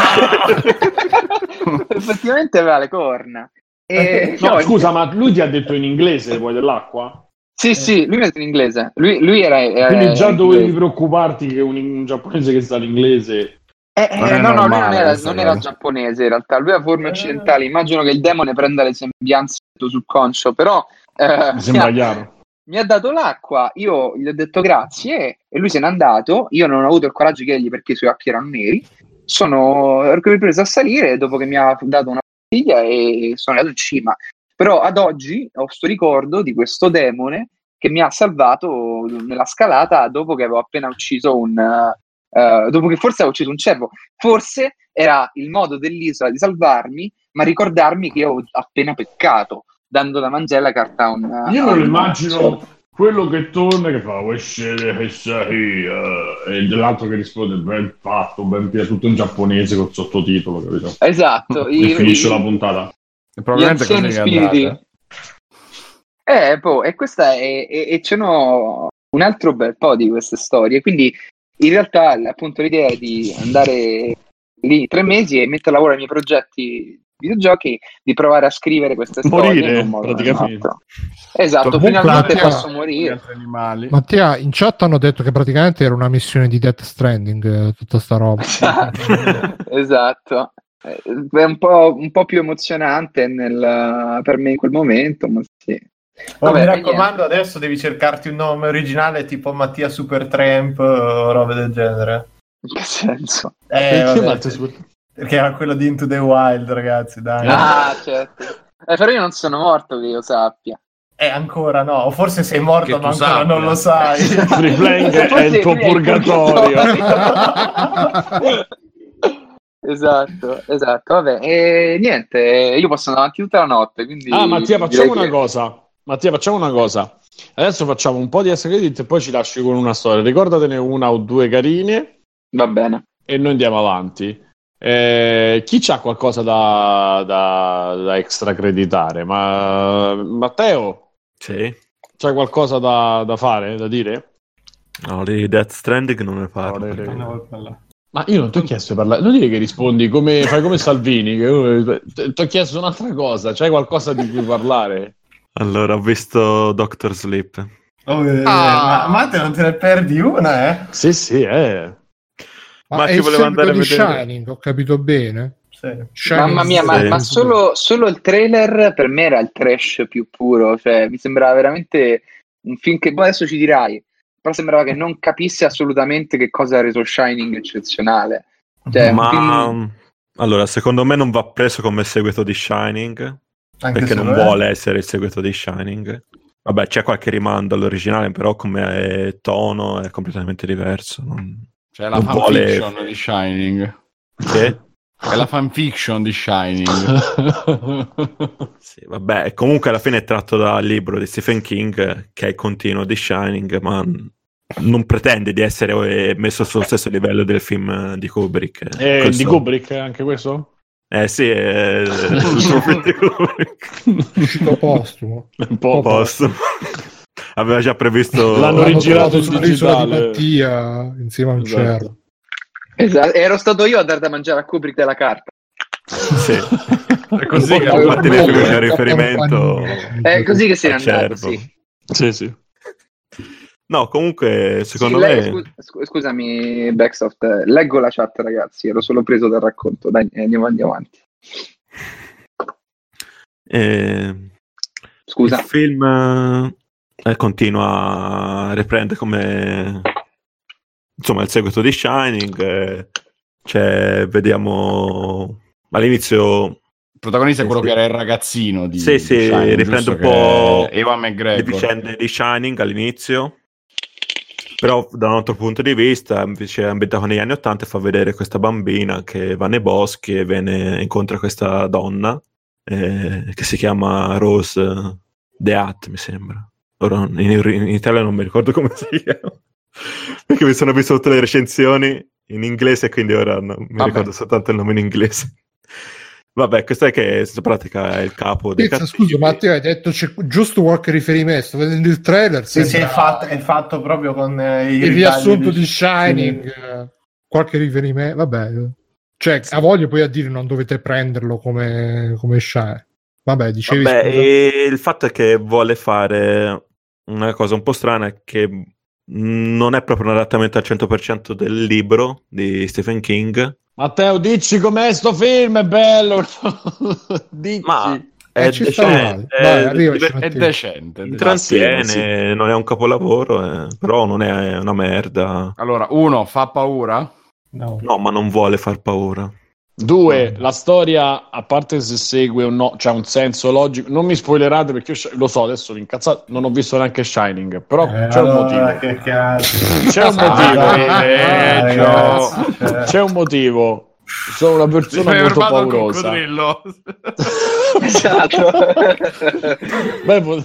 S5: Effettivamente aveva le corna e,
S1: no,
S5: no,
S1: scusa, ma lui ti ha detto in inglese vuoi dell'acqua?
S5: Sì, sì, lui mi ha detto in inglese, lui, lui era, era
S1: quindi già dovevi
S5: inglese.
S1: preoccuparti che un, un giapponese che sa l'inglese
S5: Eh, eh,
S2: non
S5: no, no, lui non
S2: normale
S5: era,
S2: questa
S5: non era
S2: cosa.
S5: giapponese in realtà, lui ha forme occidentali. Immagino che il demone prenda le sembianze sul conscio, però eh,
S1: mi sembra
S5: mi, ha,
S1: chiaro.
S5: mi ha dato l'acqua, io gli ho detto grazie e lui se n'è andato. Io non ho avuto il coraggio di chiedergli perché i suoi occhi erano neri. Sono ho ripreso a salire dopo che mi ha dato una bottiglia e sono andato in cima. Però ad oggi ho sto ricordo di questo demone che mi ha salvato nella scalata dopo che avevo appena ucciso un, uh, dopo che forse avevo ucciso un cervo. Forse era il modo dell'isola di salvarmi, ma ricordarmi che io ho appena peccato, dando da mangiare la carta a un...
S1: Io me lo
S5: a un-
S1: immagino quello che torna che fa vuoi scegliere che sei uh, e l'altro che risponde ben fatto, ben piaciuto, tutto in giapponese col sottotitolo, capito?
S5: Esatto.
S1: E
S5: i-
S1: finisce
S5: i-
S1: la puntata.
S2: E probabilmente
S5: gli anziani
S2: così che è
S5: spiriti.
S2: andata.
S5: Eh, boh, e questa è, e, e ce n'ho un altro bel po' di queste storie. Quindi in realtà appunto l'idea è di andare lì tre mesi e mettere a lavoro ai miei progetti videogiochi, di provare a scrivere queste storie
S1: Morire,
S5: in un modo o
S1: praticamente.
S5: nell'altro. Esatto,
S6: Comunque,
S5: finalmente
S6: Mattia-
S5: posso
S2: Gli
S5: morire.
S2: altri animali.
S6: Mattia, in chat hanno detto che praticamente era una missione di Death Stranding, eh, tutta sta roba.
S5: Esatto. Eh, È un po', un po' più emozionante nel- per me in quel momento, ma sì.
S3: Oh,
S5: Vabbè,
S3: mi
S5: e
S3: raccomando, adesso devi cercarti un nome originale tipo Mattia Supertramp o robe del genere.
S5: In che senso?
S3: Eh,
S1: Perché
S3: vabbè,
S1: Matteo
S3: sì.
S1: Super-
S3: Perché era quello di Into the Wild, ragazzi, dai.
S5: Ah, certo. Eh, però io non sono morto, che io sappia.
S3: Eh, ancora no, o forse sei morto
S2: Che tu
S3: ma ancora
S2: sappia.
S3: non lo sai.
S1: Free Playing è
S5: Forse
S1: il tuo
S5: qui è il
S1: purgatorio.
S5: purgatorio. Esatto, esatto. Vabbè, e niente, io posso andare avanti tutta la notte, quindi
S1: Ah, Mattia,
S5: direi
S1: facciamo
S5: che-
S1: una cosa. Mattia, facciamo una cosa. Adesso facciamo un po' di S-Credit e poi ci lasci con una storia. Ricordatene una o due carine
S5: Va bene.
S1: e noi andiamo avanti. Eh, chi c'ha qualcosa da, da, da extracreditare? Ma Matteo,
S4: Sì.
S1: c'hai qualcosa da, da fare, da dire?
S4: No, di Death Stranding non ne parlo.
S1: No,
S4: perché-
S1: le- Ma io non ti ho chiesto di parlare, non dire che rispondi come fai come Salvini, che ti ho chiesto un'altra cosa, c'hai qualcosa di cui parlare?
S4: Allora, ho visto Doctor Sleep.
S3: Oh, eh,
S2: Ah.
S3: ma, ma te non te ne perdi una, eh?
S1: Sì, sì, eh.
S6: Ma,
S4: Ma
S6: è
S4: ci
S6: il
S4: volevo
S6: seguito
S4: andare a
S6: di
S4: vedere.
S6: Shining, ho capito bene.
S3: Sì.
S6: Shining
S5: Mamma mia, ma,
S4: Sì.
S5: ma solo, solo il trailer per me era il trash più puro, cioè mi sembrava veramente un film che poi adesso ci dirai, però sembrava che non capisse assolutamente che cosa ha reso Shining eccezionale. Cioè, un
S4: Ma
S5: film-
S4: allora, secondo me non va preso come seguito di Shining,
S3: Anche
S4: perché
S3: se
S4: non
S3: lo è.
S4: vuole essere il seguito di Shining. Vabbè, c'è qualche rimando all'originale, però come tono è completamente diverso. Non...
S2: C'è la
S4: Non vuole-
S2: fanfiction di Shining.
S4: Che?
S2: È la fanfiction di Shining.
S4: Sì, vabbè, e comunque alla fine è tratto dal libro di Stephen King, che è il continuo di Shining, ma non pretende di essere eh, messo sullo stesso livello del film di Kubrick.
S1: Eh,
S4: Questo-
S1: di Kubrick anche questo?
S4: Eh sì, è il suo film di Kubrick.
S6: Uscito postumo.
S1: Un po'
S4: Posto. Aveva già previsto...
S1: L'hanno
S6: Hanno
S1: rigirato
S6: trovato
S1: in
S6: sull'isola di
S1: digitale.
S6: Mattia insieme a un
S1: Esatto.
S6: cervo.
S5: Esatto, ero stato io a dar da mangiare a Kubrick della carta.
S4: Sì.
S2: È così che
S5: Infatti
S4: Infatti nei film
S5: Quello-
S4: c'è riferimento...
S5: È così che se n'è
S4: al
S5: andato,
S4: cervo.
S5: sì.
S1: Sì, sì.
S4: No, comunque, secondo
S5: Sì, lei-
S4: me...
S5: scu- scu- scusami, Backsoft, eh, leggo la chat, ragazzi, ero solo preso dal racconto. Dai, eh, andiamo, andiamo avanti.
S4: eh,
S5: Scusa.
S4: Il film eh, continua a riprendere come... Insomma, il seguito di Shining. eh, cioè, vediamo... All'inizio...
S2: il protagonista è quello
S4: Sì,
S2: che
S4: sì.
S2: era il ragazzino di,
S4: Sì,
S2: di
S4: sì,
S2: Shining,
S4: riprende
S2: giusto?
S4: un po'
S2: Che è Ewan
S4: le
S2: McGregor.
S4: vicende di Shining all'inizio, però da un altro punto di vista invece è ambientato negli anni Ottanta e fa vedere questa bambina che va nei boschi e viene, incontra questa donna eh, che si chiama Rose The Hat, mi sembra. Ora in, in Italia non mi ricordo come si chiama, perché mi sono visto tutte le recensioni in inglese e quindi ora non mi
S2: Vabbè.
S4: ricordo soltanto il nome in inglese. Vabbè, questo è che in pratica è il capo dei
S6: Pizza,
S4: cattivi.
S6: scusa, Matteo, hai detto c'è giusto qualche riferimento. Sto vedendo il trailer.
S3: Sì, sì, è
S6: sembra-
S3: fatto, è fatto proprio con eh, i
S6: il
S3: ritagli
S6: riassunto
S3: di-
S6: di Shining, eh, qualche riferimento. Vabbè, cioè, a voglia poi a dire non dovete prenderlo come, come Shining. Vabbè, dicevi.
S4: Vabbè,
S6: scusa.
S4: e il fatto è che vuole fare una cosa un po' strana è che non è proprio un adattamento al cento per cento del libro di Stephen King,
S1: Matteo, dici com'è sto film, è bello. Dici.
S4: ma
S6: Eh,
S4: è
S6: ci sta
S4: decente,
S6: male. Vai,
S4: è
S6: arrivaci,
S4: diver-
S2: È
S6: Matteo.
S2: decente.
S4: intrattiene,
S2: Sì, sì.
S4: non è un capolavoro, eh, però non è una merda.
S2: Allora, uno fa paura.
S3: No.
S4: No, ma non vuole far paura.
S1: Due, la storia, a parte se segue o no, c'ha un senso logico. Non mi spoilerate perché io lo so, adesso vi incazzate, non ho visto neanche Shining, però
S3: Eh,
S1: c'è
S3: allora,
S1: un motivo.
S3: Che cazzo.
S1: C'è un motivo.
S3: Ah,
S1: Eh,
S3: ragazzi, cioè.
S1: C'è un motivo. Sono una persona
S2: Mi hai
S1: molto
S2: fermato il
S1: paurosa.
S2: coccodrillo.
S5: Esatto.
S1: Beh, po-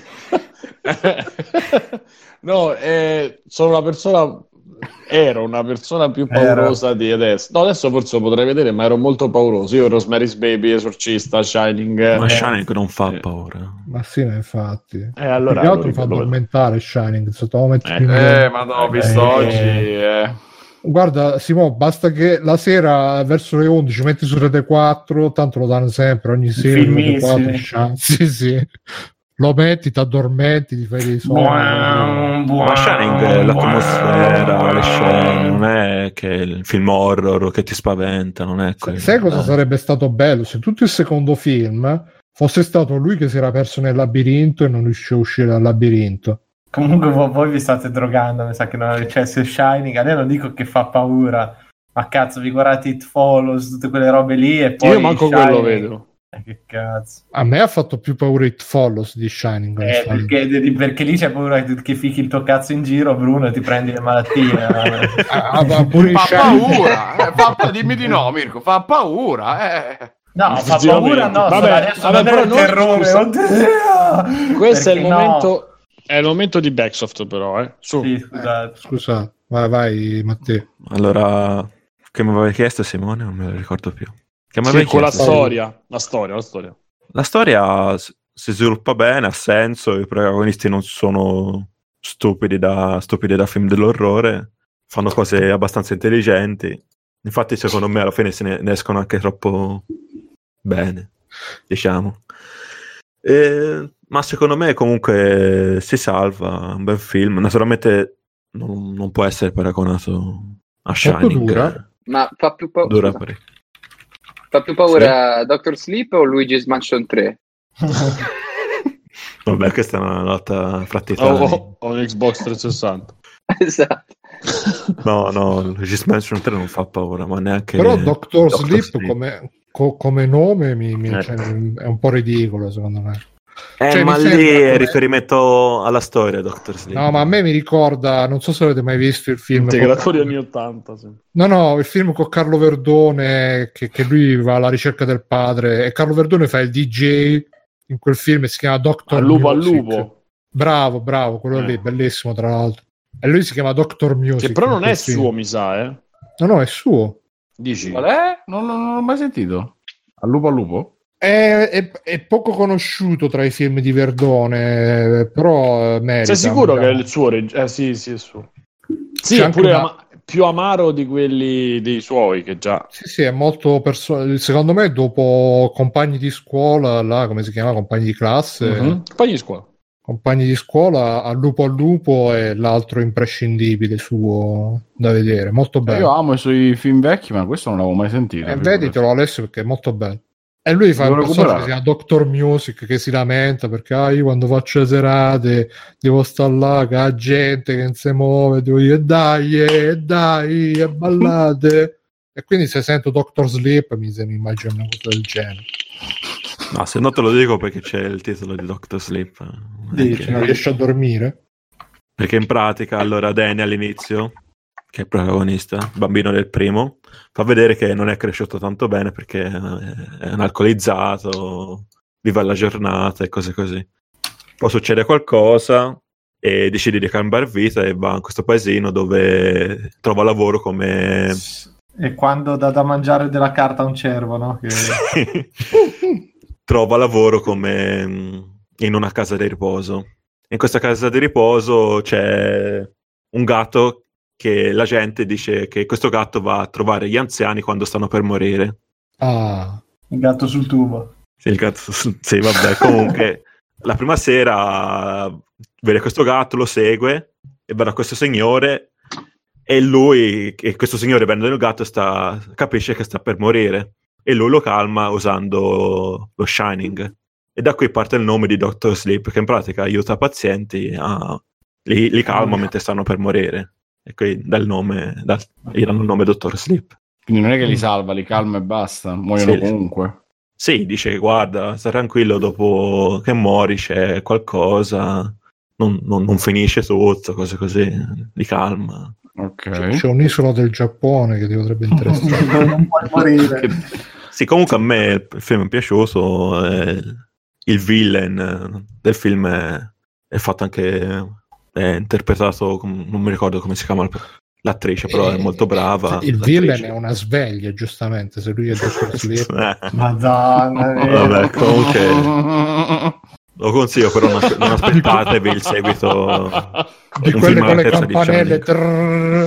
S1: no, eh, sono una persona. Ero una persona più paurosa di adesso. No, adesso forse lo potrei vedere, ma ero molto pauroso. Io Rosemary's Baby, Esorcista, Shining.
S4: Ma
S1: eh,
S4: Shining non fa
S1: eh.
S4: paura.
S6: Ma sì, ma infatti.
S1: Eh, allora,
S6: Più che altro
S1: allora,
S6: fa
S1: allora.
S6: addormentare Shining. Sotto
S1: Eh,
S2: Eh, ma no, ho visto
S3: Eh.
S2: oggi. Eh.
S6: Guarda, Simo, basta che la sera verso le undici metti su Rete quattro, tanto lo danno sempre ogni sera. Rete quattro,
S3: filmissimi.
S6: Sha- sì, sì. Lo metti, ti addormenti, ti fai dei sogni.
S3: Buon, buon,
S4: Ma Shining è
S3: buon.
S4: l'atmosfera, le scene, non è che il film horror che ti spaventa, non è quello.
S6: Sai cosa
S4: Eh.
S6: sarebbe stato bello? Se tutto il secondo film fosse stato lui che si era perso nel labirinto e non riusciva a uscire dal labirinto.
S3: Comunque voi, voi vi state drogando, mi sa che non cioè, se Shining, adesso non dico che fa paura, ma cazzo, vi guardate It Follows, tutte quelle robe lì e poi
S1: Io manco
S3: Shining.
S1: quello vedo.
S3: Eh, che cazzo.
S6: A me ha fatto più paura It Follows di Shining.
S3: Eh,
S6: onestamente.
S3: perché, perché lì c'è paura che, che fichi il tuo cazzo in giro, Bruno, e ti prendi le malattie.
S6: Ah, ah, pure in
S2: Fa
S6: Shining-
S2: paura. Eh, fa pa- dimmi di no, Mirko. Fa paura. Eh.
S3: No, fa
S1: Effettivamente.
S3: paura no,
S1: Vabbè,
S3: adesso
S1: vabbè,
S3: non è
S1: però
S3: il
S1: non-
S3: terrore,
S1: scusa.
S3: oddio!
S1: Questo è il
S3: Perché no?
S1: momento. È il momento di Backsoft, però, eh. Su.
S3: Sì, scusate.
S6: Scusa, vai, vai Matteo.
S4: Allora, che mi avevi chiesto Simone? Non me lo ricordo più. Che mi avevi
S1: Sì, con la
S4: chiesto?
S1: storia. La storia, la storia.
S4: La storia s- si sviluppa bene, ha senso, i protagonisti non sono stupidi da, stupidi da film dell'orrore, fanno cose abbastanza intelligenti. Infatti, secondo me, alla fine se ne, ne escono anche troppo bene, diciamo. E- ma secondo me comunque si salva, è un bel film. Naturalmente non, non può essere paragonato a Shining.
S6: dura?
S5: Ma fa più, pa-
S4: Dura
S5: scusa,
S4: parecchio.
S5: fa più paura Doctor Sleep o Luigi's Mansion tre?
S4: Vabbè, questa è una lotta fra
S1: O,
S4: titani.
S1: o, o un Xbox trecentosessanta.
S5: Esatto.
S4: No, no, Luigi's Mansion tre non fa paura, ma neanche
S6: Però Doctor,
S4: Doctor
S6: Sleep,
S4: Sleep.
S6: Come, co- come nome mi, mi-
S1: Eh.
S6: cioè, è un po' ridicolo secondo me.
S4: Eh,
S6: Cioè,
S4: ma
S6: mi
S4: lì
S6: sembra
S4: è
S6: come-
S4: riferimento alla storia, Doctor Sleep.
S6: No, ma a me mi ricorda, non so se avete mai visto il film con-
S1: Integratori anni ottanta, sì.
S6: No, no, il film con Carlo Verdone che, che lui va alla ricerca del padre e Carlo Verdone fa il D J in quel film e si chiama Doctor
S1: Al lupo al
S6: Music.
S1: lupo.
S6: Bravo, bravo, quello
S1: Eh.
S6: lì, bellissimo tra l'altro. E lui si chiama Doctor Music.
S1: Che però
S6: in
S1: non
S6: quel
S1: è
S6: film.
S1: suo, mi sa, eh.
S6: No, no, è suo.
S1: Dici?
S2: Qual è? Non, non- non l'ho mai sentito. Al lupo al lupo?
S6: È, è- è poco conosciuto tra i film di Verdone, però eh, merita.
S1: Sei sicuro che è
S6: diciamo.
S1: il suo reg- eh sì, sì, è suo. Sì,
S6: C'è
S1: è
S6: anche
S1: pure
S6: una-
S1: ama- più amaro di quelli dei suoi che già.
S6: Sì, sì, è molto perso- secondo me dopo Compagni di scuola, là, come si chiama? Compagni di classe.
S1: Mhm. Compagni di scuola.
S6: Compagni di scuola, Al lupo al lupo è l'altro imprescindibile suo da vedere, molto
S2: Eh,
S6: bello.
S2: Io amo i suoi film vecchi, ma questo non l'avevo mai sentito.
S6: E veditelo Alessio perché è molto bello. E lui fa
S2: Devo
S6: un personaggio che
S2: recuperare.
S6: si chiama Doctor Music che si lamenta perché ah, io quando faccio le serate devo stare là che la gente che non si muove, devo dire dai, eh, dai, e ballate. E quindi se sento Doctor Sleep mi, se mi immagino una cosa del genere.
S4: No, se no te lo dico perché c'è il titolo di Doctor Sleep.
S3: Dici,
S6: Se non riesci a dormire.
S4: Perché in pratica, allora, Danny all'inizio, che è il protagonista, il bambino del primo, fa vedere che non è cresciuto tanto bene perché è un alcolizzato, vive alla giornata e cose così. Poi succede qualcosa e decide di cambiare vita e va in questo paesino dove trova lavoro come...
S3: E quando dà da mangiare della carta a un cervo, no? Che...
S4: trova lavoro come mm, in una casa di riposo. In questa casa di riposo c'è un gatto che la gente dice che questo gatto va a trovare gli anziani quando stanno per morire.
S6: Ah,
S3: Il gatto sul tubo.
S4: Sì, il gatto, sì, vabbè, comunque la prima sera vede questo gatto, lo segue e va da questo signore e lui, e questo signore vedendo il gatto sta, capisce che sta per morire e lui lo calma usando lo Shining. E da qui parte il nome di Doctor Sleep, che in pratica aiuta pazienti a... li, li calma mentre stanno per morire. E qui dal nome, dal, gli danno il nome Doctor Sleep.
S2: Quindi non è che li salva, li calma e basta, muoiono
S4: Sì.
S2: comunque.
S4: Sì, dice guarda, stai tranquillo, dopo che muori c'è qualcosa, non, non- non finisce tutto, cose così, li calma.
S2: Ok.
S6: C'è un'isola del Giappone che ti potrebbe interessare.
S3: Non puoi morire.
S4: Sì, comunque a me il film è piaciuto, eh, il villain del film è, è fatto anche, è interpretato, com- non mi ricordo come si chiama l'attrice, però è molto brava.
S6: Il
S4: l'attrice.
S6: villain è una sveglia, giustamente, se lui è dottor Sleep.
S4: Eh,
S3: Madonna. eh.
S4: vabbè, comunque lo consiglio, però non, aspe- non aspettatevi il seguito
S6: Di
S4: un
S6: quelle
S4: film
S6: con le
S4: all'altezza di
S6: campanelle.
S4: Shining.
S6: trrrr.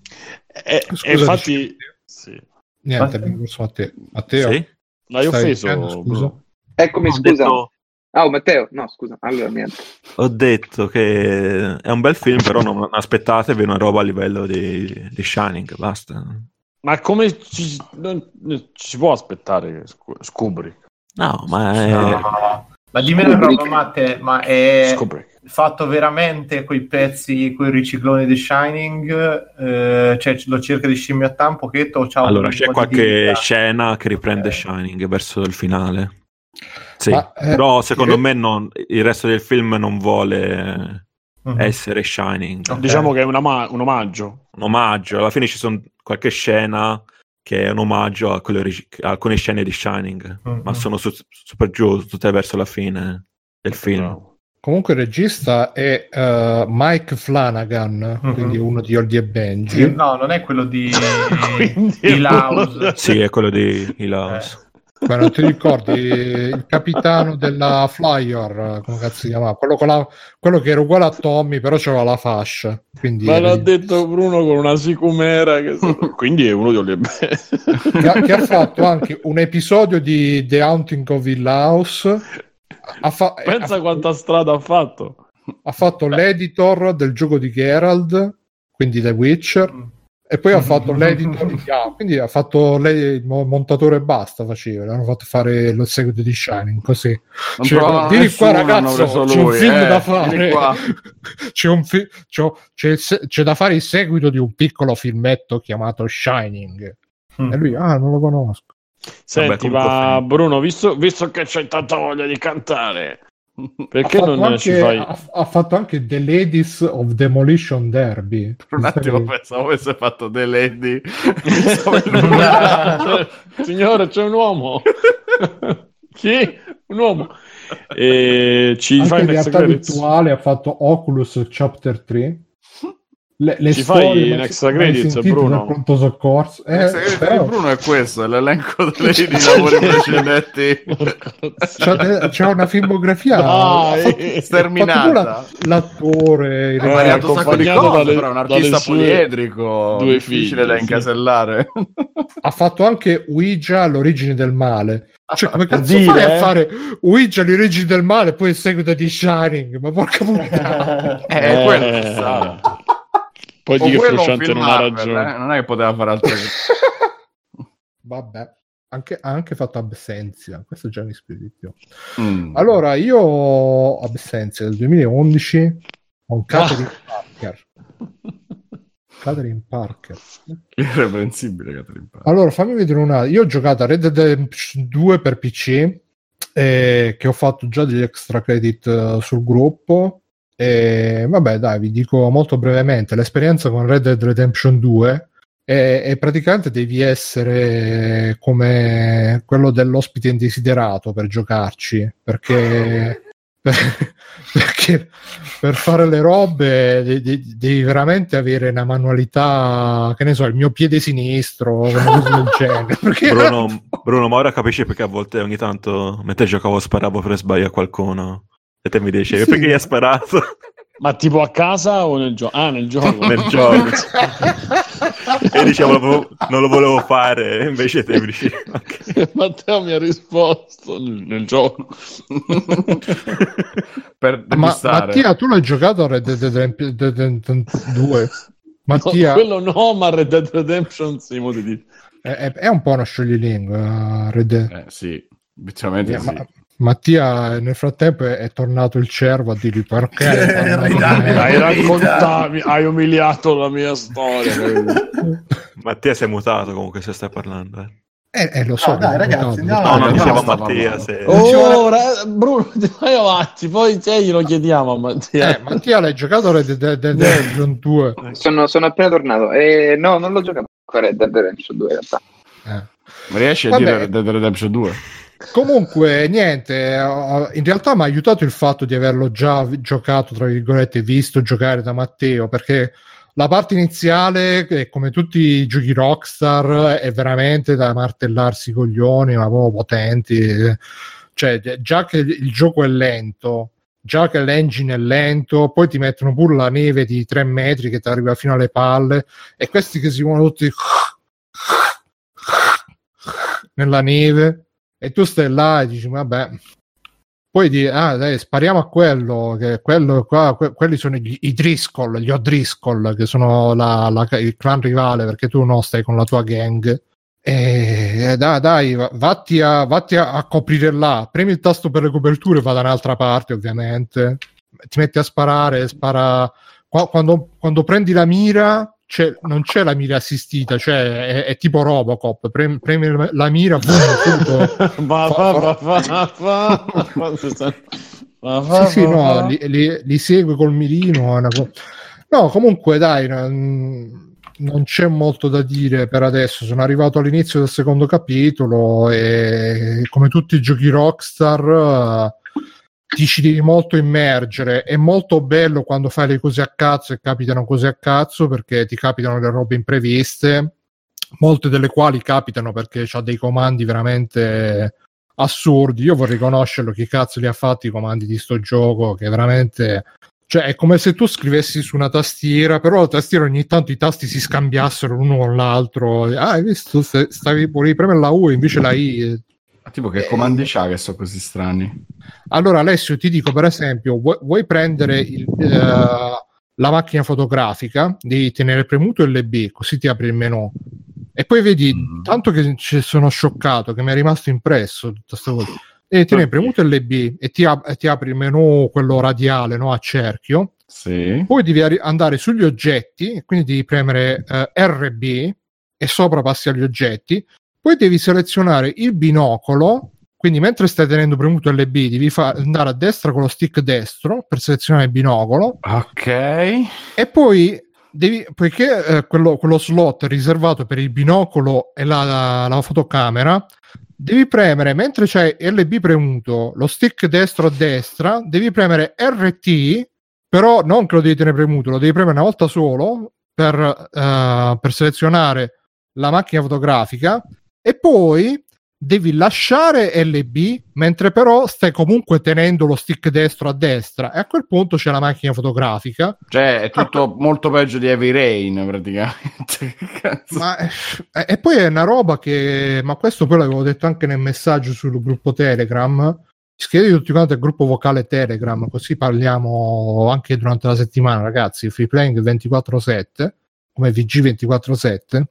S7: E,
S6: Scusa,
S7: e infatti,
S6: dici-
S7: sì.
S6: Niente, abbiamo corso a te. Matteo?
S4: Sì?
S7: L'hai
S6: Stai
S7: offeso,
S6: dicendo, scusa?
S7: Bruno?
S5: Eccomi,
S4: Ho
S5: scusa.
S4: detto-
S5: Ah, oh, Matteo, no, scusa. Allora, niente.
S4: Ho detto che è un bel film, però non aspettatevi una roba a livello di, di Shining, basta.
S7: Ma come ci, non, non ci si può aspettare Scu- Kubrick?
S4: No, ma è...
S3: No. Ma dimmi una roba, Matte, ma è
S7: Kubrick.
S3: fatto veramente quei pezzi, quei ricicloni di Shining? Eh, cioè lo cerca di scimmiottare un pochetto? O c'ha
S4: Allora,
S3: un
S4: c'è
S3: po' di
S4: qualche
S3: dignità?
S4: scena che riprende
S3: Ok.
S4: Shining verso il finale. Sì,
S6: Ma, eh,
S4: però secondo
S6: io-
S4: me non, il resto del film non vuole
S3: Mhm.
S4: essere Shining.
S3: Ok.
S7: Diciamo che è un, ama- un omaggio.
S4: Un omaggio, alla fine ci sono qualche scena che è un omaggio a, quelle origi- a alcune scene di Shining,
S3: Mhm.
S4: ma sono su- super giù, tutte verso la fine del film.
S7: Bravo.
S6: Comunque il regista è eh, Mike Flanagan,
S3: Mhm.
S6: quindi uno di Oldie e
S3: Sì,
S6: Benji.
S3: no, non è quello di,
S7: Quindi-
S3: di Laus.
S4: Sì, è quello di Hill House.
S6: Ma non ti ricordi il capitano della Flyer, come cazzo si chiamava? Quello, con la- quello che era uguale a Tommy, però c'aveva la fascia. Quindi
S7: Ma
S6: era
S7: l'ha
S6: di-
S7: detto Bruno con una sicumera. Che... Quindi è uno di Oliver.
S6: che, ha, che ha fatto anche un episodio di The Haunting of Hill House. Ha, fa-
S7: Pensa
S6: ha-
S7: quanta strada ha fatto.
S6: ha fatto l'editor del gioco di Geralt, quindi The Witcher, e poi ha fatto l'editor di ah, quindi ha fatto lei il mo- montatore e basta, faceva, l'hanno fatto fare lo seguito di Shining così.
S2: Non
S6: Cioè,
S2: provano
S6: vieni
S2: nessuno,
S6: qua
S2: hanno
S6: ragazzo,
S2: preso
S6: c'è un
S2: lui,
S6: film
S2: eh,
S6: da
S2: vieni
S6: fare.
S2: qua.
S6: C'è, un fi- c'è, c'è il se- c'è da fare il seguito di un piccolo filmetto chiamato Shining.
S3: Mm.
S6: E lui, ah, non lo conosco.
S7: Senti,
S4: comunque
S7: ma
S4: film.
S7: Bruno, visto, visto che c'hai tanta voglia di cantare, perché
S6: ha, fatto
S7: non
S6: anche,
S7: ci fai...
S6: ha, ha fatto anche The Ladies of Demolition Derby.
S2: Per un attimo pensavo avesse fatto The Lady.
S7: Signore, c'è un uomo. Chi? Un uomo. E ci
S6: Anche
S7: fai
S6: in
S7: un
S6: realtà
S7: extra credits?
S6: virtuale ha fatto Oculus Chapter tre. Le, le
S7: Ci
S6: storie,
S7: fai
S6: ma-
S7: in extra
S6: mai
S7: credits,
S6: sentite
S7: Bruno?
S6: del pronto soccorso? Eh,
S2: Il segreto
S6: però
S2: di Bruno è questo, è l'elenco dei di lavori precedenti.
S6: c'è, c'è una filmografia
S7: Dai!
S6: ha fatto-
S2: Sterminata.
S6: ha fatto pure la- l'attore il
S2: Ha
S7: Eh,
S2: variato un sacco di
S7: accompagnato
S2: cose,
S7: dalle-
S2: però è un
S7: dalle
S2: artista
S7: sue
S2: poliedrico,
S7: due
S2: difficile
S7: figlie,
S2: da
S7: sì.
S2: incasellare.
S6: ha fatto anche Ouija l'origine del male. Cioè, come cazzo
S7: dire,
S6: fai a
S7: eh?
S6: fare Ouija l'origine del male e poi il seguito di Shining? Ma porca puttana!
S2: Eh, quello si sa.
S7: Poi
S2: O
S7: di che
S2: quello un
S7: Frusciante
S2: film
S7: non ha
S2: Marvel,
S7: ragione.
S2: eh, non è che poteva fare altre cose.
S6: Vabbè, anche, ha anche fatto Absentia, questo già mi ispira di più.
S2: Mm.
S6: Allora, io Absentia del duemilaundici con Catherine Parker. Catherine Parker.
S2: Irreprensibile Catherine Parker.
S6: Allora, fammi vedere una. Io ho giocato a Red Dead Redemption due per P C, eh, che ho fatto già degli extra credit eh, sul gruppo. E vabbè, dai, vi dico molto brevemente. L'esperienza con Red Dead Redemption due è, è praticamente devi essere come quello dell'ospite indesiderato per giocarci, perché per, perché per fare le robe de- de- devi veramente avere una manualità, che ne so, il mio piede sinistro, una cosa del genere. Perché
S4: Bruno, Bruno, ma ora capisci perché a volte ogni tanto mentre giocavo sparavo per sbaglio a qualcuno e te mi dicevi
S6: Sì.
S4: perché gli hai sparato?
S7: Ma tipo a casa o nel gioco? Ah, nel gioco.
S4: Nel gioco. E dicevo "Lo- non lo volevo fare e invece te mi dicevi ok.
S7: Matteo mi ha risposto nel, nel gioco.
S2: Per
S6: Ma
S2: depistare.
S6: Mattia, tu l'hai giocato a Red Dead Redemption due? Mattia,
S7: No, quello no, ma Red Dead Redemption sì, mo ti dico.
S6: è, è- è un po' uno scioglilingua. Red Dead.
S2: Eh, sì, effettivamente
S6: Eh,
S2: sì.
S6: ma, Mattia nel frattempo è, è tornato il cervo a dirgli perché
S7: hai raccontato, hai umiliato la mia storia.
S4: Mattia si è mutato comunque se stai parlando, eh.
S6: Eh, eh, lo so.
S3: No, dai, ragazzi, andiamo
S4: No,
S3: avanti.
S4: non diciamo a
S2: basta
S4: Mattia.
S2: parlare.
S4: Se...
S7: Oh, ra- Bruno, vai avanti, poi te glielo chiediamo a Mattia.
S6: Eh, Mattia, l'hai giocato Red Dead Redemption due?
S5: Sono, sono appena tornato. E no, non l'ho giocato ancora Red Dead Redemption due in realtà.
S6: Eh.
S2: Ma riesci a
S6: Vabbè.
S2: dire Red Dead Redemption due?
S6: Comunque, niente, in realtà mi ha aiutato il fatto di averlo già giocato, tra virgolette, visto giocare da Matteo, perché la parte iniziale, come tutti i giochi Rockstar, è veramente da martellarsi i coglioni, ma proprio potenti. Cioè, già che il gioco è lento, già che l'engine è lento, poi ti mettono pure la neve di tre metri che ti arriva fino alle palle, e questi che si muovono tutti nella neve, e tu stai là e dici vabbè, poi di ah dai, spariamo a quello, che quello qua, que- quelli sono gli, i Driscoll, gli O'Driscoll, che sono la, la, il clan rivale, perché tu no stai con la tua gang, e dai, dai vatti, a, vatti a, a coprire là, premi il tasto per le coperture e va da un'altra parte, ovviamente ti metti a sparare, spara Qua, quando, quando prendi la mira c'è, non c'è la mira assistita, cioè è, è tipo Robocop, premi, premi la mira, boom,
S7: va va va va
S6: sì sì no, li, li, li segue col mirino, è una co- no comunque dai, non, non c'è molto da dire per adesso, sono arrivato all'inizio del secondo capitolo e come tutti i giochi Rockstar ti ci devi molto immergere. È molto bello quando fai le cose a cazzo e capitano cose a cazzo, perché ti capitano le robe impreviste, molte delle quali capitano perché c'ha dei comandi veramente assurdi. Io vorrei conoscerlo chi cazzo li ha fatti i comandi di sto gioco, che veramente, cioè è come se tu scrivessi su una tastiera, però la tastiera ogni tanto i tasti si scambiassero l'uno con l'altro. Ah, hai visto? Stavi volevi premere la U e invece la I.
S2: Tipo che comandi c'ha che sono così strani?
S6: Allora Alessio, ti dico per esempio, vuoi, vuoi prendere il, uh, la macchina fotografica, devi tenere premuto L B, così ti apri il menu e poi vedi, mm. tanto che ci sono scioccato, che mi è rimasto impresso tutta questa cosa, devi tenere premuto L B e ti, ap- ti apri il menu, quello radiale, no, a cerchio,
S2: sì.
S6: Poi devi ar- andare sugli oggetti, quindi devi premere uh, R B e sopra passi agli oggetti. Poi devi selezionare il binocolo, quindi mentre stai tenendo premuto L B devi fa- andare a destra con lo stick destro per selezionare il binocolo.
S2: Ok.
S6: E poi, devi, poiché eh, quello, quello slot è riservato per il binocolo e la, la, la fotocamera, devi premere, mentre c'è L B premuto, lo stick destro a destra, devi premere R T, però non che lo devi tenere premuto, lo devi premere una volta solo per, uh, per selezionare la macchina fotografica. E poi devi lasciare L B mentre però stai comunque tenendo lo stick destro a destra, e a quel punto c'è la macchina fotografica.
S2: Cioè è tutto ah, molto peggio di Heavy Rain praticamente.
S6: Ma, e poi è una roba che, ma questo poi l'avevo detto anche nel messaggio sul gruppo Telegram, iscrivetevi tutti quanti al gruppo vocale Telegram, così parliamo anche durante la settimana, ragazzi. Free playing ventiquattro sette come V G ventiquattro sette,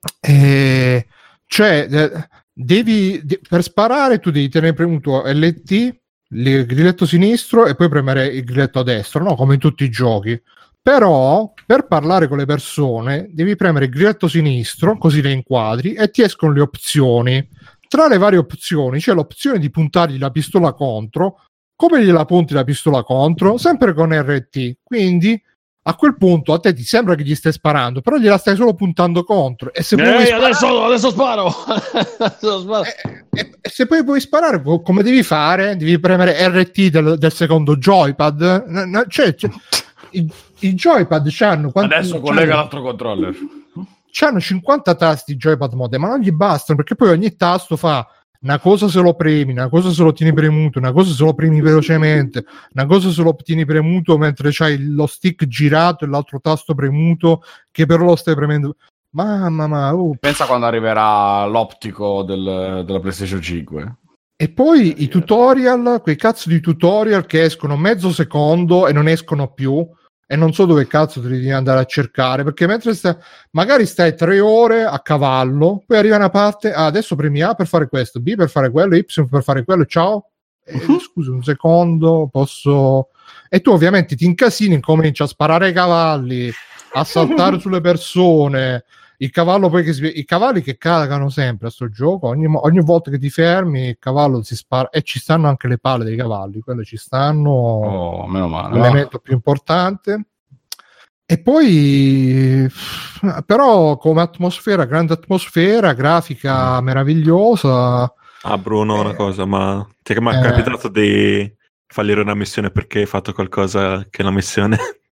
S6: e cioè devi de- per sparare tu devi tenere premuto L T, il grilletto sinistro, e poi premere il grilletto a destra, no? Come in tutti i giochi. Però per parlare con le persone devi premere il grilletto sinistro, così le inquadri e ti escono le opzioni. Tra le varie opzioni c'è l'opzione di puntargli la pistola contro. Come gliela punti la pistola contro? Sempre con R T. Quindi a quel punto a te ti sembra che gli stai sparando, però gliela stai solo puntando contro. E se
S7: Ehi,
S6: puoi
S7: adesso,
S6: sparare...
S7: adesso sparo! adesso sparo.
S6: E, e, e se poi puoi sparare, come devi fare? Devi premere R T del, del secondo joypad. No, no, cioè, cioè, i, i joypad c'hanno... Quanti,
S2: adesso collega l'altro controller.
S6: C'hanno cinquanta tasti joypad mode, ma non gli bastano, perché poi ogni tasto fa una cosa se lo premi, una cosa se lo tieni premuto, una cosa se lo premi velocemente, una cosa se lo tieni premuto mentre c'hai lo stick girato e l'altro tasto premuto che però lo stai premendo. Mamma mia, uh.
S2: Pensa quando arriverà l'optico del, della PlayStation cinque.
S6: E poi i tutorial, quei cazzo di tutorial che escono mezzo secondo e non escono più, e non so dove cazzo te li devi andare a cercare, perché mentre stai, magari stai tre ore a cavallo, poi arriva una parte, ah, adesso premi A per fare questo, B per fare quello, Y per fare quello, ciao, eh, scusa un secondo, posso... E tu ovviamente ti incasini, incominci a sparare ai cavalli, a saltare sulle persone, il cavallo poi che si... i cavalli che cagano sempre a sto gioco, ogni, ogni volta che ti fermi il cavallo si spara, e ci stanno anche le palle dei cavalli, quelle ci stanno,
S2: oh, meno male,
S6: l'elemento no? più importante. E poi però come atmosfera, grande atmosfera, grafica meravigliosa.
S4: Ah Bruno,
S6: eh,
S4: una cosa, ma ti è mai
S6: eh,
S4: capitato di fallire una missione perché hai fatto qualcosa che la missione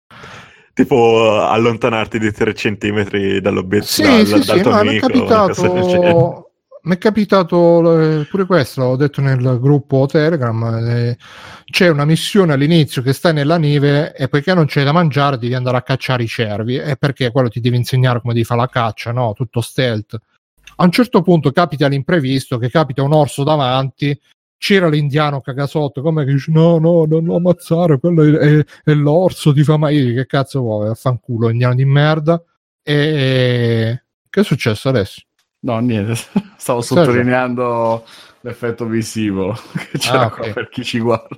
S4: tipo allontanarti di tre centimetri dall'obiettivo,
S6: sì,
S4: dal,
S6: sì,
S4: dal
S6: sì,
S4: tuo
S6: no,
S4: amico?
S6: mi è capitato, mi è capitato eh, pure questo, l'ho detto nel gruppo Telegram, eh, c'è una missione all'inizio che stai nella neve e poiché non c'è da mangiare devi andare a cacciare i cervi, e perché quello ti deve insegnare come devi fare la caccia, no? Tutto stealth. A un certo punto capita l'imprevisto, che capita un orso davanti, c'era l'indiano cagasotto, come che dice no, no, non lo ammazzare, quello è, è, è l'orso, ti fa mai, che cazzo vuoi, affanculo, indiano di merda. E che è successo adesso?
S2: No, niente, stavo sottolineando l'effetto visivo che c'era ah, okay. qua per chi ci guarda.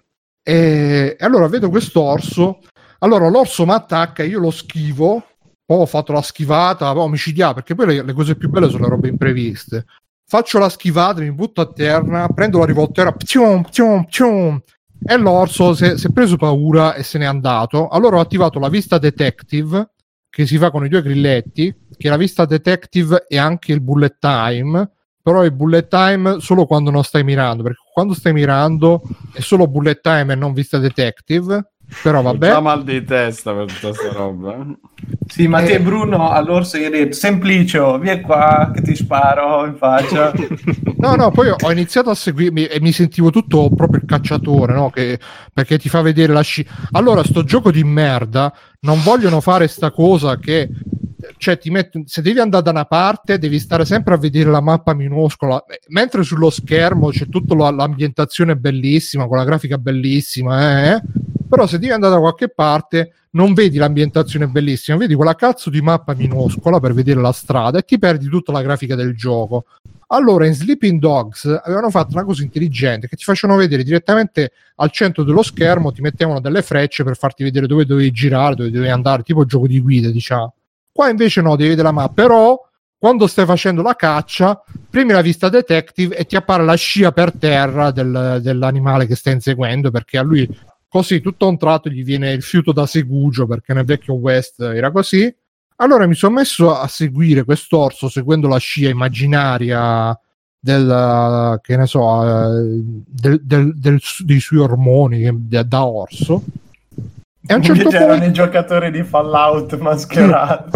S6: E, e allora vedo quest'orso, allora l'orso mi attacca, io lo schivo, poi ho fatto la schivata, poi micidiale, perché poi le, le cose più belle sono le robe impreviste. Faccio la schivata, mi butto a terra, prendo la rivoltella, ptium, ptium, ptium, e l'orso si è, si è preso paura e se n'è andato. Allora ho attivato la vista detective, che si fa con i due grilletti, che la vista detective è anche il bullet time, però il bullet time solo quando non stai mirando, perché quando stai mirando è solo bullet time e non vista detective. Però vabbè,
S2: ho già mal di testa per tutta sta roba.
S3: Sì, ma te Bruno all'orso gli hai detto semplicio, vieni qua che ti sparo in faccia.
S6: No, no, poi ho iniziato a seguirmi e mi sentivo tutto proprio il cacciatore, no? Che, perché ti fa vedere la sci... Allora, sto gioco di merda, non vogliono fare sta cosa che... Cioè, ti metto... se devi andare da una parte, devi stare sempre a vedere la mappa minuscola, mentre sullo schermo c'è tutta la, l'ambientazione bellissima, con la grafica bellissima, eh? Però se devi andare da qualche parte non vedi l'ambientazione bellissima, vedi quella cazzo di mappa minuscola per vedere la strada e ti perdi tutta la grafica del gioco. Allora in Sleeping Dogs avevano fatto una cosa intelligente, che ti facevano vedere direttamente al centro dello schermo, ti mettevano delle frecce per farti vedere dove dovevi girare, dove dovevi andare, tipo gioco di guida, diciamo. Qua invece no, devi vedere la mappa, però quando stai facendo la caccia premi la vista detective e ti appare la scia per terra del, dell'animale che stai inseguendo, perché a lui così tutto a un tratto gli viene il fiuto da segugio, perché nel vecchio West era così. Allora mi sono messo a seguire quest'orso seguendo la scia immaginaria del, che ne so, del, del, del, dei suoi ormoni da, da orso. E a un certo punto
S3: erano i giocatori di Fallout mascherati.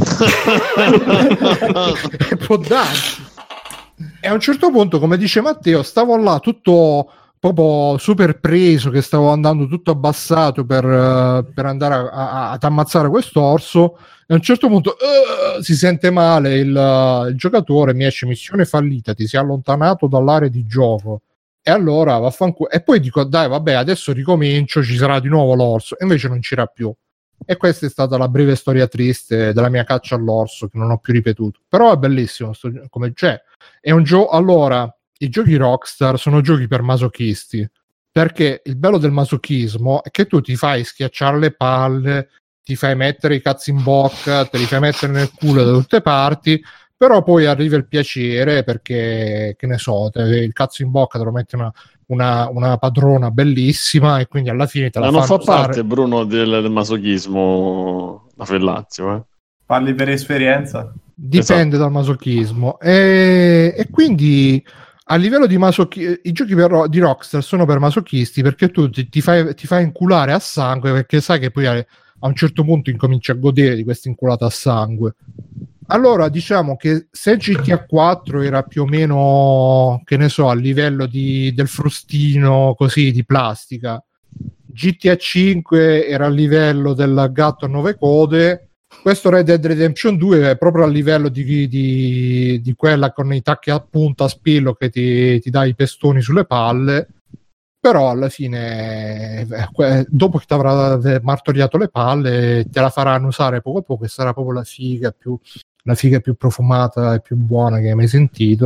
S6: Può darsi. E a un certo punto, come dice Matteo, stavo là tutto proprio super preso, che stavo andando tutto abbassato per, uh, per andare a, a, ad ammazzare quest'orso, e a un certo punto uh, si sente male il, uh, il giocatore, mi esce missione fallita, ti sei allontanato dall'area di gioco, e allora vaffanculo, e poi dico dai vabbè adesso ricomincio, ci sarà di nuovo l'orso, e invece non c'era più. E questa è stata la breve storia triste della mia caccia all'orso, che non ho più ripetuto, però è bellissimo sto, come c'è, è un gioco. Allora i giochi Rockstar sono giochi per masochisti, perché il bello del masochismo è che tu ti fai schiacciare le palle, ti fai mettere i cazzi in bocca, te li fai mettere nel culo da tutte parti, però poi arriva il piacere perché, che ne so, te, il cazzo in bocca te lo mette una, una, una padrona bellissima e quindi alla fine te la
S7: ma non fa
S6: usare.
S7: parte, Bruno, del, del masochismo la Fellazio, eh?
S3: Parli per esperienza?
S6: Dipende esatto. dal masochismo e, e quindi a livello di masochismo i giochi per, di Rockstar sono per masochisti, perché tu ti, ti, fai, ti fai inculare a sangue, perché sai che poi a, a un certo punto incominci a godere di questa inculata a sangue. Allora diciamo che se G T A quattro era più o meno, che ne so, a livello di, del frustino così di plastica, G T A cinque era a livello del gatto a nove code, questo Red Dead Redemption due è proprio a livello di, di, di quella con i tacchi a punta a spillo che ti, ti dà i pestoni sulle palle, però alla fine eh, dopo che ti avrà martoriato le palle te la faranno usare poco a poco e sarà proprio la figa più, la figa più profumata e più buona che hai mai sentito.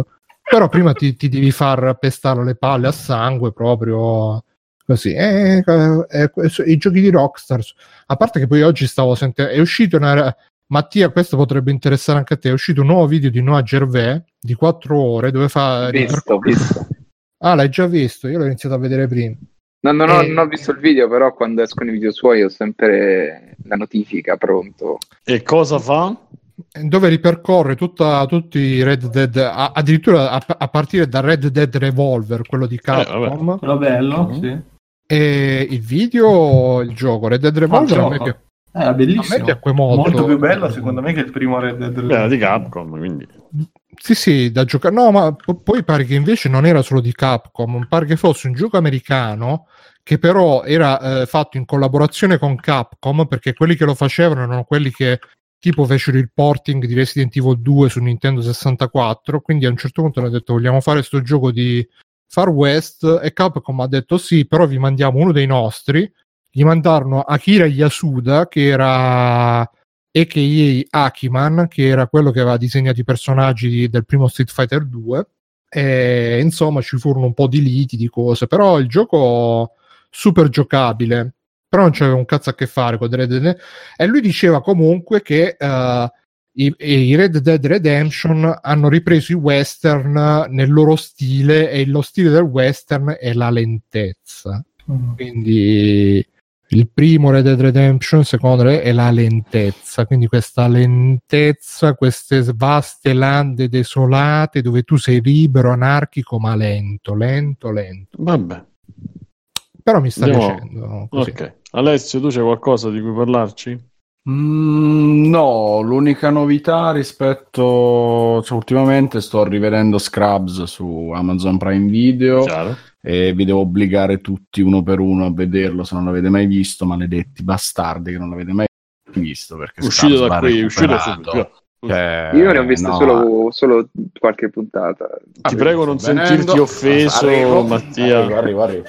S6: però prima ti, ti devi far pestare le palle a sangue proprio così. E, e, e, i giochi di Rockstar, a parte che poi oggi stavo sentendo, è uscito una... Mattia, questo potrebbe interessare anche a te, è uscito un nuovo video di Noah Gervais di quattro ore dove fa...
S5: Visto, visto.
S6: Ah, l'hai già visto? Io l'ho iniziato a vedere prima.
S5: No, non, ho,
S6: E...
S5: non ho visto il video, però quando escono i video suoi ho sempre la notifica pronto.
S7: E cosa fa?
S6: Dove ripercorre tutta, tutti i Red Dead, a, addirittura a, a partire da Red Dead Revolver, quello di Capcom.
S3: Eh, quello bello, mm-hmm. sì.
S6: E il video, il gioco Red Dead Revolver
S3: ah,
S6: a me piace.
S3: È bellissimo.
S6: A me piacque molto.
S3: Molto più bello secondo me che il primo Red Dead Revolver.
S7: Era di Capcom, quindi.
S6: Sì, sì, da giocare. No, ma p- poi pare che invece non era solo di Capcom, pare che fosse un gioco americano che però era eh, fatto in collaborazione con Capcom, perché quelli che lo facevano erano quelli che tipo fecero il porting di Resident Evil due su Nintendo sessantaquattro, quindi a un certo punto hanno detto vogliamo fare sto gioco di Far West e Capcom ha detto sì, però vi mandiamo uno dei nostri. Gli mandarono Akira Yasuda, che era a k a. Akiman, che era quello che aveva disegnato i personaggi di, del primo Street Fighter due, e insomma ci furono un po' di liti, di cose, però il gioco super giocabile, però non c'aveva un cazzo a che fare con Red Dead, e lui diceva comunque che uh, i, i Red Dead Redemption hanno ripreso i western nel loro stile, e lo stile del western è la lentezza, mm. quindi il primo Red Dead Redemption, secondo me, è la lentezza, quindi questa lentezza, queste vaste lande desolate dove tu sei libero, anarchico, ma lento, lento, lento.
S7: Vabbè.
S6: Però mi sta
S7: Andiamo...
S6: piacendo. Così.
S7: Ok. Alessio, tu c'è qualcosa di cui parlarci?
S2: Mm, no, l'unica novità rispetto... Cioè, ultimamente sto rivedendo Scrubs su Amazon Prime Video.
S7: Chiaro.
S2: E vi devo obbligare tutti uno per uno a vederlo se non l'avete mai visto, maledetti bastardi che non l'avete mai visto, perché
S7: uscite
S2: Scrubs
S7: da qui, uscite subito.
S2: Cioè,
S5: io ne ho viste
S2: no,
S5: solo, solo qualche puntata.
S7: Ti prego non
S2: venendo,
S7: sentirti offeso,
S2: arrivo,
S7: Mattia.
S2: Arrivo, arrivo, arrivo.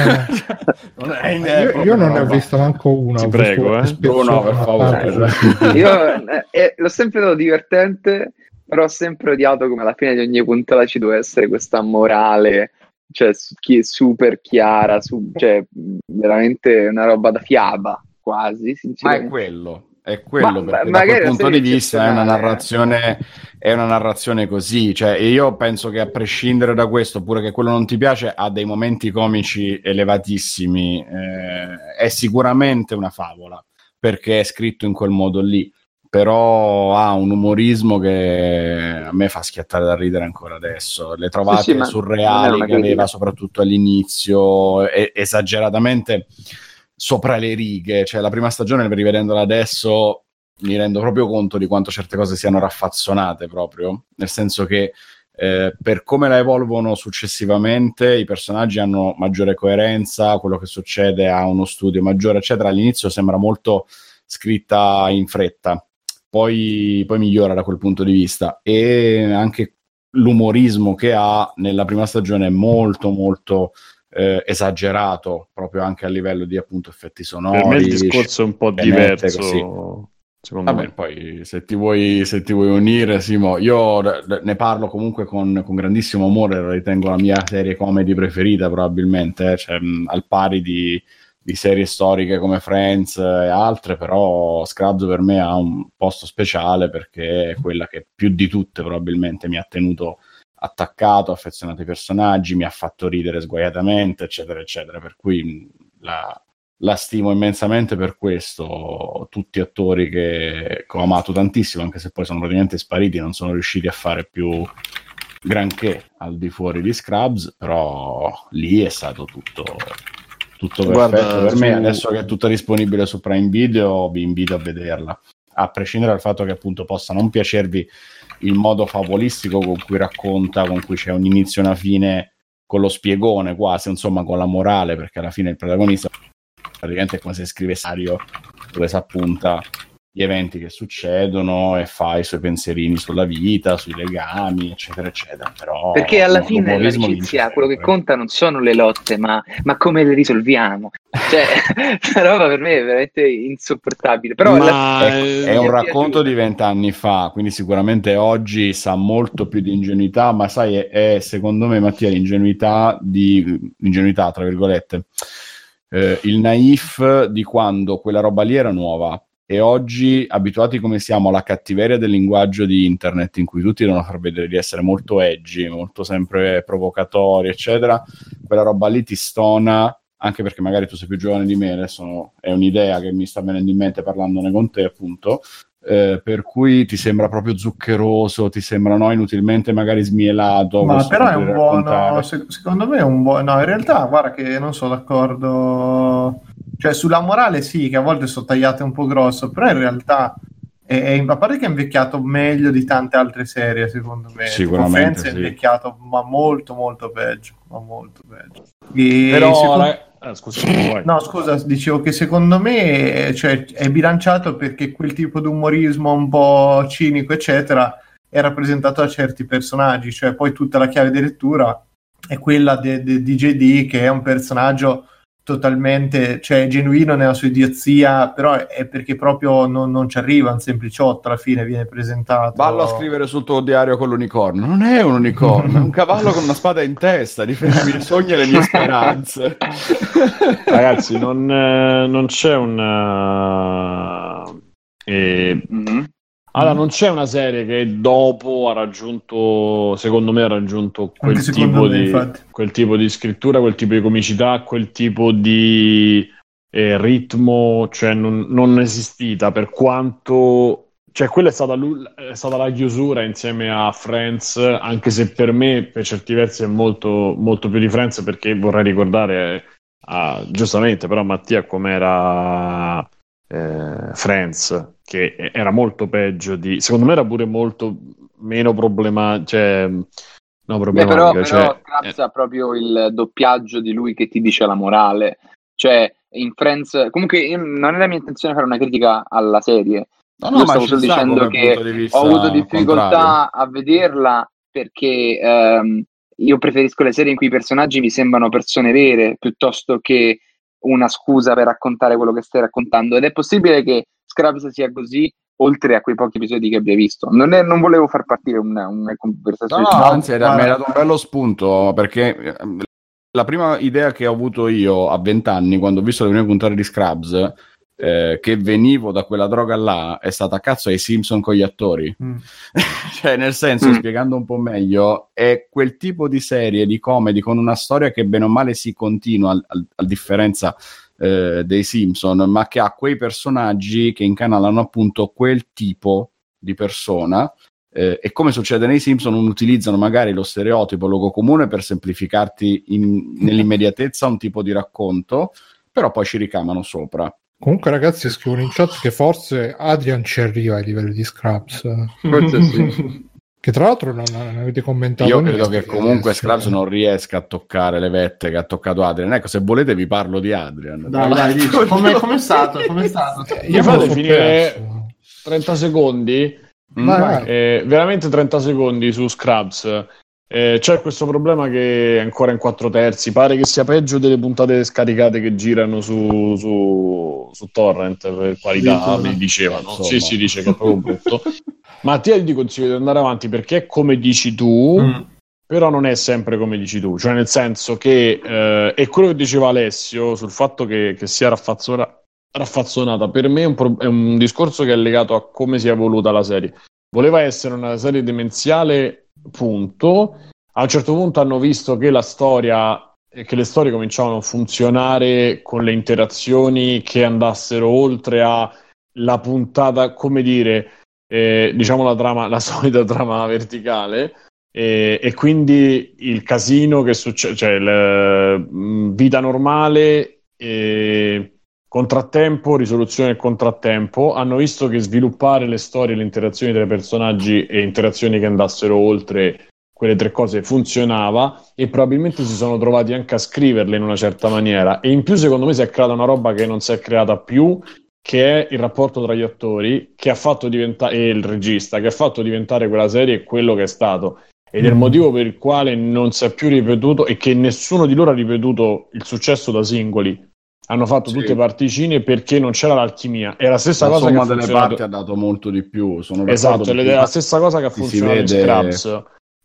S3: non è in
S6: io, io non ne ho vista manco una.
S7: Ti prego, eh.
S2: Oh, no, per favore.
S5: Io eh, l'ho sempre dato divertente, però ho sempre odiato come alla fine di ogni puntata ci deve essere questa morale, cioè chi è super chiara, su, cioè veramente una roba da fiaba quasi, sinceramente.
S2: Ma è quello. È quello,
S5: ma,
S2: perché
S5: ma
S2: da quel punto di vista è una narrazione è una narrazione così, cioè io penso che a prescindere da questo, pure che quello non ti piace, ha dei momenti comici elevatissimi, eh, è sicuramente una favola perché è scritto in quel modo lì, però ha un umorismo che a me fa schiattare da ridere ancora adesso, le trovate sì, sì, surreali che aveva soprattutto all'inizio, è, esageratamente sopra le righe, cioè la prima stagione, rivedendola adesso mi rendo proprio conto di quanto certe cose siano raffazzonate proprio, nel senso che eh, per come la evolvono successivamente i personaggi hanno maggiore coerenza, quello che succede ha uno studio maggiore eccetera, all'inizio sembra molto scritta in fretta, poi, poi migliora da quel punto di vista, e anche l'umorismo che ha nella prima stagione è molto molto Eh, esagerato proprio anche a livello di appunto effetti sonori.
S7: Per me il discorso è un po' diverso,
S2: così.
S7: Secondo
S2: Vabbè,
S7: me.
S2: poi se ti vuoi se ti vuoi unire, Simo, io ne parlo comunque con, con grandissimo amore, la ritengo la mia serie comedy preferita probabilmente, eh? Cioè, mh, al pari di, di serie storiche come Friends e altre, però Scrubs per me ha un posto speciale perché è quella che più di tutte probabilmente mi ha tenuto attaccato, affezionato ai personaggi, mi ha fatto ridere sguaiatamente, eccetera, eccetera, per cui la, la stimo immensamente per questo. Tutti attori che, che ho amato tantissimo, anche se poi sono praticamente spariti, non sono riusciti a fare più granché al di fuori di Scrubs, però lì è stato tutto, tutto perfetto. Guarda, per su... me, adesso che è tutta disponibile su Prime Video, vi invito a vederla, a prescindere dal fatto che appunto possa non piacervi il modo favolistico con cui racconta, con cui c'è un inizio e una fine, con lo spiegone quasi, insomma con la morale, perché alla fine il protagonista praticamente è come se scrive Sario dove si appunta gli eventi che succedono e fa i suoi pensierini sulla vita, sui legami, eccetera, eccetera. Però,
S5: perché alla
S2: no,
S5: fine l'amicizia, quello che conta non sono le lotte, ma, ma come le risolviamo. Cioè, questa roba per me è veramente insopportabile. Però
S7: Ma
S5: alla...
S2: è, è un racconto di vent'anni fa, quindi sicuramente oggi sa molto più di ingenuità, ma sai, è, è secondo me, Mattia, l'ingenuità di ingenuità, tra virgolette, eh, il naif di quando quella roba lì era nuova. E oggi, abituati come siamo alla cattiveria del linguaggio di internet, in cui tutti devono far vedere di essere molto edgy, molto sempre provocatori, eccetera, quella roba lì ti stona, anche perché magari tu sei più giovane di me, adesso no, è un'idea che mi sta venendo in mente parlandone con te, appunto, eh, per cui ti sembra proprio zuccheroso, ti sembra no, inutilmente magari smielato.
S3: Ma però è un buono, se- secondo me è un buono, no, in realtà guarda che non sono d'accordo. Cioè, sulla morale sì, che a volte sono tagliate un po' grosso, però in realtà è, è, a parte che è invecchiato meglio di tante altre serie, secondo me.
S2: Sicuramente
S3: Friends
S2: sì.
S3: È invecchiato, ma molto molto peggio, ma molto peggio. E
S7: Però,
S3: secondo...
S7: rag- eh, scusa, vai.
S3: No, scusa, dicevo che secondo me cioè, è bilanciato perché quel tipo di umorismo un po' cinico, eccetera, è rappresentato da certi personaggi, cioè poi tutta la chiave di lettura è quella de- de- di J D, che è un personaggio totalmente, cioè genuino nella sua idiozia, però è perché proprio non, non ci arriva, un sempliciotto alla fine viene presentato.
S2: Vallo a scrivere sul tuo diario con l'unicorno. Non è un unicorno, è un cavallo con una spada in testa, difende i miei sogni e le mie speranze.
S7: Ragazzi, non, eh, non c'è un eh,
S5: Mm-hmm.
S7: allora non c'è una serie che dopo ha raggiunto, secondo me ha raggiunto quel
S3: Anche secondo
S7: tipo
S3: me,
S7: di
S3: infatti.
S7: quel tipo di scrittura, quel tipo di comicità, quel tipo di eh, ritmo, cioè non, non esistita, per quanto, cioè quella è stata, l'u- è stata la chiusura insieme a Friends, anche se per me per certi versi è molto, molto più di Friends, perché vorrei ricordare ah, giustamente però Mattia com'era eh, Friends, che era molto peggio di, secondo me era pure molto meno problematico, cioè no,
S5: Beh,
S7: problematica,
S5: però,
S7: cioè,
S5: però Krabs
S7: eh,
S5: ha proprio il doppiaggio di lui che ti dice la morale. Cioè, in Friends... Comunque, io, non è la mia intenzione fare una critica alla serie.
S2: No, no,
S5: Io
S2: ma
S5: stavo
S2: ci
S5: solo
S2: sta
S5: dicendo
S2: come
S5: che
S2: punto di vista
S5: ho avuto
S2: contrario.
S5: difficoltà a vederla perché ehm, io preferisco le serie in cui i personaggi mi sembrano persone vere piuttosto che una scusa per raccontare quello che stai raccontando. Ed è possibile che Scrubs sia così, oltre a quei pochi episodi che abbia visto. Non, è, non volevo far partire una, una conversazione.
S2: No, no,
S3: No,
S2: anzi, era- mi hai
S3: guarda-
S2: dato un bello spunto, perché eh, la prima idea che ho avuto io a vent'anni, quando ho visto le prime puntate di Scrubs, eh, che venivo da quella droga là, è stata cazzo ai Simpson con gli attori.
S3: Mm.
S2: Cioè, nel senso,
S5: Mm.
S2: spiegando un po' meglio, è quel tipo di serie, di comedy, con una storia che bene o male si continua, al- al- a differenza eh, dei Simpson, ma che ha quei personaggi che incanalano appunto quel tipo di persona. Eh, e come succede nei Simpson, non utilizzano magari lo stereotipo, il luogo comune per semplificarti in- nell'immediatezza un tipo di racconto, però poi ci ricamano sopra.
S6: Comunque, ragazzi, scrivono in chat che forse Adrian ci arriva ai livelli di Scraps.
S5: Forse sì.
S6: Che tra l'altro non, non avete commentato
S2: Io credo
S6: niente.
S2: che comunque
S6: Eh,
S2: Scrubs non riesca a toccare le vette che ha toccato Adrian. Ecco, se volete vi parlo di Adrian.
S3: Dai, dai, dici, come è stato? Com'è stato?
S6: Io
S7: Mi
S6: me lo
S7: fate
S6: so
S7: finire
S6: perso.
S7: trenta secondi?
S2: Mm,
S6: Vai,
S2: vai.
S6: vai.
S7: Eh, veramente trenta secondi su Scrubs. Eh, c'è questo problema che è ancora in quattro terzi. Pare che sia peggio delle puntate scaricate che girano su, su, su Torrent per qualità,
S3: Addirittura.
S7: mi dicevano.
S2: Insomma.
S7: Sì, si dice che è proprio brutto. Mattia, ti consiglio di andare avanti perché è come dici tu,
S3: Mm.
S7: però non è sempre come dici tu. Cioè, nel senso che eh, è quello che diceva Alessio sul fatto che, che sia raffazzona- raffazzonata. Per me è un, pro- è un discorso che è legato a come si è evoluta la serie. Voleva essere una serie demenziale, punto. A un certo punto hanno visto che la storia e che le storie cominciavano a funzionare con le interazioni che andassero oltre a la puntata, come dire, eh, diciamo la trama, la solita trama verticale, e, e quindi il casino che succede, cioè il, mh, vita normale, eh, contrattempo, risoluzione del contrattempo. Hanno visto che sviluppare le storie, le interazioni tra i personaggi e interazioni che andassero oltre quelle tre cose funzionava, e probabilmente si sono trovati anche a scriverle in una certa maniera. E in più, secondo me, si è creata una roba che non si è creata più, che è il rapporto tra gli attori che ha fatto diventare, e il regista, che ha fatto diventare quella serie quello che è stato. Ed è il motivo per il quale non si è più ripetuto e che nessuno di loro ha ripetuto il successo da singoli. Hanno fatto
S2: Sì.
S7: tutte particine perché non c'era l'alchimia. È la stessa
S2: La
S7: cosa che
S2: somma
S7: ha
S2: delle
S7: funzionato.
S2: parti ha dato molto di più. Sono d'accordo,
S7: Esatto, ed
S2: perché
S7: è la stessa cosa che ha
S2: si
S7: funzionato
S2: vede-
S7: in Scrubs.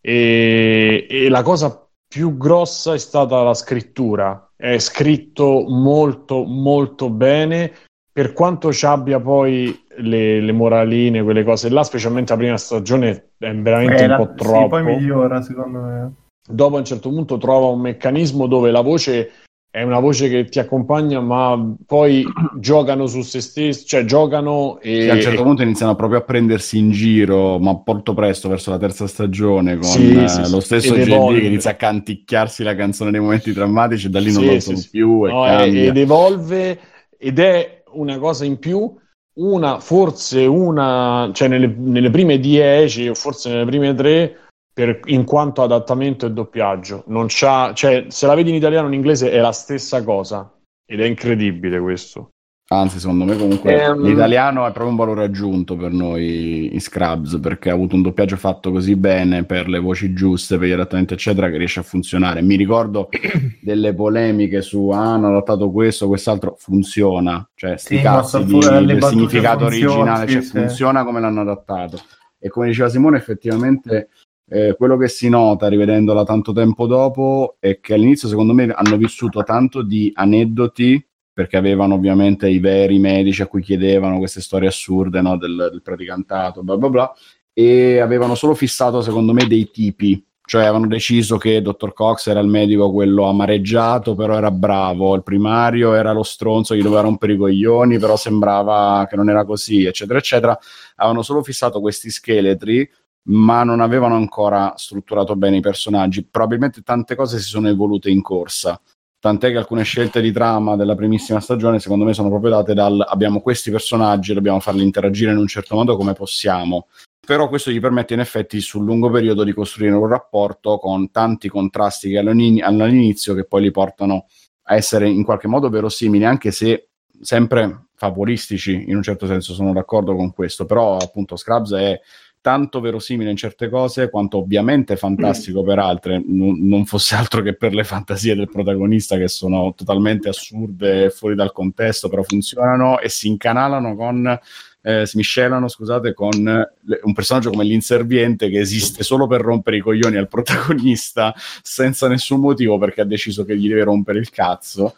S7: E, e la cosa più grossa è stata la scrittura. È scritto molto, molto bene. Per quanto ci abbia poi le, le moraline, quelle cose là, specialmente la prima stagione, è veramente
S3: Eh,
S7: un
S3: la-
S7: po'
S3: sì,
S7: troppo.
S3: poi migliora secondo me.
S7: Dopo a un certo punto trova un meccanismo dove la voce è una voce che ti accompagna, ma poi giocano su se stessi, cioè giocano e,
S2: Sì, a un certo
S7: e-
S2: punto iniziano proprio a prendersi in giro, ma molto presto, verso la terza stagione, con
S7: Sì,
S2: eh,
S7: sì, sì.
S2: lo stesso
S7: Ed
S2: J D
S7: evolve.
S2: che inizia a canticchiarsi la canzone nei momenti drammatici, e da lì non
S7: Sì,
S2: lo
S7: sì,
S2: so
S7: sì.
S2: più e
S7: No, e-
S2: cambia.
S7: ed evolve ed è una cosa in più, una forse una, cioè nelle, nelle prime dieci o forse nelle prime tre per, in quanto adattamento e doppiaggio. Non c'ha, cioè, se la vedi in italiano o in inglese è la stessa cosa ed è incredibile questo.
S2: Anzi, secondo me comunque
S5: Ehm,
S2: l'italiano è proprio un valore aggiunto per noi in Scrubs, perché ha avuto un doppiaggio fatto così bene, per le voci giuste, per gli adattamenti eccetera, che riesce a funzionare. Mi ricordo delle polemiche su ah, hanno adattato questo, quest'altro, funziona, cioè sti
S3: Sì, ma
S2: cazzi
S3: so-
S2: di-
S3: le
S2: del
S3: battute
S2: significato
S3: funzionano,
S2: originale,
S3: sì,
S2: cioè
S3: sì.
S2: funziona come l'hanno adattato. E come diceva Simone, effettivamente eh, quello che si nota rivedendola tanto tempo dopo è che all'inizio secondo me hanno vissuto tanto di aneddoti, perché avevano ovviamente i veri medici a cui chiedevano queste storie assurde, no, del, del praticantato, bla bla bla, e avevano solo fissato secondo me dei tipi, cioè avevano deciso che dottor Cox era il medico quello amareggiato, però era bravo, il primario era lo stronzo, gli doveva rompere i coglioni, però sembrava che non era così, eccetera eccetera. Avevano solo fissato questi scheletri, ma non avevano ancora strutturato bene i personaggi. Probabilmente tante cose si sono evolute in corsa, tant'è che alcune scelte di trama della primissima stagione secondo me sono proprio date dal abbiamo questi personaggi, dobbiamo farli interagire in un certo modo come possiamo, però questo gli permette in effetti sul lungo periodo di costruire un rapporto con tanti contrasti che all'inizio che poi li portano a essere in qualche modo verosimili, anche se sempre favoristici in un certo senso. Sono d'accordo con questo, però appunto Scrubs è tanto verosimile in certe cose quanto ovviamente fantastico per altre, N- non fosse altro che per le fantasie del protagonista che sono totalmente assurde e fuori dal contesto, però funzionano e si incanalano con eh, si miscelano, scusate, con le- un personaggio come l'inserviente che esiste solo per rompere i coglioni al protagonista senza nessun motivo, perché ha deciso che gli deve rompere il cazzo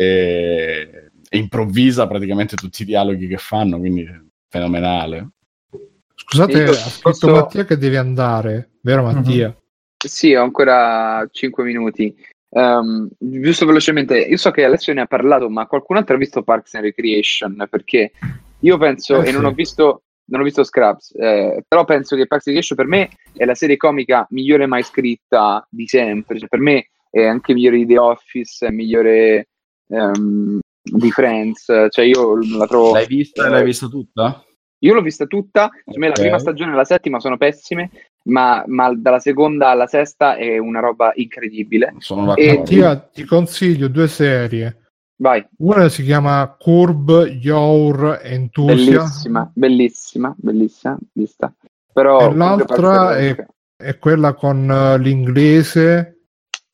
S2: e, e improvvisa praticamente tutti i dialoghi che fanno, quindi fenomenale.
S6: Scusate,
S5: Io
S6: ha scritto
S5: posso-
S6: Mattia che deve andare, vero Mattia?
S5: Sì, ho ancora cinque minuti. Ehm, giusto velocemente, io so che Alessio ne ha parlato, ma qualcun altro ha visto Parks and Recreation? Perché io penso,
S6: Eh,
S5: e non
S6: sì.
S5: ho visto, non ho visto Scrubs, eh, però penso che Parks and Recreation per me è la serie comica migliore mai scritta di sempre. Cioè, per me è anche migliore di The Office, è migliore ehm, di Friends. Cioè, io la trovo.
S2: L'hai vista?
S5: eh,
S2: L'hai vista tutta?
S5: Io l'ho vista tutta, secondo me la
S2: Ok.
S5: prima stagione e la settima sono pessime, ma, ma dalla seconda alla sesta è una roba incredibile.
S2: Sono
S5: E-
S2: d'accordo.
S6: Mattia, ti consiglio due serie.
S5: Vai,
S6: Una si chiama Curb Your Enthusiasm
S5: bellissima, bellissima, bellissima, vista. Però
S6: e
S5: comunque
S6: l'altra
S5: Parks and
S6: è,
S5: Rec-
S6: è quella con eh, l'inglese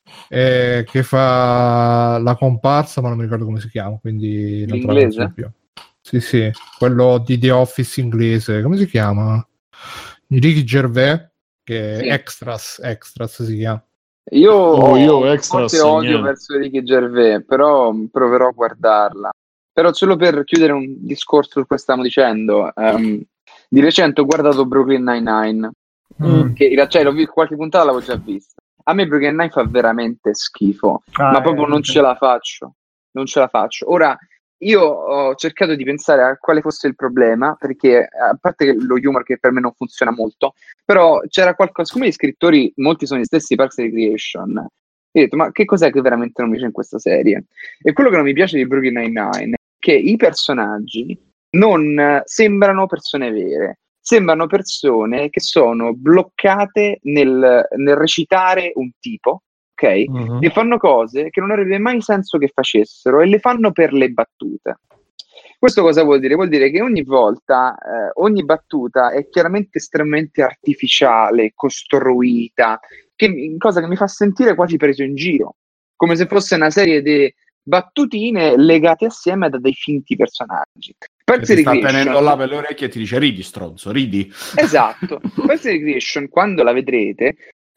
S6: eh, che fa la comparsa, ma non mi ricordo come si chiama, quindi non te la
S5: L'inglese?
S6: consiglio più. Sì, sì, quello di The Office inglese, come si chiama? Di Ricky Gervais, che
S5: Sì.
S6: è Extras, Extras si chiama.
S5: Io
S7: Oh,
S5: ho
S7: io
S5: un
S7: Extras,
S5: forte odio
S7: niente.
S5: verso Ricky Gervais, però proverò a guardarla. Però solo per chiudere un discorso su cui stavamo dicendo, ehm, di recente ho guardato Brooklyn Nine-Nine,
S3: Mm.
S5: che in realtà cioè, l'ho visto, qualche puntata l'avevo già vista. A me Brooklyn Nine fa veramente schifo,
S3: Ah,
S5: ma
S3: eh,
S5: proprio non
S3: anche-
S5: ce la faccio, non ce la faccio. Ora, io ho cercato di pensare a quale fosse il problema, perché a parte che lo humor che per me non funziona molto, però c'era qualcosa, come gli scrittori, molti sono gli stessi Parks and Recreation, e ho detto, ma che cos'è che veramente non mi piace in questa serie? E quello che non mi piace di Brooklyn Nine-Nine è che i personaggi non eh, sembrano persone vere, sembrano persone che sono bloccate nel, nel recitare un tipo, ok? E fanno cose che non avrebbe mai senso che facessero e le fanno per le battute. Questo cosa vuol dire? Vuol dire che ogni volta, eh, ogni battuta è chiaramente estremamente artificiale, costruita, che, cosa che mi fa sentire quasi preso in giro, come se fosse una serie di battutine legate assieme da dei finti personaggi.
S2: Parks ti sta tenendo là per le orecchie e ti dice ridi stronzo, ridi.
S5: Esatto. Parks and Recreation, quando la vedrete,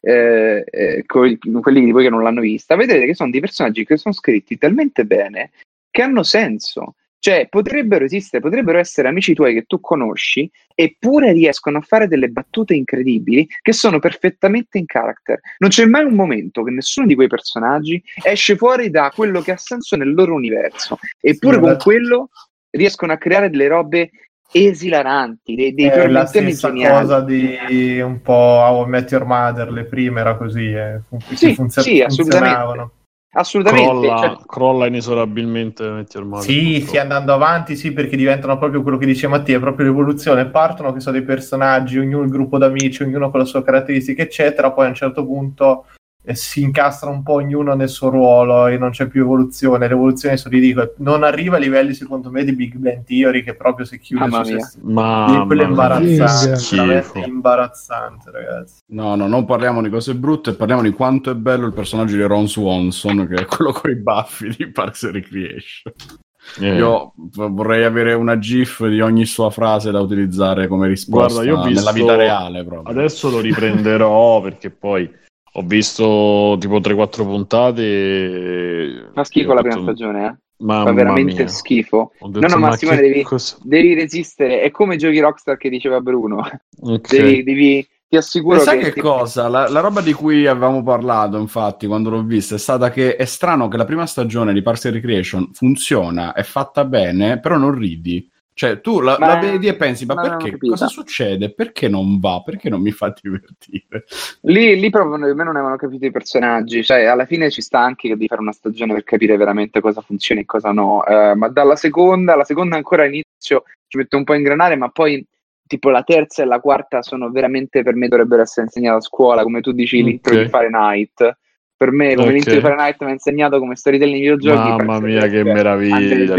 S5: eh, eh, quelli di voi che non l'hanno vista, vedrete che sono dei personaggi che sono scritti talmente bene che hanno senso. Cioè, potrebbero esistere, potrebbero essere amici tuoi che tu conosci, eppure riescono a fare delle battute incredibili che sono perfettamente in character. Non c'è mai un momento che nessuno di quei personaggi esce fuori da quello che ha senso nel loro universo, eppure sì, con quello riescono a creare delle robe esilaranti, dei, dei
S3: è la stessa geniali. Cosa di un po' How I Met Your Mother, le prime era così, eh.
S5: Sì, funzion- sì, assolutamente. Assolutamente,
S7: crolla,
S5: cioè...
S7: crolla inesorabilmente male,
S3: sì, sì, andando avanti, sì, perché diventano proprio quello che dice Mattia, è proprio l'evoluzione, partono che sono dei personaggi, ognuno il gruppo d'amici, ognuno con le sue caratteristiche eccetera, poi a un certo punto eh, si incastra un po' ognuno nel suo ruolo e non c'è più evoluzione. L'evoluzione, sono ridicole, non arriva a livelli secondo me di Big Bang Theory, che proprio si chiude
S5: Mamma
S3: su
S5: mia.
S3: se ma quello è imbarazzante, veramente imbarazzante, ragazzi.
S2: No, no, non parliamo di cose brutte, parliamo di quanto è bello il personaggio di Ron Swanson, che è quello con i baffi di Parks and Recreation. Yeah. Io vorrei avere una gif di ogni sua frase da utilizzare come risposta. Guarda, io ho visto... nella vita reale proprio.
S7: Adesso lo riprenderò perché poi ho visto tipo tre quattro puntate e...
S5: fa schifo la prima fatto... stagione, eh?
S7: Mamma
S5: fa veramente
S7: mia.
S5: schifo.
S7: Detto,
S5: no no ma Simone devi,
S7: cosa...
S5: devi resistere, è come giochi Rockstar che diceva Bruno.
S7: Okay.
S5: devi, devi ti assicuro
S2: e sai
S5: che
S2: che
S5: ti...
S2: cosa? La, la roba di cui avevamo parlato, infatti, quando l'ho vista, è stata che è strano che la prima stagione di Parks and Recreation funziona, è fatta bene, però non ridi. Cioè, tu la, la vedi e pensi, ma, ma perché? Cosa succede? Perché non va? Perché non mi fa divertire?
S5: Lì, lì proprio me non avevano capito i personaggi. Cioè, alla fine ci sta anche che devi fare una stagione per capire veramente cosa funziona e cosa no. Uh, ma dalla seconda, la seconda ancora all'inizio ci mette un po' a ingranare, ma poi tipo la terza e la quarta sono veramente, per me dovrebbero essere insegnate a scuola, come tu dici, okay. L'intro di Fahrenheit. Per me, come okay. L'intro di Fahrenheit mi ha insegnato come storytelling nei videogiochi.
S7: Mamma mia, che meraviglia!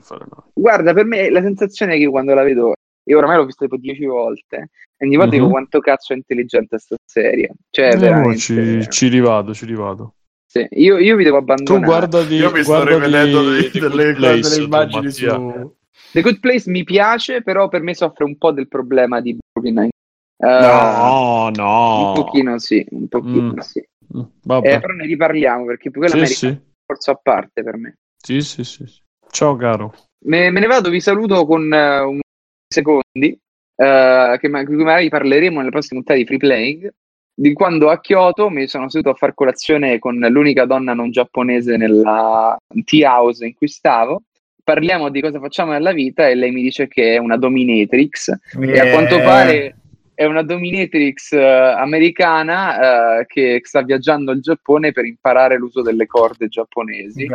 S5: Guarda, per me la sensazione è che quando la vedo, e oramai l'ho vista tipo dieci volte, e ogni volta mm-hmm. dico quanto cazzo è intelligente sta serie. Cioè,
S7: eh,
S5: veramente...
S7: ci, ci rivado, ci rivado.
S5: Sì, io, io vi devo abbandonare.
S7: Tu guarda di,
S2: io mi sto rivedendo delle, delle,
S7: place,
S2: delle immagini su...
S5: The Good Place mi piace, però per me soffre un po' del problema di Brooklyn Nine. Uh,
S7: no, no.
S5: Un pochino sì, un pochino mm. sì.
S7: Vabbè.
S5: Eh, però ne riparliamo perché quella sì, merita sì. un forza a parte per me.
S7: Sì, sì, sì. Ciao caro.
S5: Me, me ne vado, vi saluto con uh, un secondi uh, che magari parleremo nelle prossime puntate di Free Playing, di quando a Kyoto mi sono seduto a far colazione con l'unica donna non giapponese nella tea house in cui stavo. Parliamo di cosa facciamo nella vita e lei mi dice che è una dominatrix yeah. e a quanto pare è una dominatrix uh, americana uh, che sta viaggiando al Giappone per imparare l'uso delle corde giapponesi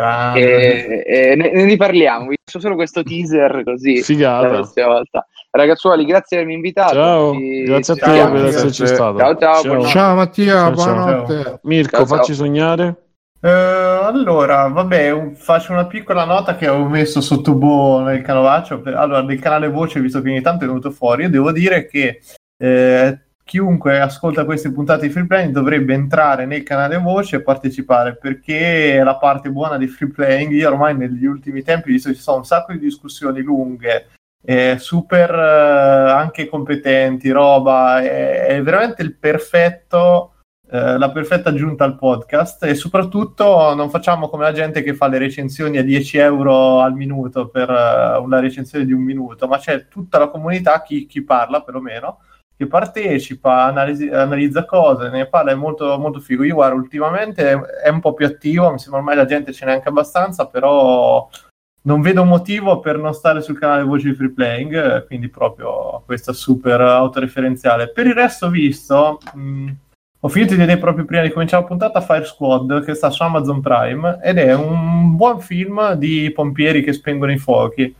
S5: e, e ne, ne riparliamo. Vi faccio solo questo teaser così
S7: Figata.
S5: La prossima volta. Ragazzuoli, grazie per avermi invitato.
S7: Ciao,
S5: Ci,
S7: grazie
S5: ci
S7: a te per esserci stato.
S5: Ciao, ciao,
S6: ciao. ciao Mattia, ciao, buonanotte.
S7: Ciao. Mirko,
S5: ciao,
S7: facci
S5: ciao.
S7: sognare.
S3: Uh, allora, vabbè, un, faccio una piccola nota che avevo messo sotto boh nel canovaccio. Per, allora, del canale voce, visto che ogni tanto è venuto fuori, io devo dire che eh, chiunque ascolta queste puntate di Free Playing dovrebbe entrare nel canale voce e partecipare, perché è la parte buona di Free Playing. Io ormai negli ultimi tempi, visto che ci sono un sacco di discussioni lunghe, eh, super eh, anche competenti, roba, è, è veramente il perfetto... Uh, la perfetta aggiunta al podcast, e soprattutto non facciamo come la gente che fa le recensioni a dieci euro al minuto per uh, una recensione di un minuto, ma c'è tutta la comunità, chi, chi parla perlomeno, che partecipa, analisi, analizza cose, ne parla, è molto, molto figo. Io guarda, ultimamente è, è un po' più attivo, mi sembra ormai la gente ce n'è anche abbastanza, però non vedo motivo per non stare sul canale Voci di Free Playing, quindi proprio questa super autoreferenziale. Per il resto, visto... Mh, ho finito di vedere proprio prima di cominciare la puntata Fire Squad, che sta su Amazon Prime, ed è un buon film di pompieri che spengono i fuochi.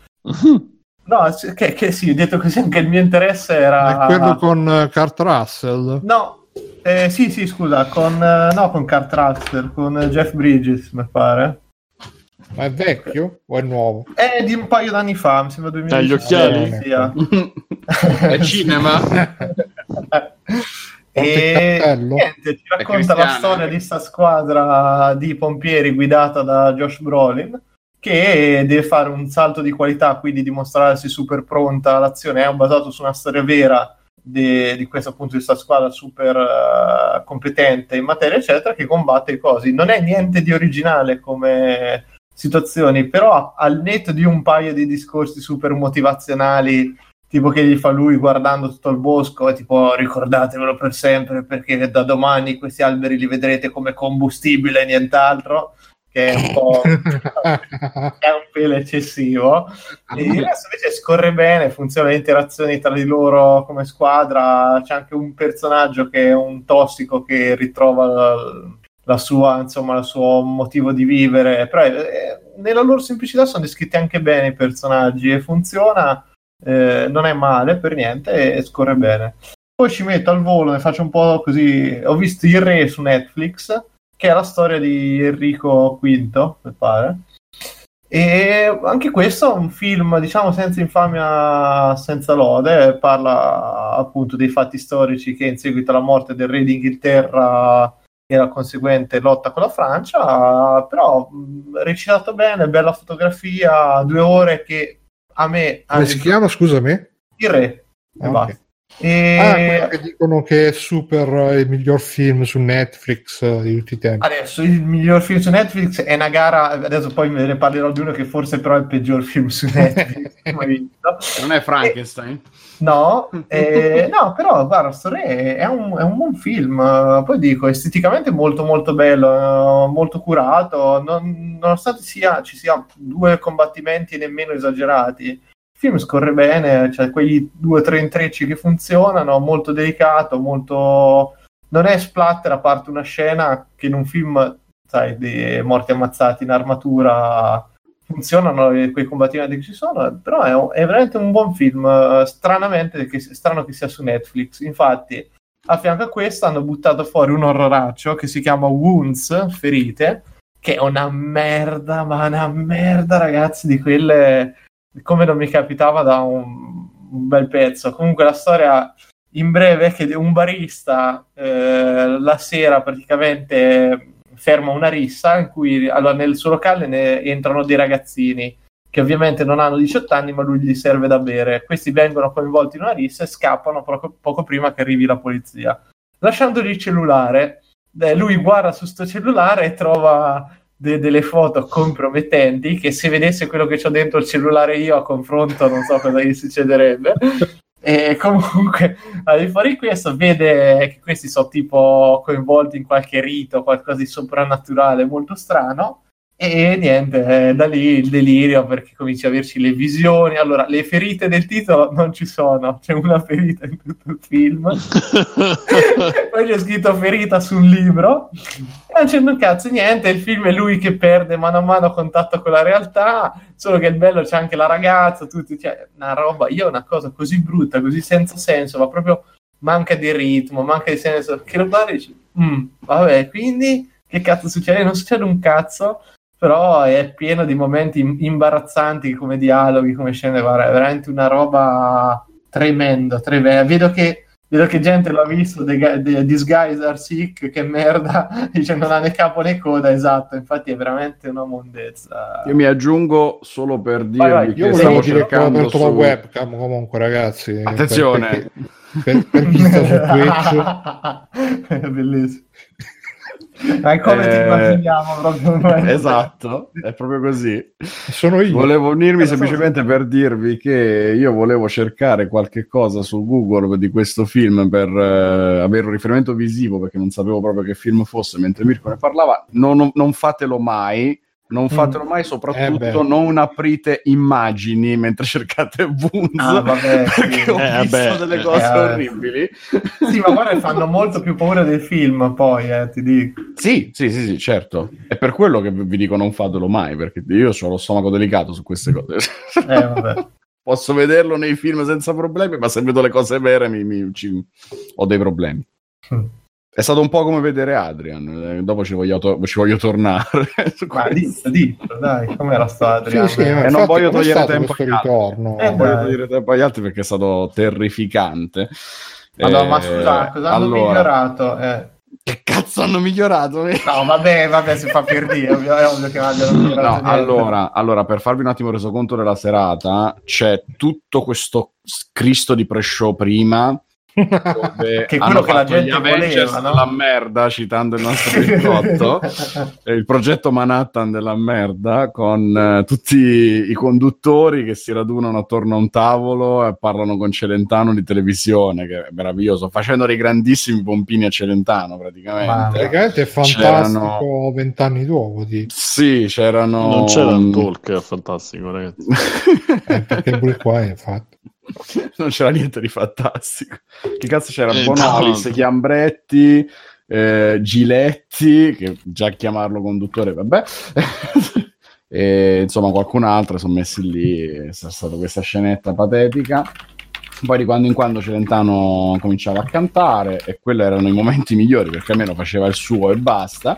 S3: No, che, che sì, detto così anche il mio interesse era...
S6: È quello con uh, Kurt Russell?
S3: No, eh, sì sì scusa, con, uh, no con Kurt Russell, con Jeff Bridges mi pare.
S6: Ma è vecchio o è nuovo?
S3: È di un paio d'anni fa, mi sembra
S7: Hai gli occhiali?
S3: duemiladiciassette.
S2: È cinema.
S3: E
S6: cappello?
S3: niente, ci racconta la
S2: cristiana.
S3: storia di sta squadra di pompieri guidata da Josh Brolin, che deve fare un salto di qualità, quindi dimostrarsi super pronta all'azione. È basato su una storia vera di, di questa appunto di questa squadra super uh, competente in materia eccetera, che combatte i cosi. Non è niente di originale come situazioni, però al netto di un paio di discorsi super motivazionali, tipo che gli fa lui guardando tutto il bosco, e tipo ricordatevelo per sempre perché da domani questi alberi li vedrete come combustibile e nient'altro, che è un po' è un pelo eccessivo. E il resto invece scorre bene, funziona le interazioni tra di loro come squadra. C'è anche un personaggio che è un tossico che ritrova la, la sua, insomma, il suo motivo di vivere, però è, nella loro semplicità sono descritti anche bene i personaggi e funziona. Eh, non è male per niente e scorre bene. Poi ci metto al volo, ne faccio un po' così. Ho visto Il Re su Netflix, che è la storia di Enrico quinto, mi pare, e anche questo è un film, diciamo, senza infamia, senza lode. Parla appunto dei fatti storici che in seguito alla morte del re d'Inghilterra e la conseguente lotta con la Francia, però mh, recitato bene, bella fotografia, due ore che a me
S6: Come si chiama, scusami?
S3: Il Re.
S6: Ah,
S3: E
S6: ok.
S3: basta. E
S6: Ah, quello che dicono che è super eh, il miglior film su Netflix eh, di tutti i tempi.
S3: adesso il miglior film su Netflix è una gara. Adesso poi me ne parlerò di uno che forse però è il peggior film su Netflix mai visto.
S2: Non è Frankenstein?
S3: No, eh, no, però guarda, sto Re è un, è un buon film. Uh, poi dico, esteticamente molto molto bello, uh, molto curato, non- nonostante sia, ci sia due combattimenti nemmeno esagerati. Il film scorre bene, c'è quei due o tre intrecci che funzionano, molto delicato, molto... non è splatter, a parte una scena che in un film, sai, di morti ammazzati in armatura funzionano eh, quei combattimenti che ci sono, però è, un- è veramente un buon film, eh, stranamente, che, strano che sia su Netflix. Infatti a fianco a questo hanno buttato fuori un orroraccio che si chiama Wounds, Ferite, che è una merda, ma una merda, ragazzi, di quelle come non mi capitava da un, un bel pezzo. Comunque la storia in breve è che un barista eh, la sera praticamente ferma una rissa in cui allora, nel suo locale ne entrano dei ragazzini che ovviamente non hanno diciotto anni, ma lui gli serve da bere. Questi vengono coinvolti in una rissa e scappano poco, poco prima che arrivi la polizia, lasciandogli il cellulare. Eh, lui guarda su sto cellulare e trova de- delle foto compromettenti che se vedesse quello che c'ho dentro il cellulare io a confronto non so cosa gli succederebbe. E comunque al di fuori di questo vede che questi sono tipo coinvolti in qualche rito, qualcosa di soprannaturale molto strano, e niente, eh, da lì il delirio perché comincia a averci le visioni. Allora, le ferite del titolo non ci sono, c'è una ferita in tutto il film. Poi c'è scritto ferita su un libro e non c'è un cazzo, niente. Il film è lui che perde mano a mano contatto con la realtà, solo che il bello c'è anche la ragazza, tutti, cioè una roba, io una cosa così brutta, così senza senso, ma proprio manca di ritmo, manca di senso, che lo guardi e dici, "Mm, vabbè, quindi che cazzo succede?" Non succede un cazzo, però è pieno di momenti im- imbarazzanti come dialoghi, come scene, guarda, è veramente una roba tremenda, tremenda. Vedo che vedo che gente l'ha visto, The, Guy- The These Guys Are Sick, che merda, dice non ha né capo né coda, esatto, infatti è veramente una mondezza.
S2: Io mi aggiungo solo per dirvi
S3: Vai, vai,
S2: che
S6: Io
S3: Sì,
S6: volevo
S2: stavo
S6: dire che ho
S2: cercando
S6: aperto la
S2: su...
S6: webcam comunque, ragazzi.
S2: Attenzione.
S6: Per, per, per chi sta su Twitch.
S3: Bellissimo. Ma è come ti
S2: Eh,
S3: immaginiamo proprio.
S2: Esatto, è proprio così.
S6: Sono io.
S2: Volevo unirmi
S3: Eh, lo so,
S2: semplicemente
S3: sì.
S2: per dirvi che io volevo cercare qualche cosa su Google di questo film per eh, avere un riferimento visivo, perché non sapevo proprio che film fosse mentre Mirko ne parlava. Non, non fatelo mai, non fatelo mai, soprattutto
S6: Eh beh.
S2: non aprite immagini mentre cercate Wounds,
S3: Ah, vabbè,
S2: perché
S3: sì.
S2: ho
S7: Eh,
S2: visto
S7: vabbè,
S2: delle
S7: eh,
S2: cose
S3: eh,
S2: orribili.
S3: Sì, ma guarda, fanno molto più paura del film, poi, eh, ti dico.
S2: Sì, sì, sì, sì, certo. È per quello che vi dico non fatelo mai, perché io ho lo stomaco delicato su queste cose.
S3: Eh, vabbè.
S2: Posso vederlo nei film senza problemi, ma se vedo le cose vere mi, mi- ci- ho dei problemi.
S3: Mm.
S2: È stato un po' come vedere Adrian, dopo ci voglio, to- ci voglio tornare.
S3: Ma ditto, ditto, dai, com'era sto Adrian?
S6: Sì, sì,
S2: e
S6: infatti,
S2: non voglio
S6: com'è
S2: togliere
S6: stato
S2: tempo
S6: questo
S2: agli altri.
S6: ritorno.
S3: Eh,
S2: Non voglio
S3: dai.
S2: togliere tempo agli altri perché è stato terrificante.
S3: Madonna,
S2: Eh,
S3: ma scusa, cosa hanno
S2: allora,
S3: migliorato? Eh.
S2: Che cazzo hanno migliorato?
S3: No, vabbè, vabbè, si fa per dire, ovvio, è ovvio che abbiano migliorato
S2: No,
S3: niente.
S2: allora, allora, per farvi un attimo reso conto della serata, c'è tutto questo Cristo di pre-show prima, dove
S3: Che è
S2: hanno
S3: quello che la
S2: fatto gli
S3: gente
S2: Avengers
S3: voleva, no?
S2: della merda, citando il nostro biscotto, il progetto Manhattan della merda, con eh, tutti i conduttori che si radunano attorno a un tavolo e parlano con Celentano di televisione, che è meraviglioso, facendo dei grandissimi pompini a Celentano praticamente.
S3: Ma-
S6: praticamente è fantastico
S2: C'erano-
S6: vent'anni dopo, di...
S2: Sì, c'erano...
S7: Non c'era un talk, è fantastico, ragazzi.
S6: eh, perché pure qua infatti
S2: Non c'era niente di fantastico. Che cazzo c'era?
S7: Eh,
S2: Bonolis,
S7: no.
S2: Chiambretti, eh, Giletti, che già chiamarlo conduttore, vabbè. E, insomma, qualcun altro sono messi lì. È stata questa scenetta patetica. Poi di quando in quando Celentano cominciava a cantare, e quelli erano i momenti migliori perché almeno faceva il suo e basta.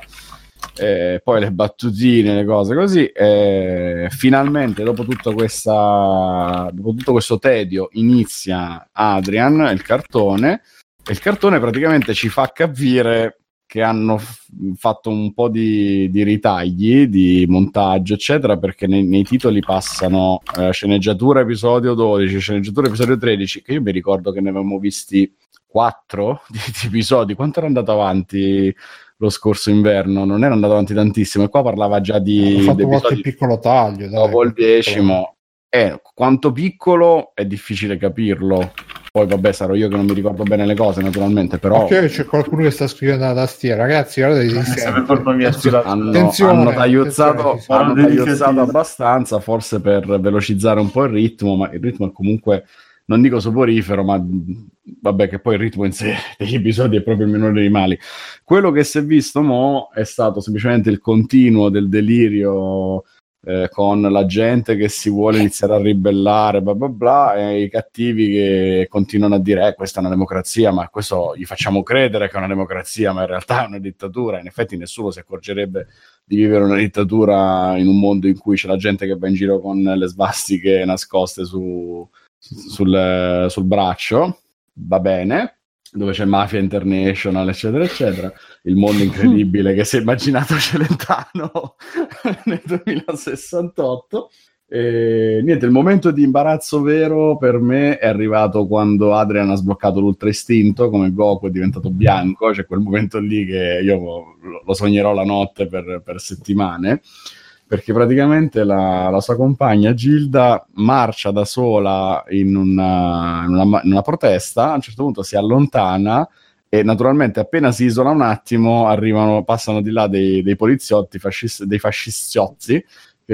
S2: Eh, poi le battutine, le cose così. Eh, finalmente, dopo tutta questa, dopo tutto questo tedio, inizia Adrian, il cartone. E il cartone praticamente ci fa capire che hanno f- fatto un po' di, di ritagli, di montaggio, eccetera, perché nei, nei titoli passano eh, sceneggiatura episodio dodici, sceneggiatura episodio tredici, che io mi ricordo che ne avevamo visti quattro di, di episodi. Quanto era andato avanti lo scorso inverno? Non era andato avanti tantissimo, e qua parlava già di,
S6: hanno
S2: di
S6: fatto qualche
S2: episodi
S6: piccolo taglio, dai,
S2: dopo il
S6: qualche
S2: decimo. Eh, quanto piccolo è difficile capirlo. Poi vabbè, sarò io che non mi ricordo bene le cose, naturalmente, però
S6: piccolo. Ok, c'è qualcuno che sta scrivendo alla tastiera, ragazzi, guardate di
S3: È sempre colpa mia, scusate.
S2: hanno,
S6: Attenzione,
S2: hanno tagliuzzato,
S6: attenzione,
S2: hanno
S3: Parlo di
S2: tagliuzzato
S3: iniziativa.
S2: abbastanza, forse per velocizzare un po' il ritmo, ma il ritmo è comunque, non dico soporifero, ma vabbè, che poi il ritmo in sé degli episodi è proprio il minore dei mali. Quello che si è visto mo è stato semplicemente il continuo del delirio, eh, con la gente che si vuole iniziare a ribellare, bla bla bla, e i cattivi che continuano a dire eh, questa è una democrazia, ma questo gli facciamo credere che è una democrazia, ma in realtà è una dittatura. In effetti nessuno si accorgerebbe di vivere una dittatura in un mondo in cui c'è la gente che va in giro con le svastiche nascoste su, sul, sul braccio, va bene, dove c'è Mafia International, eccetera eccetera, il mondo incredibile che si è immaginato Celentano nel duemilasessantotto. E niente, il momento di imbarazzo vero per me è arrivato quando Adrian ha sbloccato l'ultra istinto, come Goku è diventato bianco. C'è quel momento lì che io lo sognerò la notte per, per settimane, perché praticamente la, la sua compagna Gilda marcia da sola in una, in, una, in una protesta. A un certo punto si allontana e naturalmente appena si isola un attimo arrivano, passano di là dei, dei poliziotti, fascist, dei fascistiozzi, che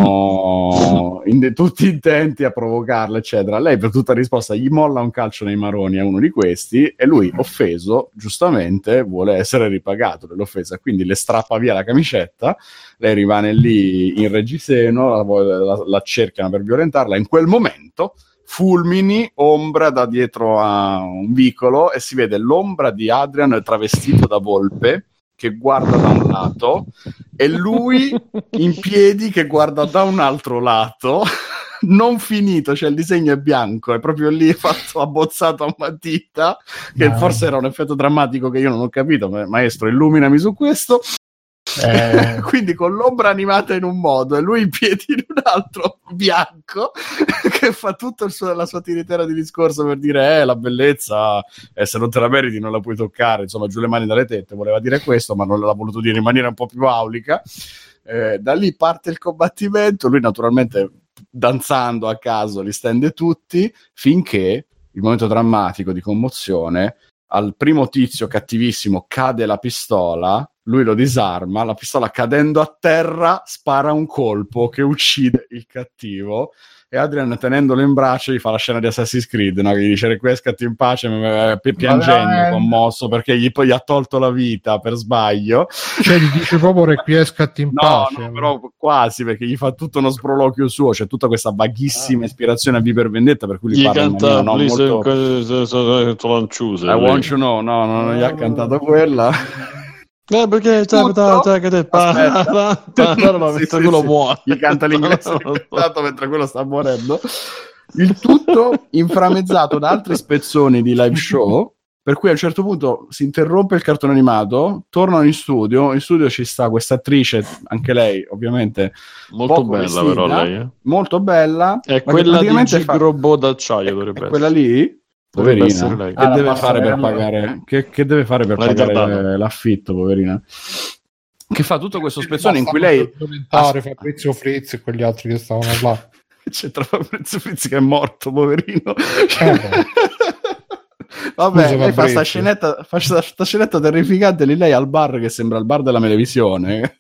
S2: sono in, tutti intenti a provocarla, eccetera. Lei per tutta risposta gli molla un calcio nei maroni a uno di questi e lui, offeso, giustamente vuole essere ripagato dell'offesa, quindi le strappa via la camicetta. Lei rimane lì in reggiseno, la, la, la cercano per violentarla. In quel momento fulmini, ombra da dietro a un vicolo e si vede l'ombra di Adrian travestito da volpe che guarda da un lato e lui in piedi che guarda da un altro lato. Non finito, cioè il disegno è bianco, è proprio lì fatto abbozzato a matita, che
S3: No.
S2: forse era un effetto drammatico che io non ho capito. Ma maestro, illuminami su questo.
S3: Eh,
S2: Quindi con l'ombra animata in un modo e lui in piedi in un altro bianco che fa tutta la sua tiritera di discorso per dire eh la bellezza, eh, se non te la meriti non la puoi toccare, insomma giù le mani dalle tette, voleva dire questo ma non l'ha voluto dire in maniera un po' più aulica. Eh, da lì parte il combattimento, lui naturalmente danzando a caso li stende tutti finché il momento drammatico di commozione, al primo tizio cattivissimo cade la pistola lui lo disarma, la pistola cadendo a terra spara un colpo che uccide il cattivo e Adrian tenendolo in braccio gli fa la scena di Assassin's Creed, no? Che gli dice requiescati in pace, pi- piangendo, commosso perché gli poi gli ha tolto la vita per sbaglio,
S6: cioè gli dice proprio requiescati in
S2: no,
S6: pace
S2: no, però quasi, perché gli fa tutto uno sproloquio suo, c'è tutta questa vaghissima ispirazione a V per Vendetta, per cui lui
S7: gli
S2: parla in
S7: canta
S2: maniera, no, molto
S7: lanciuse,
S2: I want you know, no, no, non gli ha cantato quella.
S7: Eh, perché
S2: Tutto?
S7: che te parla, mentre quello muore,
S2: gli canta l'inglese mentre quello sta morendo. Il tutto inframmezzato da altri spezzoni di live show, per cui a un certo punto si interrompe il cartone animato, tornano in studio, in studio ci sta questa attrice, anche lei ovviamente
S7: molto bella, vestita, però lei eh?
S2: molto bella,
S7: è quella di Gig fa... Robot d'acciaio, dovrebbe essere
S2: quella lì. Poverina,
S7: lei.
S2: Che, ah, deve fare per pagare, che, che deve fare per pagare ritardato. L'affitto, poverina? Che fa tutto questo spezzone in cui lei
S6: asp- Fabrizio Frizz e quegli altri che stavano là.
S2: C'entra Fabrizio Frizz che è morto, poverino. Eh, vabbè, Scusa, lei fa sta scenetta, fa sta, sta scenetta terrificante lì, lei al bar che sembra il bar della Melevisione.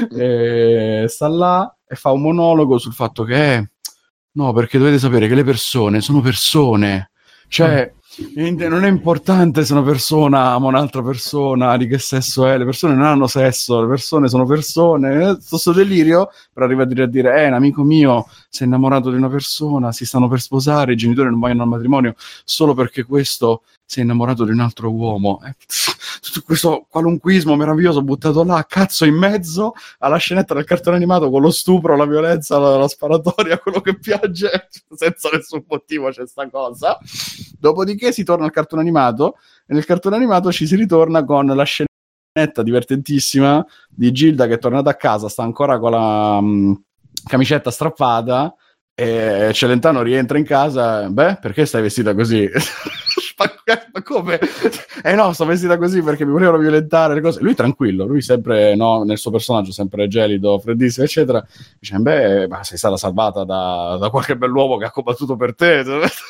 S2: E sta là e fa un monologo sul fatto che eh, no, perché dovete sapere che le persone sono persone. Cioè, non è importante se una persona ama un'altra persona, di che sesso è, le persone non hanno sesso, le persone sono persone, questo delirio, però arriva a dire, a dire, eh, un amico mio si è innamorato di una persona, si stanno per sposare, i genitori non vogliono al matrimonio solo perché questo si è innamorato di un altro uomo. Eh, tutto questo qualunquismo meraviglioso buttato là, cazzo, in mezzo alla scenetta del cartone animato con lo stupro, la violenza, la, la sparatoria, quello che piange senza nessun motivo, c'è sta cosa. Dopodiché si torna al cartone animato e nel cartone animato ci si ritorna con la scenetta divertentissima di Gilda che è tornata a casa, sta ancora con la um, camicetta strappata e Celentano rientra in casa. Beh, perché stai vestita così? Ma come? Eh no, sto vestita così perché mi volevano violentare le cose. Lui tranquillo, lui sempre, no, nel suo personaggio sempre gelido, freddissimo, eccetera. Dice, beh, ma sei stata salvata da, da qualche bell'uomo che ha combattuto per te.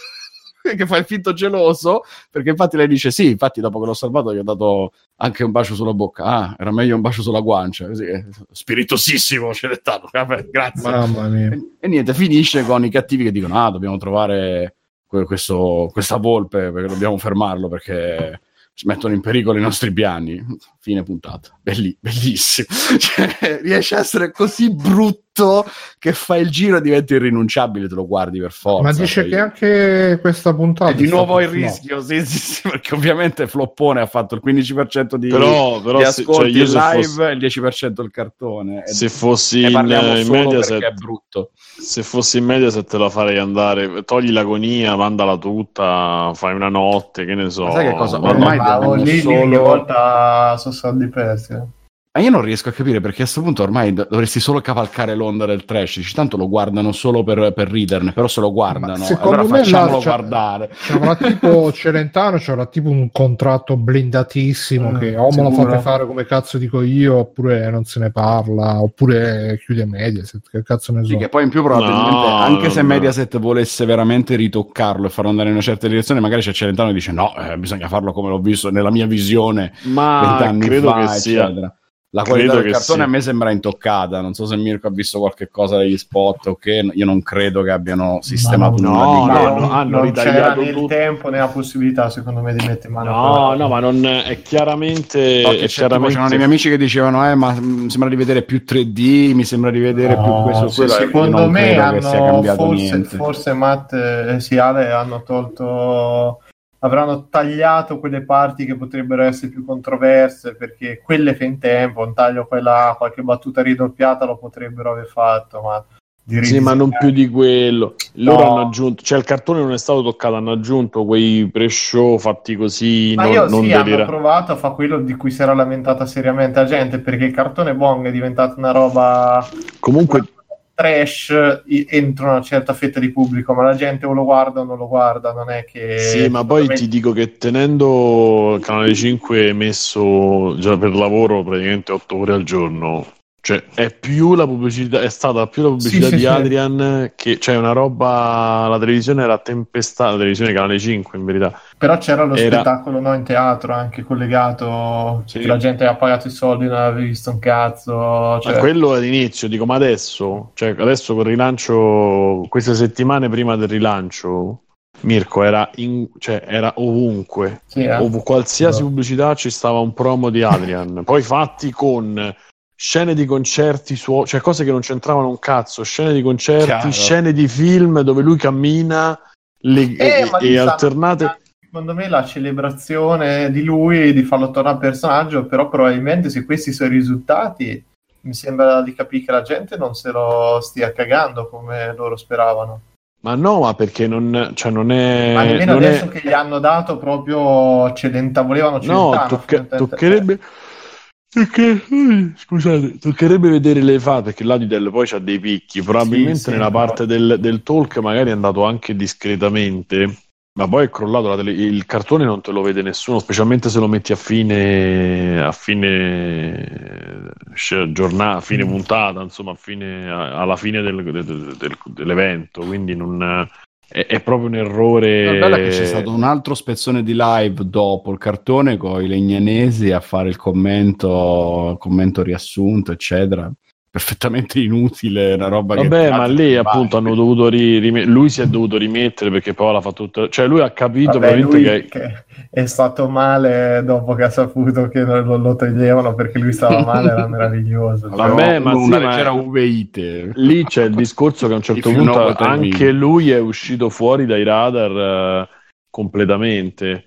S2: Che fa il finto geloso, perché infatti lei dice sì, infatti dopo che l'ho salvato gli ho dato anche un bacio sulla bocca. Ah, era meglio un bacio sulla guancia, così, spiritosissimo Celentano, vabbè, grazie.
S6: Mamma mia.
S2: E, e niente, finisce con i cattivi che dicono ah, dobbiamo trovare questo, questa volpe perché dobbiamo fermarlo perché ci mettono in pericolo i nostri piani. Fine puntata. Belli, bellissimo. Cioè, riesce a essere così brutto che fa il giro e diventa irrinunciabile, te lo guardi per forza.
S6: Ma dice
S2: poi...
S6: che anche questa puntata
S2: è di nuovo il rischio, sì, sì, sì, perché ovviamente Floppone ha fatto il quindici per cento di,
S7: però, però
S2: di ascolti
S7: se, cioè
S2: live
S7: fossi...
S2: e il dieci per cento il cartone.
S7: Se fossi
S2: ne
S7: in, in Mediaset
S2: è brutto.
S7: Se fossi in Mediaset te la farei andare, togli l'agonia, mandala tutta, fai una notte, che ne so.
S2: Ma sai che cosa?
S3: Ormai ma lì, solo... ogni volta sono soldi persi.
S2: Ma io non riesco a capire perché a questo punto ormai dovresti solo cavalcare l'onda del trash. Dici, tanto lo guardano solo per, per riderne, però se lo guardano, allora facciamolo
S6: c'è,
S2: guardare.
S6: C'avrà tipo Celentano, c'avrà tipo un contratto blindatissimo mm, che o me lo fate fare come cazzo dico io, oppure non se ne parla, oppure chiude Mediaset, che cazzo ne so.
S2: Sì, che poi in più probabilmente, no, anche se Mediaset volesse veramente ritoccarlo e farlo andare in una certa direzione, magari c'è Celentano che dice no, eh, bisogna farlo come l'ho visto nella mia visione vent'anni
S7: credo
S2: fa,
S7: che sia
S2: eccetera. La qualità
S7: credo
S2: del cartone
S7: sia.
S2: a me sembra intoccata. Non so se Mirko ha visto qualche cosa degli spot o che. Io non credo che abbiano sistemato
S7: no,
S2: nulla
S7: no,
S2: di male.
S7: no, no, hanno
S3: non c'era né
S7: tutto.
S3: il tempo né la possibilità, secondo me, di mettere mano.
S7: No, no, ma non è chiaramente.
S2: No,
S7: è chiaramente...
S2: C'erano i miei amici che dicevano: Eh, ma mi sembra di vedere più tre D, mi sembra di vedere
S3: no,
S2: più questo.
S3: sì,
S2: quello.
S3: Secondo
S2: non
S3: me hanno
S2: che sia cambiato
S3: forse,
S2: niente.
S3: forse Matt e Siale hanno tolto. Avranno tagliato quelle parti che potrebbero essere più controverse, perché quelle che in tempo, un taglio quella, qualche battuta ridoppiata lo potrebbero aver fatto, ma
S7: di sì, ma non più di quello. Loro no. hanno aggiunto, cioè il cartone non è stato toccato, hanno aggiunto quei pre-show fatti così.
S3: Ma
S7: non,
S3: io
S7: non
S3: sì,
S7: delira...
S3: hanno provato a fare quello di cui si era lamentata seriamente la gente, perché il cartone Bong è diventato una roba
S7: comunque
S3: trash entro una certa fetta di pubblico, ma la gente o lo guarda o non lo guarda, non è che
S7: sì, ma poi ti dico che tenendo il canale cinque messo già per lavoro praticamente otto ore al giorno, Cioè, è più la pubblicità, è stata più la pubblicità
S3: Sì, sì,
S7: di
S3: sì.
S7: Adrian che, cioè, una roba. La televisione era tempestata, la televisione Canale cinque, in verità.
S3: Però c'era lo
S7: Era-
S3: spettacolo no, in teatro anche collegato,
S7: Sì.
S3: che la gente aveva pagato i soldi, non aveva visto un cazzo.
S7: Ma
S3: Cioè...
S7: quello è l'inizio, dico, ma adesso, cioè, adesso col rilancio, queste settimane prima del rilancio, Mirko era, in, cioè, era ovunque.
S3: Sì, eh.
S7: Ov- qualsiasi
S3: No.
S7: pubblicità ci stava un promo di Adrian, poi fatti con scene di concerti, suo- cioè cose che non c'entravano un cazzo, scene di concerti,
S2: Chiaro.
S7: scene di film dove lui cammina le-
S3: Eh,
S7: e,
S3: ma
S7: e
S3: lì stanno
S7: alternate.
S3: anche, secondo me la celebrazione di lui, di farlo tornare personaggio, però probabilmente se questi sono i risultati, mi sembra di capire che la gente non se lo stia cagando come loro speravano.
S7: Ma no, ma perché non, cioè non è...
S3: Ma nemmeno
S7: non è-
S3: adesso che gli hanno dato proprio Celenta, volevano
S7: No,
S3: Celentano.
S7: tocca-
S3: fondamentalmente.
S7: toccherebbe. Perché, scusate, toccherebbe vedere le fate perché l'Auditel poi c'ha dei picchi. Probabilmente
S3: Sì, sì,
S7: nella
S3: no.
S7: parte del, del talk magari è andato anche discretamente, ma poi è crollato la tele- il cartone, non te lo vede nessuno, specialmente se lo metti a fine a fine sc- giornata, a fine
S3: Mm.
S7: puntata, insomma, a fine, a- alla fine del- del- del- dell'evento. Quindi non. È, è proprio un errore.
S2: La bella è che c'è stato un altro spezzone di live dopo il cartone con i legnanesi a fare il commento, commento riassunto, eccetera. Perfettamente inutile, una roba che
S7: Vabbè, ma
S2: piace,
S7: lì
S2: che
S7: appunto
S2: vale.
S7: hanno dovuto ri- rime- lui si è dovuto rimettere perché poi l'ha fatto tutto, cioè lui ha capito
S3: Vabbè,
S7: probabilmente
S3: lui
S7: che
S3: che è stato male dopo che ha saputo che non lo, lo toglievano perché lui stava male, era meraviglioso.
S2: Aveva
S7: Vabbè, ma
S2: una
S7: sì, ma-
S2: leggera uveite.
S7: lì c'è il discorso che a un certo
S2: If you know
S7: punto
S2: what I mean.
S7: anche lui è uscito fuori dai radar eh, completamente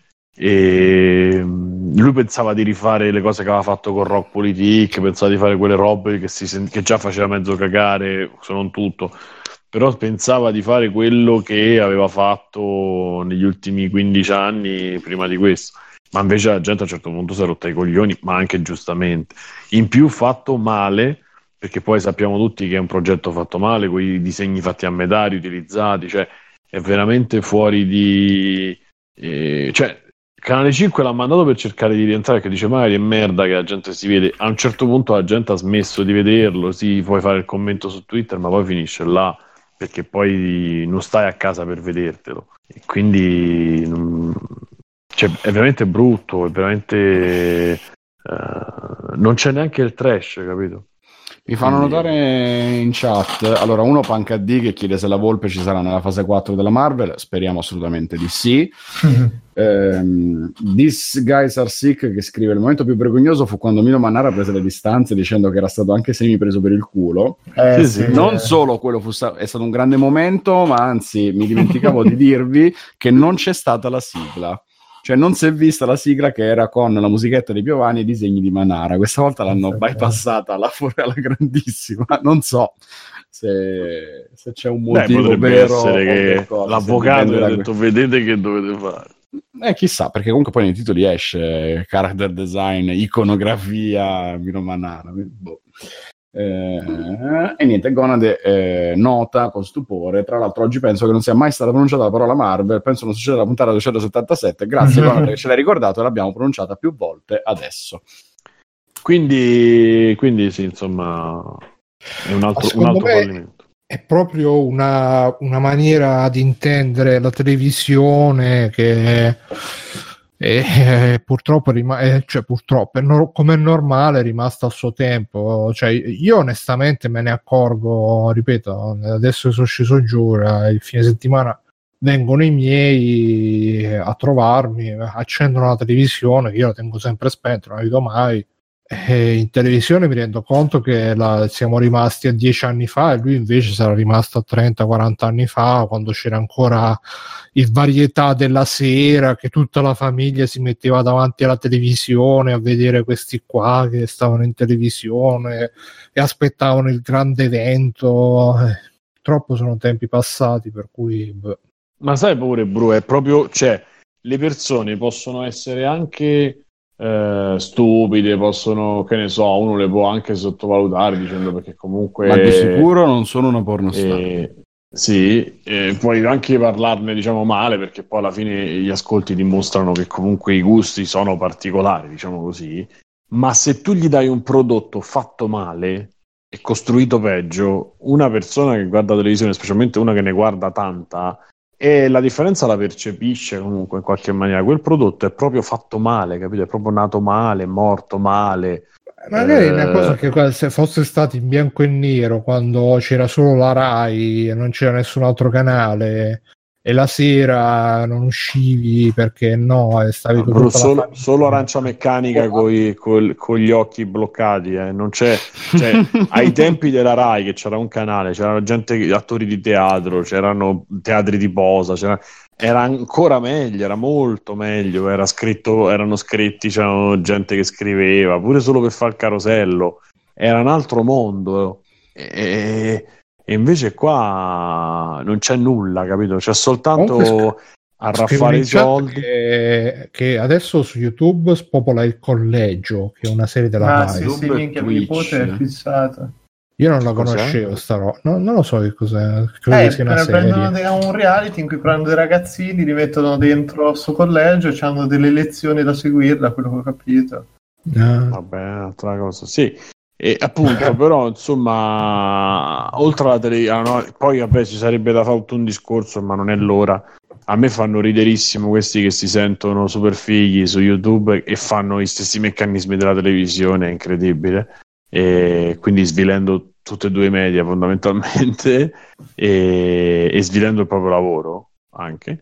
S7: e mm, lui pensava di rifare le cose che aveva fatto con Rock Politique, pensava di fare quelle robe che, si sen- che già faceva mezzo cagare, se non tutto, però pensava di fare quello che aveva fatto negli ultimi quindici anni prima di questo. Ma invece la gente a un certo punto si è rotta i coglioni, ma anche giustamente. In più fatto male, perché poi sappiamo tutti che è un progetto fatto male, con i disegni fatti a metà, riutilizzati, cioè è veramente fuori di... eh, cioè, Canale cinque l'ha mandato per cercare di rientrare, che dice magari è merda che la gente si vede. A un certo punto la gente ha smesso di vederlo, sì, puoi fare il commento su Twitter, ma poi finisce là, perché poi non stai a casa per vedertelo. E quindi... non- cioè, è veramente brutto, è veramente... eh, non c'è neanche il trash, capito?
S2: Mi fanno
S7: Quindi-
S2: notare in chat, allora uno Punk A D che chiede se la Volpe ci sarà nella fase quattro della Marvel, speriamo assolutamente di sì. Ehm, This Guys Are Sick che scrive: il momento più vergognoso fu quando Mino Mannara prese le distanze dicendo che era stato anche semi preso per il culo.
S3: Eh,
S7: Sì, sì.
S2: Non solo quello fu sta- è stato un grande momento, ma anzi mi dimenticavo di dirvi che non c'è stata la sigla. Cioè non si è vista la sigla che era con la musichetta di Piovani e i disegni di Manara. Questa volta l'hanno
S3: Ok.
S2: bypassata alla, fu- alla grandissima. Non so se, se c'è un
S7: Beh,
S2: motivo
S7: potrebbe
S2: vero
S7: essere
S2: o
S7: che
S2: che cosa, se
S7: l'avvocato
S2: dipende
S7: ha
S2: da
S7: detto vedete che dovete fare.
S2: Eh, chissà, perché comunque poi nei titoli esce character design, iconografia, Mino Manara. Boh. Eh, e niente, Gonade eh, nota con stupore. Tra l'altro, oggi penso che non sia mai stata pronunciata la parola Marvel. Penso non succeda alla puntata duecentosettantasette. Grazie, Gonade, che ce l'hai ricordato e l'abbiamo pronunciata più volte adesso.
S7: Quindi, quindi sì, insomma, è un altro, un
S6: secondo
S7: altro
S6: me-
S7: fallimento.
S6: È proprio una, una maniera di intendere la televisione che è, purtroppo, rima- è, cioè, purtroppo è no- come è normale è rimasta al suo tempo. Cioè, io onestamente me ne accorgo, ripeto, adesso che sono sceso giù, eh, il fine settimana vengono i miei a trovarmi, accendono la televisione, che io la tengo sempre spenta, non la vedo mai. E in televisione mi rendo conto che la, siamo rimasti a dieci anni fa e lui invece sarà rimasto a trenta quaranta anni fa, quando c'era ancora il varietà della sera, che tutta la famiglia si metteva davanti alla televisione a vedere questi qua che stavano in televisione e aspettavano il grande evento. Eh, troppo sono tempi passati, per cui beh.
S7: Ma sai pure, Bru, è proprio, cioè, le persone possono essere anche eh, stupide, possono, che ne so, uno le può anche sottovalutare dicendo perché comunque...
S2: Ma di sicuro non sono una pornostar.
S7: Eh, sì, eh, puoi anche parlarne diciamo male perché poi alla fine gli ascolti dimostrano che comunque i gusti sono particolari, diciamo così, ma se tu gli dai un prodotto fatto male è costruito peggio, una persona che guarda la televisione, specialmente una che ne guarda tanta, e la differenza la percepisce comunque in qualche maniera. Quel prodotto è proprio fatto male, capito? È proprio nato male, è morto male.
S6: Magari è
S7: Eh,
S6: una cosa che se fosse stato in bianco e nero, quando c'era solo la Rai e non c'era nessun altro canale, e la sera non uscivi perché no, e stavi con
S7: Però
S6: tutta la
S7: solo,
S6: famiglia.
S7: solo Arancia Meccanica coi- col- con gli occhi bloccati, eh. Non c'è, cioè, ai tempi della Rai che c'era un canale, c'erano gente, attori di teatro, c'erano teatri di posa, c'era, era ancora meglio, era molto meglio, era scritto, erano scritti, c'erano gente che scriveva, pure solo per fare il carosello, era un altro mondo. E, e invece qua non c'è nulla, capito? C'è soltanto
S6: Comunque,
S7: arraffare i soldi.
S6: Che, che adesso su YouTube spopola Il Collegio, che è una serie della
S3: Ah,
S6: Rai.
S3: sì, sì,
S2: YouTube e
S3: minchia, mio nipote è
S2: Twitch.
S3: fissato.
S6: Io non la
S7: Cos'è?
S6: conoscevo sta roba, no, non lo so che cos'è, credo
S3: Eh,
S6: che sia una
S3: pre- prendono
S6: serie.
S3: de- un reality in cui prendono dei ragazzini, li mettono dentro sto collegio e hanno delle lezioni da seguire, da quello che ho capito.
S6: Ah.
S7: Vabbè, un'altra cosa, sì. E appunto, però, insomma, oltre alla televisione, poi vabbè, ci sarebbe da fare tutto un discorso, ma non è l'ora. A me fanno riderissimo questi che si sentono super fighi su YouTube e fanno gli stessi meccanismi della televisione, è incredibile. E quindi svilendo tutte e due i media fondamentalmente e, e svilendo il proprio lavoro anche.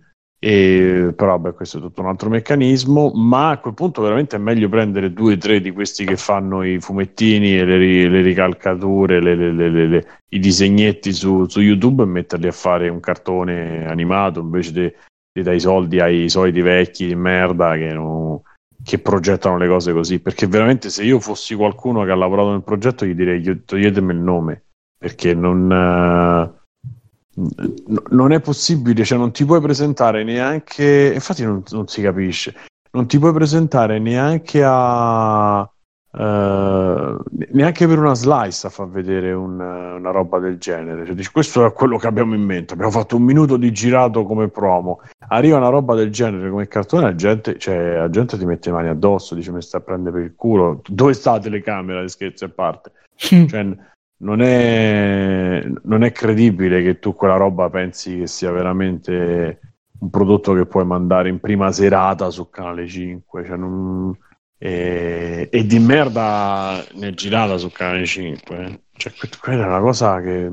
S7: E, però vabbè, questo è tutto un altro meccanismo, ma a quel punto veramente è meglio prendere due o tre di questi che fanno i fumettini e le, ri- le ricalcature, le- le- le- le- le- i disegnetti su, su YouTube e metterli a fare un cartone animato invece di di dare i soldi ai soliti vecchi di merda che, non- che progettano le cose così. Perché veramente se io fossi qualcuno che ha lavorato nel progetto gli direi "Io- toglietemi il nome", perché non... eh, n- non è possibile, cioè non ti puoi presentare neanche, infatti non, non si capisce, non ti puoi presentare neanche a eh, neanche per una slice a far vedere un- una roba del genere, cioè, dici, questo è quello che abbiamo in mente, abbiamo fatto un minuto di girato come promo, arriva una roba del genere come cartone, la gente, cioè, la gente ti mette le mani addosso, dice mi sta a prendere per il culo, dove sta la telecamera, scherzi a parte, cioè non è, non è credibile che tu quella roba pensi che sia veramente un prodotto che puoi mandare in prima serata su Canale cinque, cioè non- e, e di merda ne è girata su Canale cinque, eh. Cioè, que- quella è una cosa che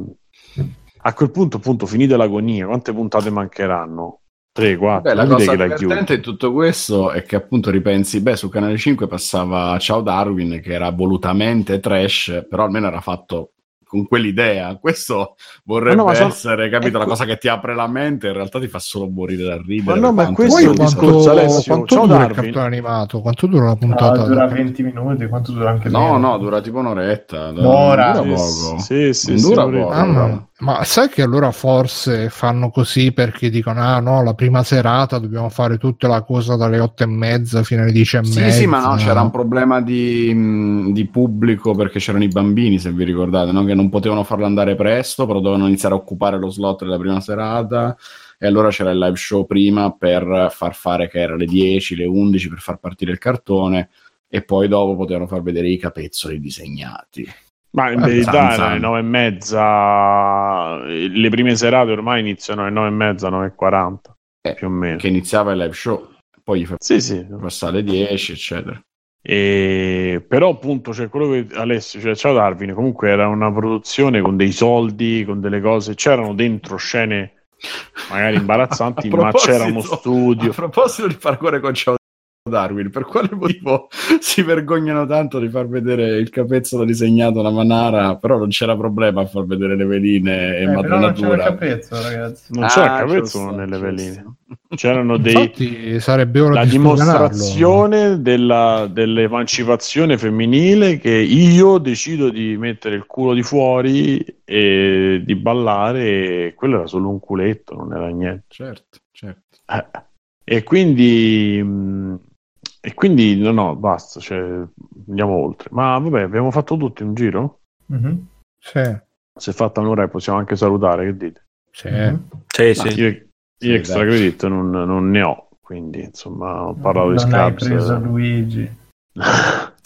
S7: a quel punto, appunto, finite l'agonia, quante puntate mancheranno? tre, quattro,
S2: Beh, la
S7: vuol dire
S2: cosa
S7: che la
S2: divertente
S7: chiudi.
S2: in tutto questo è che appunto ripensi, beh, su Canale cinque passava Ciao Darwin, che era volutamente trash, però almeno era fatto con quell'idea. Questo vorrebbe
S7: Ma no, ma sono-
S2: essere, capito, la
S7: ecco-
S2: cosa che ti apre la mente, in realtà ti fa solo morire da ridere.
S7: Ma no, ma
S2: per quanto
S7: questo
S6: Poi
S7: è il
S2: sia-
S6: quanto,
S7: discorso, Alessio.
S6: quanto
S7: Ciao,
S6: dura il
S7: Darwin.
S6: cartone animato? Quanto dura una
S3: Ah,
S6: puntata?
S3: dura venti minuti, quanto dura anche
S2: No,
S3: meno?
S2: no, dura tipo un'oretta.
S3: Un'ora.
S2: Non dura
S7: Sì,
S2: poco.
S7: sì, sì,
S2: Non
S7: sì,
S2: dura
S7: un'oretta.
S2: poco.
S6: Ah, ma,
S2: no.
S6: ma sai che allora forse fanno così perché dicono ah no, la prima serata dobbiamo fare tutta la cosa dalle otto e mezza fino alle dieci e
S2: Sì,
S6: mezza.
S2: sì, ma no, c'era un problema di, mh, di pubblico perché c'erano i bambini, se vi ricordate, no? Che non potevano farlo andare presto, però dovevano iniziare a occupare lo slot della prima serata e allora c'era il live show prima per far fare che era le dieci, le undici per far partire il cartone e poi dopo potevano far vedere i capezzoli disegnati.
S7: Ma in
S2: Eh,
S7: verità
S2: zan,
S7: erano
S2: zan.
S7: le nove e mezza, le prime serate ormai iniziano alle nove e mezza, nove e quaranta,
S2: Eh,
S7: più o meno.
S2: Che iniziava il live show, poi gli fa
S7: Sì, sì.
S2: passare alle dieci, eccetera.
S7: E... Però appunto c'è quello che Alessio, cioè Ciao Darwin, comunque era una produzione con dei soldi, con delle cose, c'erano dentro scene magari imbarazzanti,
S2: A
S7: ma c'era uno
S2: proposito-
S7: studio.
S2: A proposito di paragone con Ciao Darwin, per quale motivo si vergognano tanto di far vedere il capezzolo disegnato da Manara, però non c'era problema a far vedere le veline e
S3: Eh,
S2: madre
S3: però non c'era il
S2: natura?
S3: capezzo, ragazzi.
S7: Non c'era
S2: Ah,
S7: il capezzolo
S2: giusto,
S7: nelle
S2: giusto.
S7: veline, c'erano dei...
S6: Infatti sarebbe ora
S7: la
S6: di sdoganarlo.
S7: dimostrazione della, dell'emancipazione femminile che io decido di mettere il culo di fuori e di ballare e quello era solo un culetto, non era niente.
S2: Certo, certo.
S7: Eh, e quindi mh, e quindi no no basta, cioè, andiamo oltre, ma vabbè, abbiamo fatto tutti un giro,
S3: Mhm.
S6: Sì,
S7: si è fatta un'ora e possiamo anche salutare, che dite?
S6: sì.
S3: Mhm.
S5: Sì,
S7: Ma
S5: sì.
S7: io, io
S2: Sì,
S7: extra
S2: dai.
S7: credit non, non ne ho, quindi insomma ho parlato di
S3: Non hai
S7: Scraps.
S3: preso Luigi.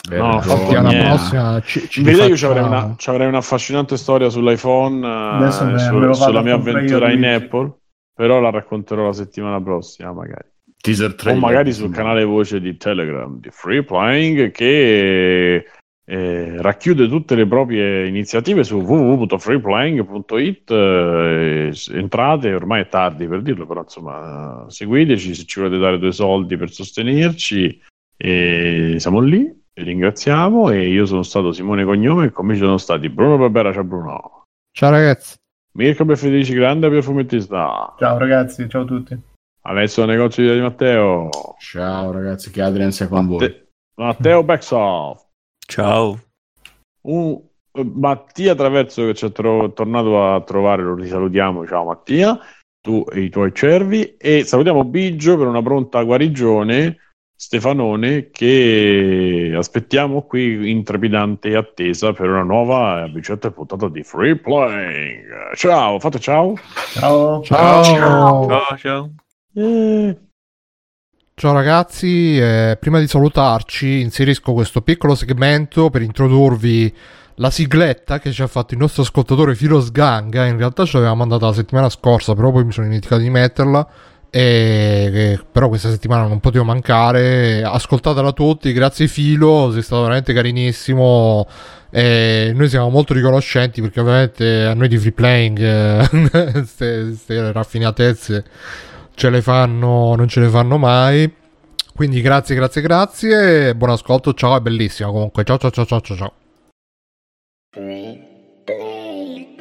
S7: No,
S6: la prossima ci, ci
S7: in verità io
S6: faccia...
S7: avrei una, c'avrei un'affascinante storia sull'iPhone
S3: Adesso
S7: eh,
S3: me-
S7: su-
S3: me lo vado
S7: sulla
S3: a
S7: mia
S3: comprare
S7: avventura
S3: io,
S7: in
S3: Luigi.
S7: Apple, però la racconterò la settimana prossima magari.
S2: Teaser
S7: O
S2: trailer.
S7: magari sul canale voce di Telegram di Free Playing che eh, racchiude tutte le proprie iniziative su w w w punto free playing punto i t. Eh, entrate, ormai è tardi per dirlo, però insomma seguiteci se ci volete dare due soldi per sostenerci. E siamo lì, vi ringraziamo. E io sono stato Simone Cognome e con me ci sono stati Bruno Barbera, ciao Bruno.
S6: Ciao ragazzi.
S7: Mirko Beffedici Grande per fumettista.
S3: Ciao ragazzi, ciao a tutti.
S7: Alessio Negozio di Matteo.
S2: Ciao ragazzi, che Adrian sia con voi.
S7: Matte- Matteo Backsoft.
S4: Ciao.
S7: Un Mattia Traverso che ci è tro- tornato a trovare, lo risalutiamo. Ciao Mattia, tu e i tuoi cervi. E salutiamo Biggio per una pronta guarigione, Stefanone, che aspettiamo qui in trepidante attesa per una nuova e avvicinata puntata di Free Playing. Ciao, fate ciao.
S3: Ciao.
S6: Ciao.
S4: Ciao, ciao.
S7: Eh.
S6: Ciao ragazzi, eh, prima di salutarci inserisco questo piccolo segmento per introdurvi la sigletta che ci ha fatto il nostro ascoltatore Filo Sganga. In realtà ce l'aveva mandata la settimana scorsa, però poi mi sono dimenticato di metterla, e, e, però questa settimana non potevo mancare. Ascoltatela tutti, grazie Filo, sei stato veramente carinissimo e noi siamo molto riconoscenti perché ovviamente a noi di Free Playing queste raffinatezze ce le fanno, non ce le fanno mai, quindi grazie grazie grazie, buon ascolto, ciao, è bellissima comunque, ciao ciao ciao ciao ciao.
S8: Free play.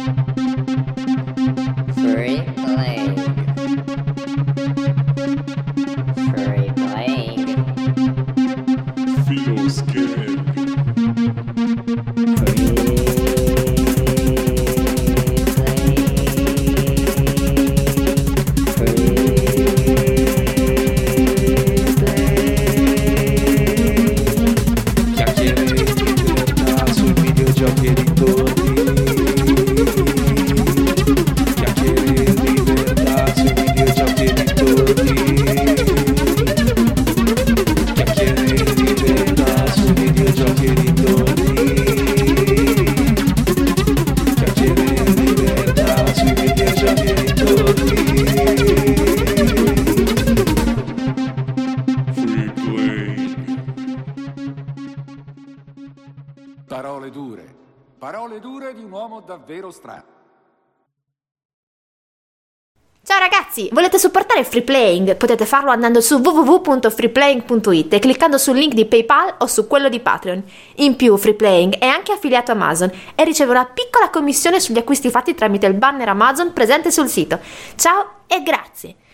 S8: Free play. Free play.
S9: Giochi e dintorni, chiacchiere di libertà sui videogiochi e dintorni, chiacchiere di libertà sui videogiochi e dintorni, chiacchiere di libertà sui videogiochi e dintorni. Free play. Parole dure. Parole dure di un uomo davvero strano.
S10: Ciao ragazzi, volete supportare Free Playing? Potete farlo andando su w w w punto free playing punto i t e cliccando sul link di PayPal o su quello di Patreon. In più, Free Playing è anche affiliato a Amazon e riceve una piccola commissione sugli acquisti fatti tramite il banner Amazon presente sul sito. Ciao e grazie!